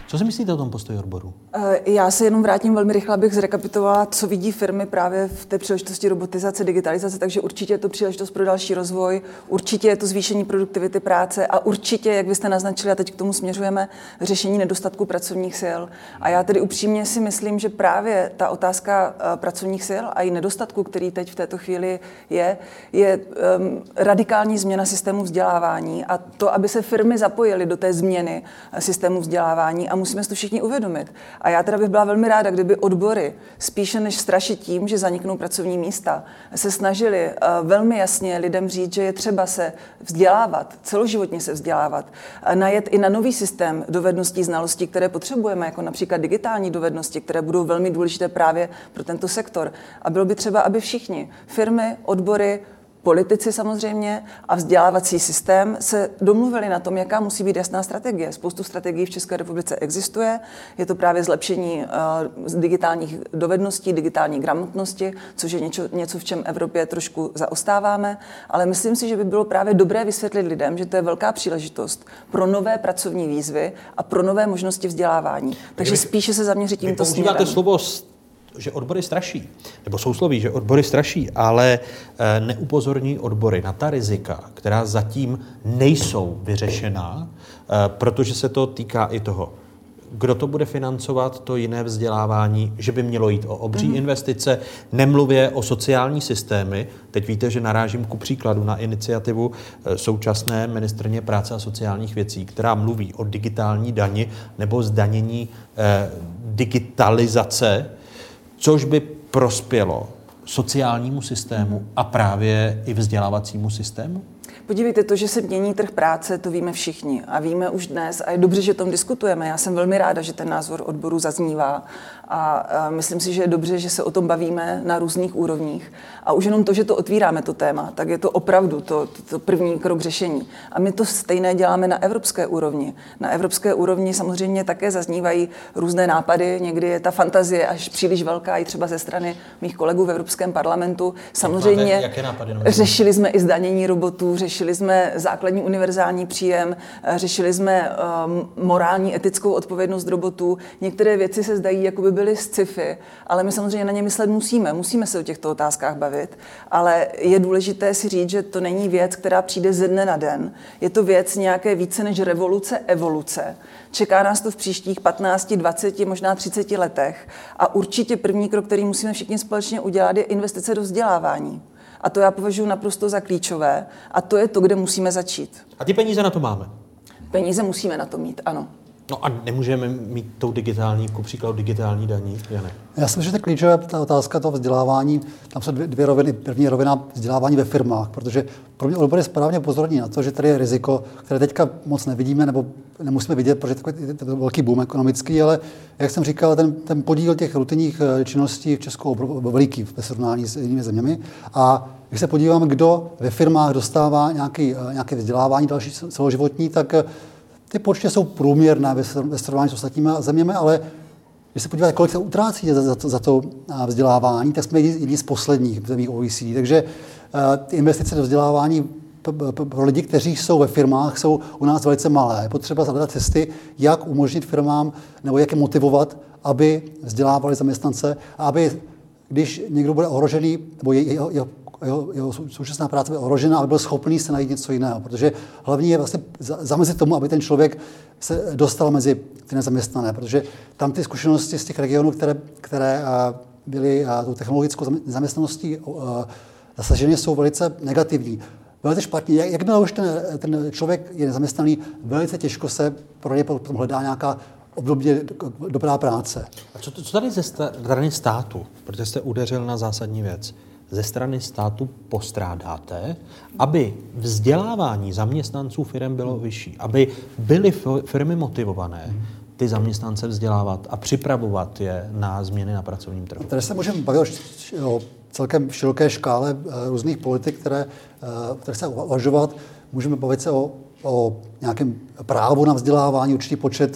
Co si myslíte o tom postoji odboru? Já se jenom vrátím velmi rychle, abych zrekapitulovala, co vidí firmy právě v té příležitosti robotizace, digitalizace, takže určitě je to příležitost pro další rozvoj, určitě je to zvýšení produktivity práce a určitě, jak vy jste naznačili, a teď k tomu směřujeme, řešení nedostatku pracovních sil. A já tedy upřímně si myslím, že právě ta otázka pracovních sil a i nedostatku, který teď v této chvíli je, je um, radikální změna systému vzdělávání a to, aby se firmy zapojily do té změny systému vzdělávání a musíme si to všichni uvědomit. A já teda bych byla velmi ráda, kdyby odbory, spíše než strašit tím, že zaniknou pracovní místa, se snažili uh, velmi jasně lidem říct, že je třeba se vzdělávat, celoživotně se vzdělávat, uh, najet i na nový systém dovedností, znalostí, které potřebujeme, jako například digitální dovednosti, které budou velmi důležité právě pro tento sektor. A bylo by třeba, aby všichni, firmy, odbory, politici samozřejmě a vzdělávací systém se domluvili na tom, jaká musí být jasná strategie. Spoustu strategií v České republice existuje. Je to právě zlepšení uh, digitálních dovedností, digitální gramotnosti, což je něco, něco, v čem Evropě trošku zaostáváme. Ale myslím si, že by bylo právě dobré vysvětlit lidem, že to je velká příležitost pro nové pracovní výzvy a pro nové možnosti vzdělávání. Takže spíše se zaměřit tímto směrem. Vy používáte slovo, že odbory straší, nebo sousloví, že odbory straší, ale e, neupozorní odbory na ta rizika, která zatím nejsou vyřešená, e, protože se to týká i toho, kdo to bude financovat, to jiné vzdělávání, že by mělo jít o obří mm. investice, nemluvě o sociální systémy. Teď víte, že narážím ku příkladu na iniciativu současné ministryně práce a sociálních věcí, která mluví o digitální dani nebo zdanění e, digitalizace, což by prospělo sociálnímu systému a právě i vzdělávacímu systému? Podívejte, to, že se mění trh práce, to víme všichni a víme už dnes a je dobře, že o tom diskutujeme. Já jsem velmi ráda, že ten názor odboru zaznívá a, a myslím si, že je dobře, že se o tom bavíme na různých úrovních. A už jenom to, že to otvíráme, to téma, tak je to opravdu to, to, to první krok řešení. A my to stejné děláme na evropské úrovni. Na evropské úrovni samozřejmě také zaznívají různé nápady, někdy je ta fantazie až příliš velká i třeba ze strany mých kolegů v Evropském parlamentu. Samozřejmě máte, jaké nápady, řešili jsme i zdanění robotů, řešili jsme základní univerzální příjem, řešili jsme um, morální, etickou odpovědnost robotů. Některé věci se zdají, jako by byly sci-fi, ale my samozřejmě na ně myslet musíme. Musíme se o těchto otázkách bavit, ale je důležité si říct, že to není věc, která přijde ze dne na den. Je to věc nějaké více než revoluce, evoluce. Čeká nás to v příštích patnácti, dvaceti, možná třiceti letech a určitě první krok, který musíme všichni společně udělat, je investice do vzdělávání. A to já považuji naprosto za klíčové. A to je to, kde musíme začít. A ty peníze na to máme? Peníze musíme na to mít, ano. No a nemůžeme mít tou digitální, ku příkladu digitální daní, Jane? Já si myslím, že to klíčové ta otázka toho vzdělávání, tam jsou dvě, dvě roviny. První rovina vzdělávání ve firmách, protože pro mě odbor je správně pozorní na to, že tady je riziko, které teďka moc nevidíme nebo nemusíme vidět, protože je to velký boom ekonomický, ale jak jsem říkal, ten, ten podíl těch rutinních činností v Česku je veliký ve srovnání s jinými zeměmi. A když se podíváme, kdo ve firmách dostává nějaký, nějaké vzdělávání další celoživotní, tak ty počty jsou průměrné ve srovnání s ostatními zeměmi, ale když se podíváte, kolik se utrácí za, za, to, za to vzdělávání, tak jsme jedni z posledních zemí O E C D. Takže uh, ty investice do vzdělávání p- p- pro lidi, kteří jsou ve firmách, jsou u nás velice malé. Je potřeba hledat cesty, jak umožnit firmám nebo jak je motivovat, aby vzdělávali zaměstnance a aby, když někdo bude ohrožený, nebo jeho, jeho, jeho, jeho současná práce bude ohrožena, aby byl schopný se najít něco jiného. Protože hlavní je vlastně zamezit tomu, aby ten člověk se dostal mezi ty nezaměstnané, protože tam ty zkušenosti z těch regionů, které, které byly tou technologickou zaměstnaností zasaženy, jsou velice negativní. Velice špatně. Jak, jakmile už ten, ten člověk je nezaměstnaný, velice těžko se pro ně potom hledá nějaká obdobně dobrá práce. A co, co tady ze strany státu, protože jste udeřil na zásadní věc, ze strany státu postrádáte, aby vzdělávání zaměstnanců firem bylo vyšší, aby byly firmy motivované ty zaměstnance vzdělávat a připravovat je na změny na pracovním trhu. Tady se můžeme bavit o celkem široké škále různých politik, které, které se uvažovat. Můžeme bavit se o, o nějakém právu na vzdělávání, určitý počet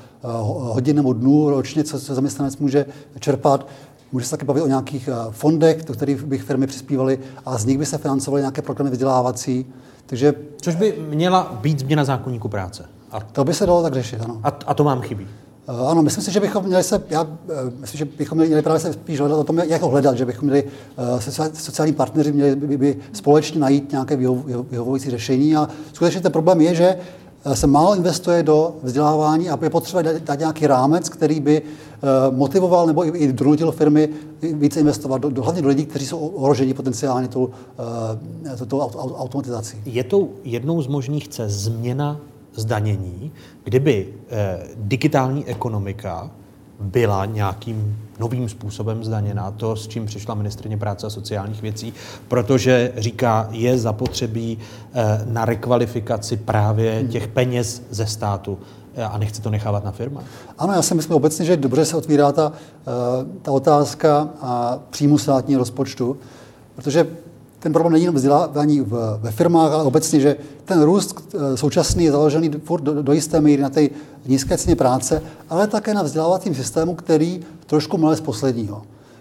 hodin nebo dnů ročně, co, co zaměstnanec může čerpat. Může se taky bavit o nějakých fondech, do kterých bych firmy přispívaly a z nich by se financovaly nějaké programy vzdělávací. Takže, což by měla být změna zákoníku práce. A to by se dalo tak řešit, ano. A, a to vám chybí? Ano, myslím si, že bychom měli se, já myslím, že bychom měli právě se spíš hledat o tom, jak ho hledat, že bychom měli, sociální partneři měli by, by společně najít nějaké vyhovující řešení a skutečně ten problém je, že se málo investuje do vzdělávání a je potřeba dát nějaký rámec, který by motivoval nebo i donutil firmy více investovat, do, hlavně do lidí, kteří jsou ohroženi potenciálně tou, tou automatizací. Je to jednou z možných cest změna zdanění, kdyby eh, digitální ekonomika byla nějakým novým způsobem zdaněná, to, s čím přišla ministryně práce a sociálních věcí, protože říká, je zapotřebí eh, na rekvalifikaci právě těch peněz ze státu a nechce to nechávat na firmách. Ano, já si myslím obecně, že dobře se otvírá ta, ta otázka a příjmu státního rozpočtu, protože ten problém není jenom vzdělávání ve firmách, ale obecně, že ten růst současný je založený do, do, do jisté míry na té nízké ceně práce, ale také na vzdělávacím systému, který trošku mele z posledního.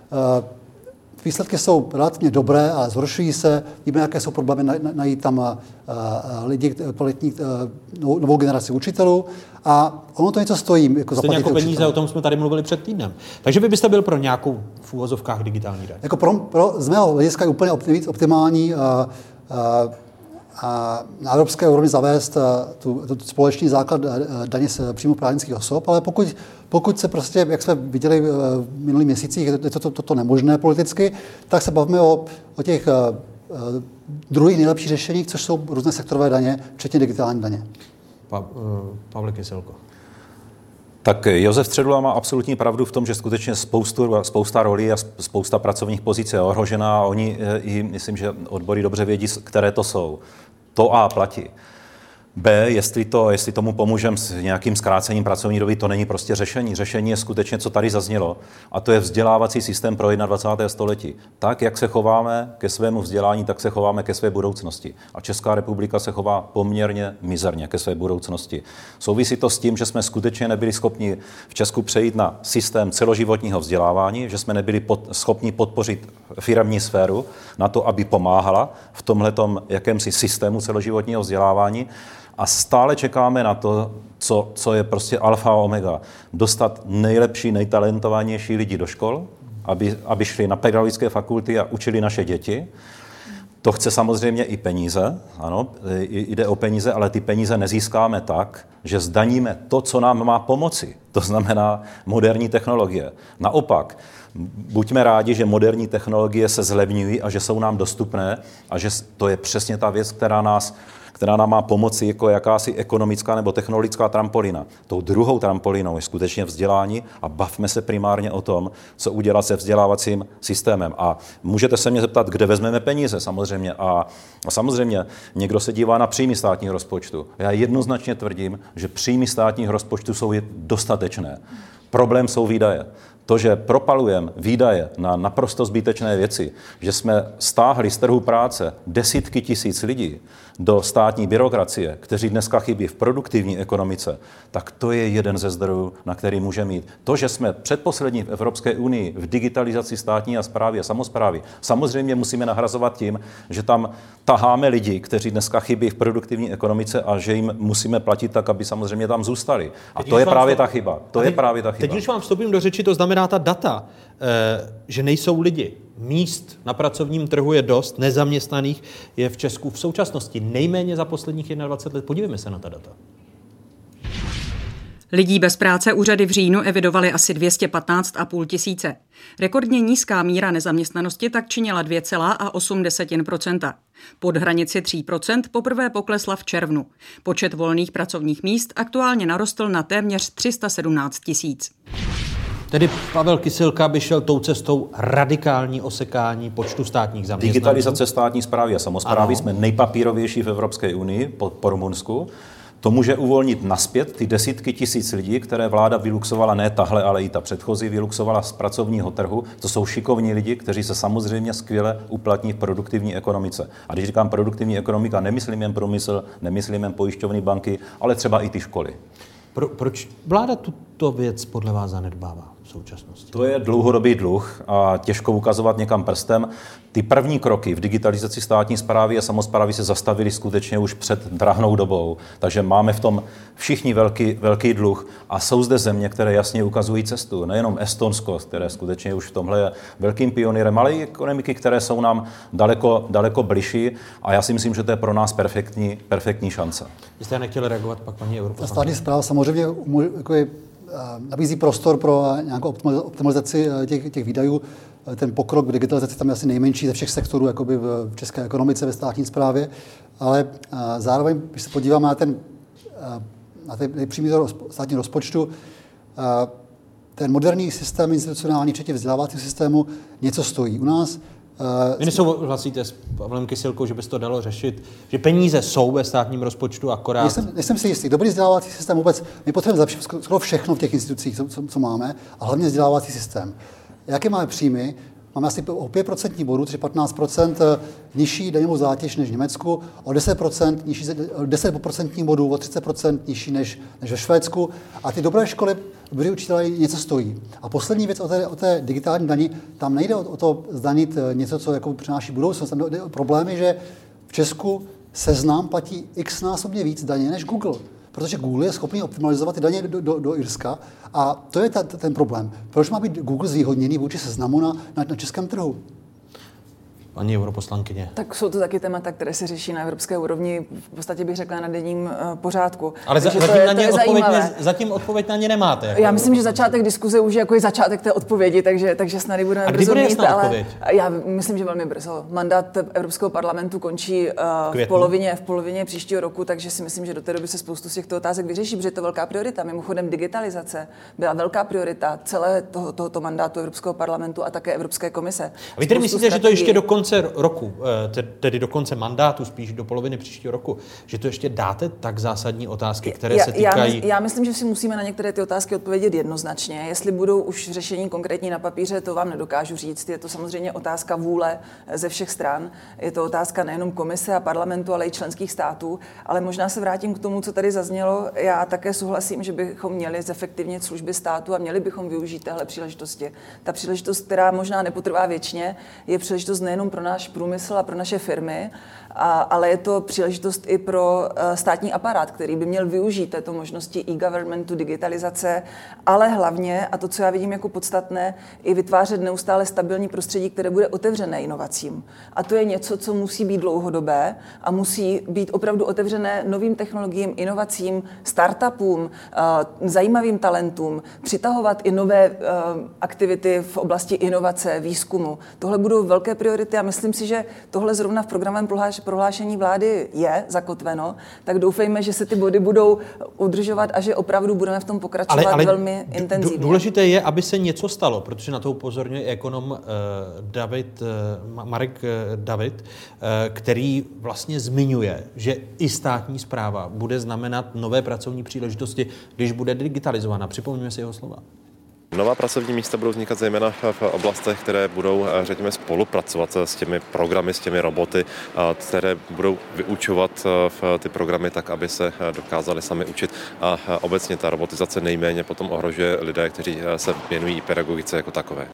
Výsledky jsou relativně dobré, ale zhoršují se. Víme, jaké jsou problémy najít tam lidi, kvalitní novou generaci učitelů. A ono to něco stojí. Jako Stejně jako peníze, učitelů. O tom jsme tady mluvili před týdnem. Takže vy byste byl pro nějakou v úvozovkách digitální daň? Jako pro, pro, z mého hlediska je úplně optimální a, a, a na evropské úrovni zavést tu, tu společný základ daně z příjmu právnických osob, ale pokud, pokud se prostě, jak jsme viděli v minulých měsících, je to, to, to, to nemožné politicky, tak se bavíme o, o těch uh, druhých nejlepších řešeních, což jsou různé sektorové daně, včetně digitální daně. Pa, uh, Pavle Kyselko. Tak Josef Středula má absolutní pravdu v tom, že skutečně spoustu, spousta rolí a spousta pracovních pozic je ohrožená a oni i, myslím, že odbory dobře vědí, které to jsou. To A platí. B, jestli, to, jestli tomu pomůžeme s nějakým zkrácením pracovní doby, to není prostě řešení. Řešení je skutečně, co tady zaznělo, a to je vzdělávací systém pro dvacátého prvního století. Tak, jak se chováme ke svému vzdělání, tak se chováme ke své budoucnosti. A Česká republika se chová poměrně mizerně ke své budoucnosti. Souvisí to s tím, že jsme skutečně nebyli schopni v Česku přejít na systém celoživotního vzdělávání, že jsme nebyli pod, schopni podpořit firemní sféru na to, aby pomáhala v tomhletom jakémsi systému celoživotního vzdělávání. A stále čekáme na to, co, co je prostě alfa a omega. Dostat nejlepší, nejtalentovanější lidi do škol, aby, aby šli na pedagogické fakulty a učili naše děti. To chce samozřejmě i peníze, ano, jde o peníze, ale ty peníze nezískáme tak, že zdaníme to, co nám má pomoci. To znamená moderní technologie. Naopak, buďme rádi, že moderní technologie se zlevňují a že jsou nám dostupné a že to je přesně ta věc, která nás která nám má pomoci jako jakási ekonomická nebo technologická trampolína. Tou druhou trampolínou je skutečně vzdělání a bavme se primárně o tom, co udělat se vzdělávacím systémem. A můžete se mě zeptat, kde vezmeme peníze, samozřejmě. A, a samozřejmě někdo se dívá na příjmy státního rozpočtu. Já jednoznačně tvrdím, že příjmy státního rozpočtu jsou dostatečné. Problém jsou výdaje. To, že propalujeme výdaje na naprosto zbytečné věci, že jsme stáhli z trhu práce desítky tisíc lidí do státní byrokracie, kteří dneska chybí v produktivní ekonomice, tak to je jeden ze zdrojů, na který může mít. To, že jsme předposlední v Evropské unii v digitalizaci státní a správy a samosprávy, samozřejmě musíme nahrazovat tím, že tam taháme lidi, kteří dneska chybí v produktivní ekonomice a že jim musíme platit tak, aby samozřejmě tam zůstali. A teď to je právě ta chyba. To je právě ta chyba. Teď, když vám vstoupím do řeči, to znamená ta data, že nejsou lidi. Míst na pracovním trhu je dost, nezaměstnaných je v Česku v současnosti nejméně za posledních dvacet jedna let. Podívejme se na ta data. Lidí bez práce úřady v říjnu evidovaly asi dvě stě patnáct a půl tisíce. Rekordně nízká míra nezaměstnanosti tak činila dvě celá osm procenta. Pod hranici tří procent poprvé poklesla v červnu. Počet volných pracovních míst aktuálně narostl na téměř tři sta sedmnáct tisíc. Tedy Pavel Kysilka by šel tou cestou radikální osekání počtu státních zaměstnanců. Digitalizace státní správy a samosprávy, jsme nejpapírovější v Evropské unii po, po Rumunsku. To může uvolnit naspět ty desítky tisíc lidí, které vláda vyluxovala, ne tahle, ale i ta předchozí, vyluxovala z pracovního trhu. To jsou šikovní lidi, kteří se samozřejmě skvěle uplatní v produktivní ekonomice. A když říkám produktivní ekonomika, nemyslím jen průmysl, nemyslím jen pojišťovny, banky, ale třeba i ty školy. Pro, proč vláda tu tuto věc podle vás zanedbává v současnosti? To je dlouhodobý dluh a těžko ukazovat někam prstem. Ty první kroky v digitalizaci státní správy a samosprávy se zastavily skutečně už před drahnou dobou. Takže máme v tom všichni velký, velký dluh a jsou zde země, které jasně ukazují cestu. Nejenom Estonsko, které skutečně už v tomhle je velkým pionýrem, ale i ekonomiky, které jsou nám daleko, daleko bližší a já si myslím, že to je pro nás perfektní, perfektní šance. Jste nechtěli reagovat pak paní europoslankyně? Státní správa samozřejmě jako je, nabízí prostor pro nějakou optimalizaci těch, těch výdajů. Ten pokrok v digitalizaci tam je asi nejmenší ze všech sektorů jakoby v české ekonomice, ve státní správě, ale zároveň, když se podíváme na ten, na ten nejpřímý státní rozpočtu, ten moderní systém institucionální, včetně vzdělávacího systému, něco stojí. U nás Vy nesouhlasíte s Pavlem Kysilkou, že by se to dalo řešit, že peníze jsou ve státním rozpočtu akorát? Nejsem, nejsem si jistý. Dobrý vzdělávací systém vůbec, my potřebujeme zlepšit skoro všechno v těch institucích, co, co máme, a hlavně vzdělávací systém. Jaké máme příjmy? Máme asi o pět procentních bodů, tedy patnáct procent nižší daňovou zátěž než v Německu, o deset procent nižší, deset procentních bodů, o třicet procent nižší než, než ve Švédsku. A ty dobré školy, dobrý učitelé něco stojí. A poslední věc o té, o té digitální dani, tam nejde o, o to zdanit něco, co jako přináší budoucnost. Tam jde o problémy, že v Česku Seznam platí x násobně víc daně než Google. Protože Google je schopný optimalizovat ty daně do, do, do Irska a to je ta, ten problém. Proč má být Google zvýhodněný vůči Seznamu na, na, na českém trhu? Paní europoslankyně. Tak jsou to taky témata, které se řeší na evropské úrovni, v podstatě bych řekla na denním uh, pořádku. Ale za, zatím, je, na ně odpověď ne, zatím odpověď na ně nemáte. Jako já myslím, že začátek diskuze už je jako je začátek té odpovědi, takže, takže snad ji budeme brzo mít, ale já myslím, že velmi brzo. Mandát Evropského parlamentu končí uh, v, polovině, v polovině příštího roku, takže si myslím, že do té doby se spoustu z těchto otázek vyřeší, protože je to velká priorita. Mimochodem digitalizace byla velká priorita celé toho, tohoto mandátu Evropského parlamentu a také Evropské komise. A vy tedy myslíte, že to ještě do konce roku, tedy do konce mandátu, spíš do poloviny příštího roku, že to ještě dáte tak zásadní otázky, které já, se týkají... Já, já myslím, že si musíme na některé ty otázky odpovědět jednoznačně. Jestli budou už řešení konkrétní na papíře, to vám nedokážu říct. Je to samozřejmě otázka vůle ze všech stran. Je to otázka nejenom komise a parlamentu, ale i členských států. Ale možná se vrátím k tomu, co tady zaznělo. Já také souhlasím, že bychom měli zefektivnit služby státu a měli bychom využít téhle příležitosti. Ta příležitost, která možná nepotrvá věčně, je příležitost nejenom pro náš průmysl a pro naše firmy, a, ale je to příležitost i pro uh, státní aparát, který by měl využít této možnosti e-governmentu, digitalizace, ale hlavně, a to, co já vidím jako podstatné, i vytvářet neustále stabilní prostředí, které bude otevřené inovacím. A to je něco, co musí být dlouhodobé a musí být opravdu otevřené novým technologiím, inovacím, startupům, uh, zajímavým talentům, přitahovat i nové uh, aktivity v oblasti inovace, výzkumu. Tohle budou velké priority a myslím si, že tohle zrovna v programovém prohlášení vlády je zakotveno, tak doufejme, že se ty body budou udržovat a že opravdu budeme v tom pokračovat ale, ale velmi d- intenzivně. Důležité je, aby se něco stalo, protože na to upozorňuje ekonom uh, David, uh, Marek uh, David, uh, který vlastně zmiňuje, že i státní správa bude znamenat nové pracovní příležitosti, když bude digitalizovaná. Připomeňme si jeho slova. Nová pracovní místa budou vznikat zejména v oblastech, které budou, řekněme, spolupracovat s těmi programy, s těmi roboty, které budou vyučovat ty programy tak, aby se dokázali sami učit. A obecně ta robotizace nejméně potom ohrožuje lidé, kteří se věnují pedagogice jako takové.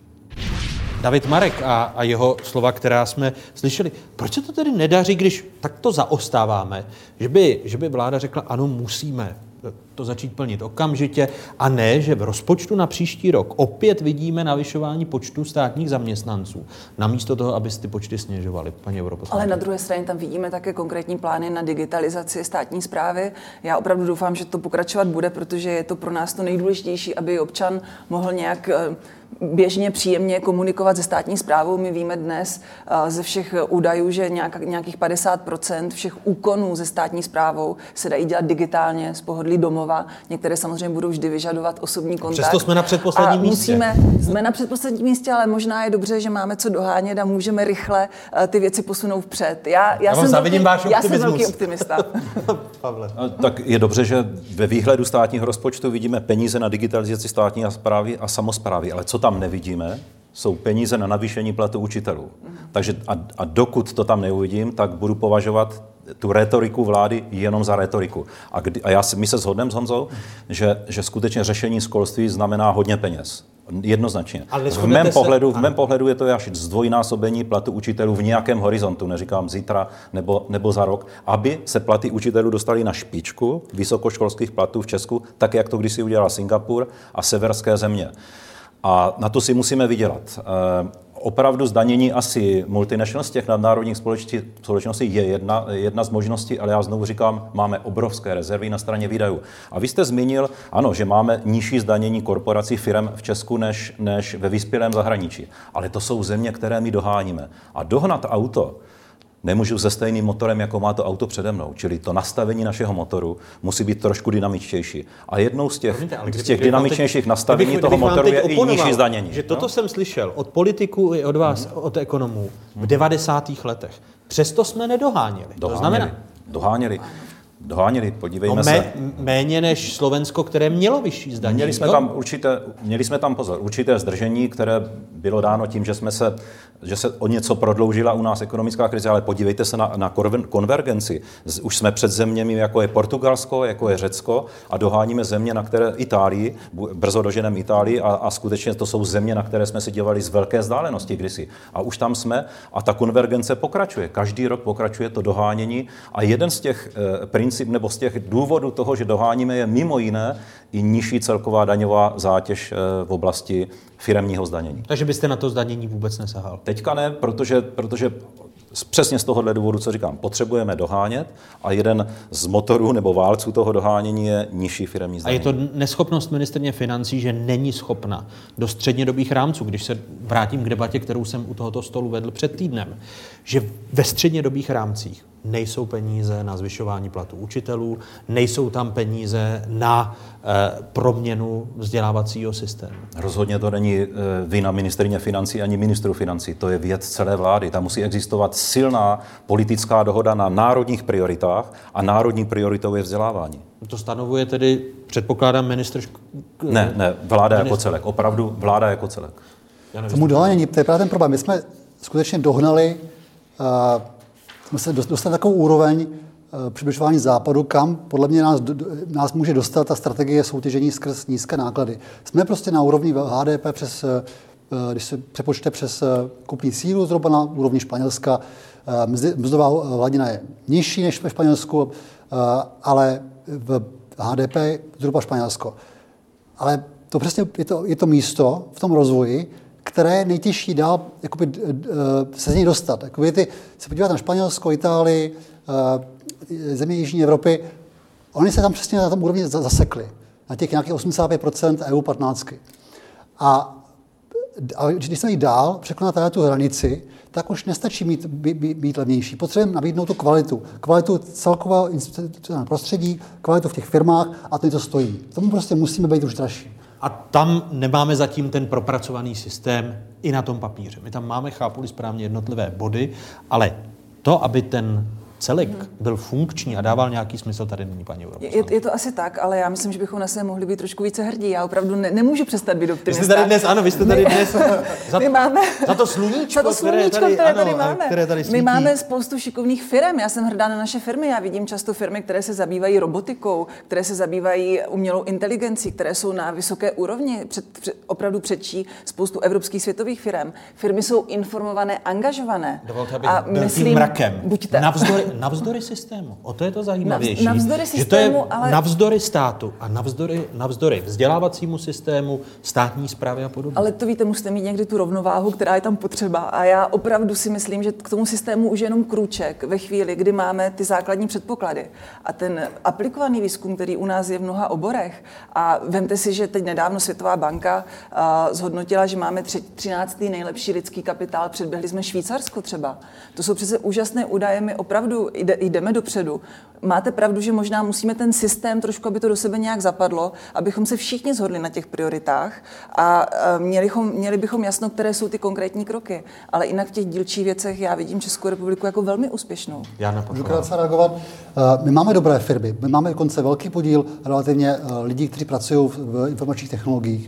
David Marek a, a jeho slova, která jsme slyšeli. Proč se to tedy nedaří, když takto zaostáváme, že by, že by vláda řekla, ano, musíme to začít plnit okamžitě, a ne, že v rozpočtu na příští rok opět vidíme navyšování počtu státních zaměstnanců, namísto toho, aby ty počty snižovaly, paní europoslankyně. Ale na druhé straně tam vidíme také konkrétní plány na digitalizaci státní správy. Já opravdu doufám, že to pokračovat bude, protože je to pro nás to nejdůležitější, aby občan mohl nějak běžně, příjemně komunikovat se státní správou. My víme dnes ze všech údajů, že nějak, nějakých padesát procent všech úkonů se státní správou se dají dělat digitálně z pohodlí domova. Některé samozřejmě budou vždy vyžadovat osobní kontakt. Přesto jsme na předposledním a místě. Musíme, jsme na předposledním místě, ale možná je dobře, že máme co dohánět a můžeme rychle ty věci posunout vpřed. Já, já, já jsem, velký, váš já jsem velký optimista. Pavle. Tak je dobře, že ve výhledu státního rozpočtu vidíme peníze na digitalizaci státní správy a samosprávy, ale co tam nevidíme, jsou peníze na navýšení platu učitelů. Takže a, a dokud to tam neuvidím, tak budu považovat tu rétoriku vlády jenom za rétoriku. A, kdy, a já si, my se shodneme s Honzou, že, že skutečně řešení školství znamená hodně peněz. Jednoznačně. V mém, se... pohledu, v mém pohledu je to až zdvojnásobení platu učitelů v nějakém horizontu, neříkám zítra nebo, nebo za rok, aby se platy učitelů dostaly na špičku vysokoškolských platů v Česku, tak jak to kdysi udělal Singapur a severské země. A na to si musíme vydělat. E, opravdu zdanění asi multinational z těch nadnárodních společností je jedna, jedna z možností, ale já znovu říkám, máme obrovské rezervy na straně výdajů. A vy jste zmínil, ano, že máme nižší zdanění korporací firem v Česku než, než ve vyspělém zahraničí. Ale to jsou země, které my doháníme. A dohnat auto nemůžu se stejným motorem, jako má to auto přede mnou. Čili to nastavení našeho motoru musí být trošku dynamičtější. A jednou z těch, z těch dynamičnějších teď, nastavení kdybych, toho motoru je i nižší zdanění. Že toto no? jsem slyšel od politiků i od vás, mm. od ekonomů v devadesátých letech. Přesto jsme nedoháněli. Doháněli. To znamená... Doháněli. Doháněli, podívejme no, mé, se. Méně než Slovensko, které mělo vyšší zdanění. Měli jsme tam určité, měli jsme tam pozor, určité zdržení, které bylo dáno tím, že jsme se, že se o něco prodloužila u nás ekonomická krize, ale podívejte se na, na konvergenci. Už jsme před zeměmi, jako je Portugalsko, jako je Řecko a doháníme země, na které Itálii, brzo doženeme Itálii a, a skutečně to jsou země, na které jsme si dělali z velké vzdálenosti kdysi. A už tam jsme a ta konvergence pokračuje. Každý rok pokračuje to dohánění a jeden z těch eh, princip, nebo z těch důvodů toho, že doháníme, je mimo jiné i nižší celková daňová zátěž v oblasti firemního zdanění. Takže byste na to zdanění vůbec nesahal? Teďka ne, protože, protože přesně z tohohle důvodu, co říkám, potřebujeme dohánět a jeden z motorů nebo válců toho dohánění je nižší firemní zdanění. A je to neschopnost ministryně financí, že není schopna do střednědobých rámců, když se vrátím k debatě, kterou jsem u tohoto stolu vedl před týdnem, že ve střednědobých rámcích nejsou peníze na zvyšování platů učitelů, nejsou tam peníze na e, proměnu vzdělávacího systému. Rozhodně to není e, vina ministryně financí ani ministru financí, to je věc celé vlády. Tam musí existovat silná politická dohoda na národních prioritách a národní prioritou je vzdělávání. To stanovuje tedy, předpokládám, ministr... Šk... Ne, ne, vláda ministr. Jako celek, opravdu vláda jako celek. Tomu dohánění, to je právě ten problém. My jsme skutečně dohnali uh, jsme se dostali takovou úroveň e, přibližování západu, kam podle mě nás, do, nás může dostat ta strategie soutěžení skrz nízké náklady. Jsme prostě na úrovni H D P přes, e, když se přepočte přes e, kupní sílu, zhruba na úrovni Španělska. E, mzdy, mzdová hladina je nižší než ve Španělsku, e, ale v H D P zhruba Španělsko. Ale to přesně je to, je to místo v tom rozvoji, které je nejtěžší dál jakoby, se z něj dostat. Jakoby ty, se podívat na Španělsko, Itálii, země Jižní Evropy, oni se tam přesně na tom úrovni zasekli. Na těch nějakých osmdesát pět procent E U patnáct. A, a když jsme jít dál, překonat tady tu hranici, tak už nestačí mít, být, být levnější. Potřebujeme nabídnout tu kvalitu. Kvalitu celkového institucionálního prostředí, kvalitu v těch firmách a to to stojí. Tomu prostě musíme být už dražší. A tam nemáme zatím ten propracovaný systém i na tom papíře. My tam máme, chápu-li správně, jednotlivé body, ale to, aby ten celek byl funkční a dával nějaký smysl, tady není, paní europoslankyně. Je, je to asi tak, ale já myslím, že bychom na sebe mohli být trošku více hrdí. Já opravdu ne, nemůžu přestat být optimista. Vy jste tady dnes, ano, vy jste tady dnes za, my máme, za to sluníčko, za to sluníčko které tady, které ano, tady máme. Které tady my máme spoustu šikovných firm. Já jsem hrdá na naše firmy. Já vidím často firmy, které se zabývají robotikou, které se zabývají umělou inteligencí, které jsou na vysoké úrovni, před, před, opravdu předčí spoustu evropských světových firm. Firmy jsou informované, angažované. Dovolte, abych a byl myslím, tím mrakem. Buďte. Navzdory, navzdory systému. O to je to zajímavější. Navzdory systému, že to je ale... navzdory státu a navzdory, navzdory vzdělávacímu systému, státní správy a podobně. Ale to víte, musíte mít někdy tu rovnováhu, která je tam potřeba. A já opravdu si myslím, že k tomu systému už je jenom krůček ve chvíli, kdy máme ty základní předpoklady. A ten aplikovaný výzkum, který u nás je v mnoha oborech, a vemte si, že teď nedávno Světová banka uh, zhodnotila, že máme třináctý nejlepší lidský kapitál, předběhli jsme Švýcarsko třeba. To jsou přece úžasné údaje, my opravdu jde, jdeme dopředu. Máte pravdu, že možná musíme ten systém trošku, aby to do sebe nějak zapadlo, abychom se všichni shodli na těch prioritách a měli, měli bychom jasno, které jsou ty konkrétní kroky. Ale jinak v těch dílčích věcech já vidím Českou republiku jako velmi úspěšnou. Já můžu krátce reagovat. My máme dobré firmy. My máme dokonce velký podíl relativně lidí, kteří pracují v informačních technologiích,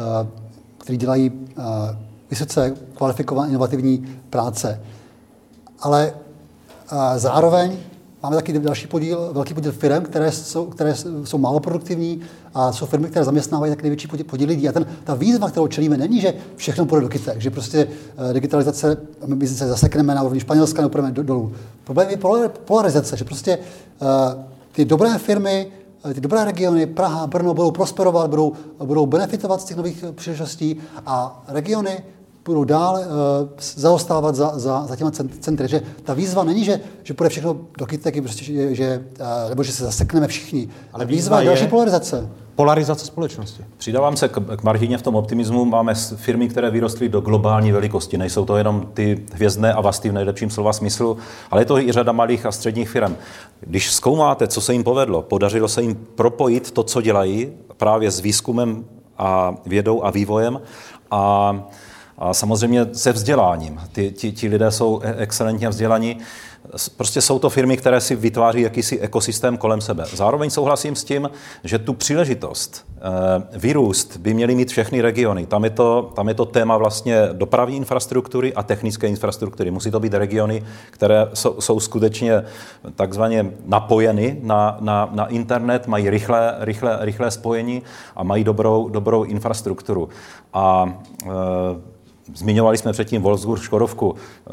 kteří dělají vysoce kvalifikované inovativní práce. Ale zároveň máme taky další podíl, velký podíl firm, které jsou, které jsou málo produktivní a jsou firmy, které zaměstnávají tak největší podíl, podíl lidí. A ten, ta výzva, kterou čelíme, není, že všechno půjde do kytek, že prostě uh, digitalizace, my se zasekneme na úrovni Španělska, nepůjdeme do, dolů. Problém je polarizace, že prostě uh, ty dobré firmy, ty dobré regiony, Praha, Brno, budou prosperovat, budou, budou benefitovat z těch nových příležitostí a regiony budou dále uh, zaostávat za, za, za těma centry. Že ta výzva není, že, že půjde všechno do kytek, prostě, že, že, uh, nebo že se zasekneme všichni. Ale výzva je další polarizace. Polarizace společnosti. Přidávám se k, k Martině v tom optimismu. Máme firmy, které vyrostly do globální velikosti. Nejsou to jenom ty hvězdné avasty v nejlepším slova smyslu, ale je to i řada malých a středních firm. Když zkoumáte, co se jim povedlo, podařilo se jim propojit to, co dělají, právě s výzkumem a vědou a vývojem a A samozřejmě se vzděláním. Ti, ti, ti lidé jsou excelentně vzdělaní. Prostě jsou to firmy, které si vytváří jakýsi ekosystém kolem sebe. Zároveň souhlasím s tím, že tu příležitost e, vyrůst by měly mít všechny regiony. Tam je to, tam je to téma vlastně dopravní infrastruktury a technické infrastruktury. Musí to být regiony, které jsou, jsou skutečně takzvaně napojeny na, na, na internet, mají rychlé, rychlé, rychlé spojení a mají dobrou, dobrou infrastrukturu. A e, zmiňovali jsme předtím Wolfsburg, Škodovku.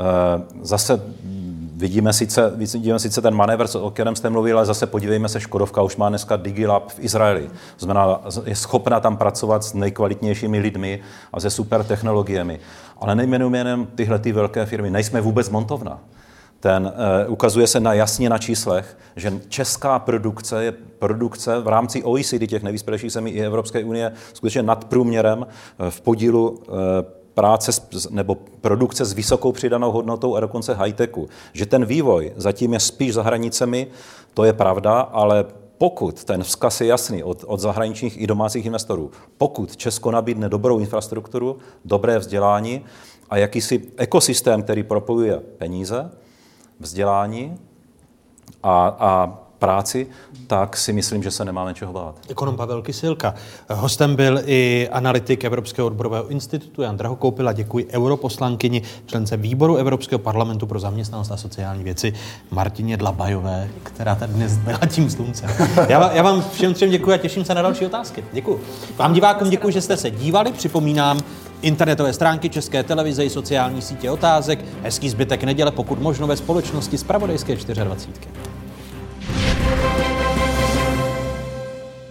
Zase vidíme sice, vidíme sice ten manévr, o kterém jste mluvili, ale zase podívejme se, Škodovka už má dneska DigiLab v Izraeli. Znamená, je schopna tam pracovat s nejkvalitnějšími lidmi a se super technologiemi. Ale nejmenujeme jenom tyhle ty velké firmy. Nejsme vůbec montovna. Ten, uh, ukazuje se na jasně na číslech, že česká produkce je produkce v rámci O E C D, těch nejvyspělejších zemí i Evropské unie, skutečně nad průměrem v podílu uh, práce nebo produkce s vysokou přidanou hodnotou a dokonce high-techu. Že ten vývoj zatím je spíš za hranicemi, to je pravda, ale pokud ten vzkaz je jasný od, od zahraničních i domácích investorů, pokud Česko nabídne dobrou infrastrukturu, dobré vzdělání a jakýsi ekosystém, který propojuje peníze, vzdělání a, a práci, tak si myslím, že se nemáme čeho bát. Ekonom Pavel Kysilka. Hostem byl i analytik Evropského odborového institutu Jan Drahokoupil a děkuji europoslankyni, člence výboru Evropského parlamentu pro zaměstnanost a sociální věci Martině Dlabajové, která tady dnes byla tím sluncem. Já, já vám všem třem děkuji a těším se na další otázky. Děkuji. Vám divákům děkuji, že jste se dívali. Připomínám internetové stránky České televize i sociální sítě otázek. Hezký zbytek neděle, pokud možno ve společnosti Zpravodajské dvacet čtyři.